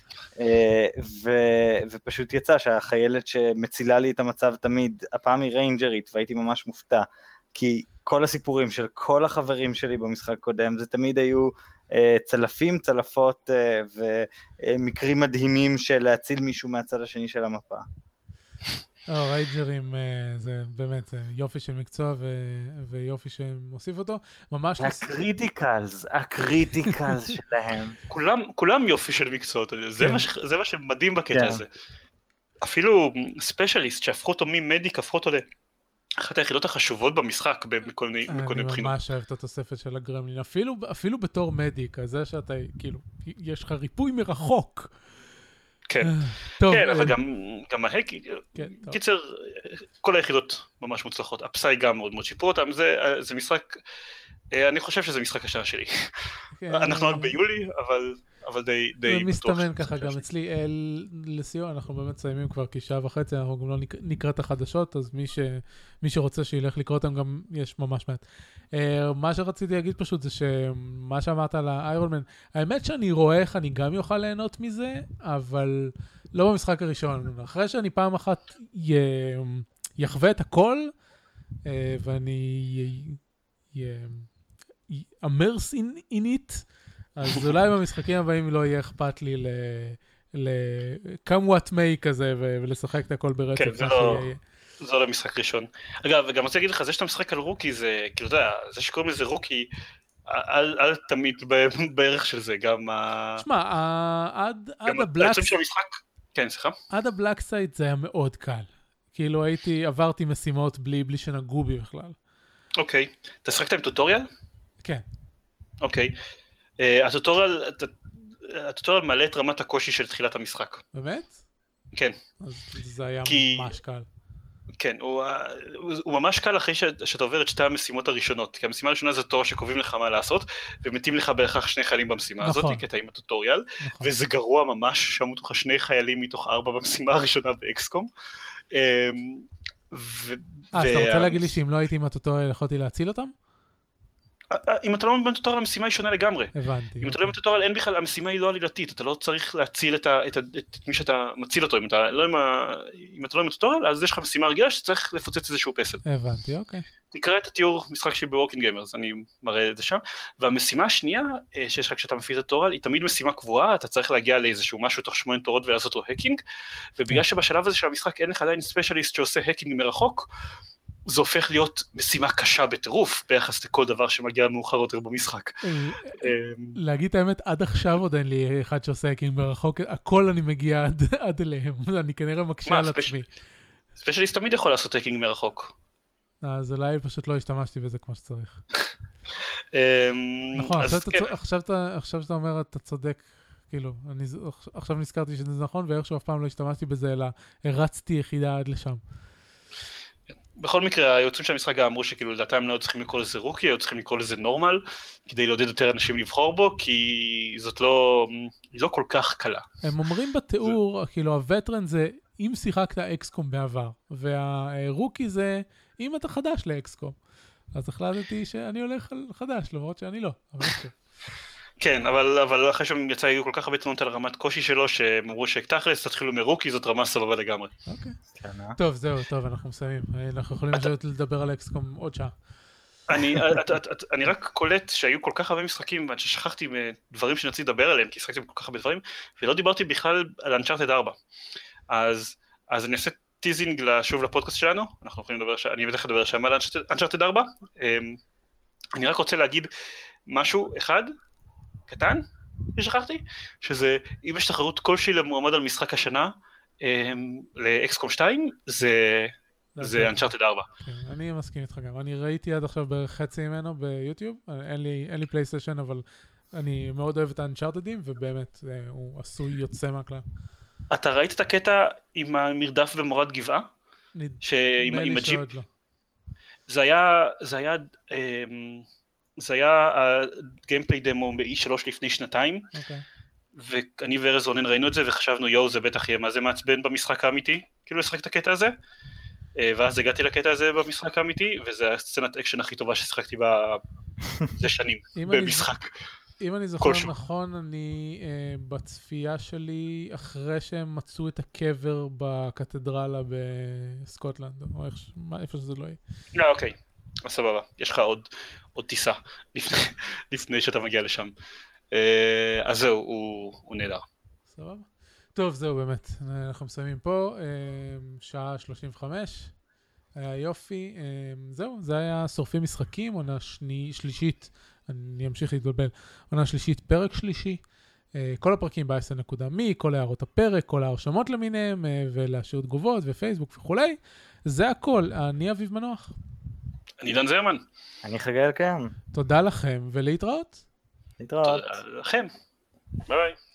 ופשוט יצא שהחיילת שמצילה לי את המצב תמיד, הפעם היא ריינג'רית, והייתי ממש מופתע, כי כל הסיפורים של כל החברים שלי במשחק קודם, זה תמיד היו צלפים, צלפות ומקרים מדהימים של להציל מישהו מהצד השני של המפה. רייג'רים זה באמת יופי של מקצוע ויופי שמוסיף אותו. ממש... הקריטיקלס, הקריטיקלס שלהם. כולם יופי של מקצועות, זה מה שמדהים בקטע הזה. אפילו ספיישליסט שהפכו אותו ממדיק, הפכו אותו ל... אחת היחידות החשובות במשחק בכל מיני בחינות. אני ממש אוהב את התוספת של הגרמלין, אפילו, אפילו בתור מדיק, אז זה שאתה, כאילו, יש לך ריפוי מרחוק. כן, כן, אבל גם, גם ההק, קיצר, כל היחידות ממש מוצלחות, הפסאי גם מאוד מאוד שיפרו אותם, זה, זה משחק, אני חושב שזה משחק השנה שלי. אנחנו רק ביולי, אבל... אבל די, די זה מסתמן ככה גם אצלי, לסיום, אנחנו באמת סיימים כבר כשעה וחצי, אנחנו גם לא נקרא את החדשות, אז מי, ש, מי שרוצה שילך לקרוא אותם גם יש ממש מעט. מה שרציתי להגיד פשוט זה שמה שאמרת על האיירון מן, האמת שאני רואה איך אני גם יוכל ליהנות מזה, אבל לא במשחק הראשון. אחרי שאני פעם אחת יחווה את הכל, ואני אמרס in it, אז אולי במשחקים הבאים לא יהיה אכפת לי ל-come what may כזה, ולשחק את הכל ברצף. כן, זה לא, זה לא משחק ראשון. אגב, וגם רוצה להגיד לך, זה שאתה משחק על רוקי, זה, כאילו, אתה יודע, זה שקוראים לזה רוקי, אל תמיד בערך של זה, גם ה... תשמע, עד הבלק... גם של המשחק, כן, סליחה? עד הבלק סייט זה היה מאוד קל. כאילו הייתי, עברתי משימות בלי, בלי שנגעו בי בכלל. אוקיי. אתה שחקת עם טוטוריאל? כן. אוקיי. הטוטוריאל, הטוטוריאל מעלה את רמת הקושי של תחילת המשחק. באמת? כן. אז זה היה ממש קל. כן, הוא, הוא ממש קל אחרי שאתה עובר את שתי המשימות הראשונות, כי המשימה הראשונה זה תור שקובעים לך מה לעשות, ומתים לך בהכרח שני חיילים במשימה הזאת, כי אתה עם הטוטוריאל, וזה גרוע ממש, שמות לך שני חיילים מתוך ארבע במשימה הראשונה באקסקום. אה, אתה רוצה להגיד לי שאם לא הייתי עם הטוטוריאל, יכולתי להציל אותם? אם אתה לא מבין טוטוריאל, המשימה היא שונה לגמרי. הבנתי. אם אתה לא מבין טוטוריאל, אין בכלל, המשימה היא לא עלילתית, אתה לא צריך להציל את, ה, את, ה, את מי שאתה מציל אותו, אם אתה לא עם, ה, אם אתה לא עם הטוטוריאל, אז יש לך משימה רגילה שצריך לפוצץ איזשהו פסל. הבנתי, אוקיי. תקרא את התיאור משחק שלי בווקינג גיימרס, אני מראה את זה שם, והמשימה השנייה שיש לך כשאתה מפעיל את הטוטוריאל, היא תמיד משימה קבועה, אתה צריך להגיע לאיזשהו משהו תוך שמונה תורות ולעשות לו הקינג, ובגלל שבשלב הזה של המשחק אין לך עדיין ספיישליסט שעושה הקינג מרחוק, זה הופך להיות משימה קשה בטירוף, ביחס לכל דבר שמגיע מאוחר יותר במשחק. להגיד את האמת, עד עכשיו עוד אין לי אחד שעושה הקינג מרחוק, הכל אני מגיע עד אליהם, אני כנראה מקשה על עצמי. ספיישליסט תמיד יכול לעשות הקינג מרחוק. אז אולי פשוט לא השתמשתי בזה כמו שצריך. נכון, עכשיו שאתה אומר, אתה צודק, כאילו, עכשיו נזכרתי שזה נכון, ואיכשהו אף פעם לא השתמשתי בזה, אלא הרצתי יחידה עד לשם. בכל מקרה, היוצאים של המשחק אמרו שכאילו לדעתם הם לא צריכים לקרוא לזה רוקי, היו צריכים לקרוא לזה נורמל, כדי לעודד יותר אנשים לבחור בו, כי זאת לא, היא לא כל כך קלה. הם אומרים בתיאור, כאילו, הווטרן זה אם שיחקת אקסקום בעבר, והרוקי זה אם אתה חדש לאקסקום. אז החלטתי שאני הולך על חדש, למרות שאני לא, אבל עכשיו. כן, אבל, אבל אחרי שהם יצא, היו כל כך הרבה תנועות על הרמת קושי שלו, שהם אמרו שתכלס, תתחילו מרוקי, זאת רמה סבבה לגמרי. אוקיי. טוב, זהו, טוב, אנחנו מסיימים. אנחנו יכולים לשבת לדבר על אקסקום עוד שעה. אני, את, את, את, אני רק קולט שהיו כל כך הרבה משחקים, ועד ששכחתי מדברים שנצא לדבר עליהם, כי שחקתי כל כך הרבה דברים, ולא דיברתי בכלל על אנצ'ארטד ארבע. אז, אז אני אעשה טיזינג שוב לפודקאסט שלנו, אנחנו יכולים לדבר, אני בטח לדבר שם על אנצ'ארטד ארבע. אני רק רוצה להגיד משהו אחד, קטן, ששכחתי, שזה, אם יש תחרות כלשהי למועמד על משחק השנה, לאקסקום שתיים, זה, זה אנצ'ארטד ארבע. אני מסכים איתך גם, אני ראיתי עד עכשיו בערך חצי ממנו ביוטיוב, אין לי, אין לי פלייסטיישן, אבל אני מאוד אוהב את האנצ'ארטדים, ובאמת הוא עשוי יוצא מהכלל. אתה ראית את הקטע עם המרדף במורד גבעה? עם הג'יפ? זה היה, זה היה, זה היה הגיימפליי דמו ב-אי שלוש לפני שנתיים, ואני וארז רונן ראינו את זה, וחשבנו, יואו, זה בטח יהיה מה זה מעצבן במשחק האמיתי, כאילו לשחק את הקטע הזה, ואז הגעתי לקטע הזה במשחק האמיתי, וזה הסצנת אקשן הכי טובה ששחקתי בה זה שנים, במשחק. אם אני זוכר נכון, אני בצפייה שלי, אחרי שהם מצאו את הקבר בקתדרלה בסקוטלנד, או איפה שזה לא יהיה. לא, אוקיי. אז סבבה, יש לך עוד, עוד טיסה לפני, לפני שאתה מגיע לשם. אז זהו, הוא, הוא נהדר. סבבה. טוב, זהו באמת, אנחנו מסיימים פה, שעה שלושים וחמש, היה יופי, זהו, זה היה שורפים משחקים, עונה שני, שלישית, אני אמשיך להתבלבל, עונה שלישית, פרק שלישי, כל הפרקים ב-אס אן נקודה מי, כל הערות הפרק, כל ההרשמות למיניהם, ולהשאיר תגובות ופייסבוק וכולי, זה הכל, אני אביב מנוח. אני דן זרמן. אני חגי אלקיים. תודה לכם ולהתראות. להתראות. תודה לכם. ביי ביי.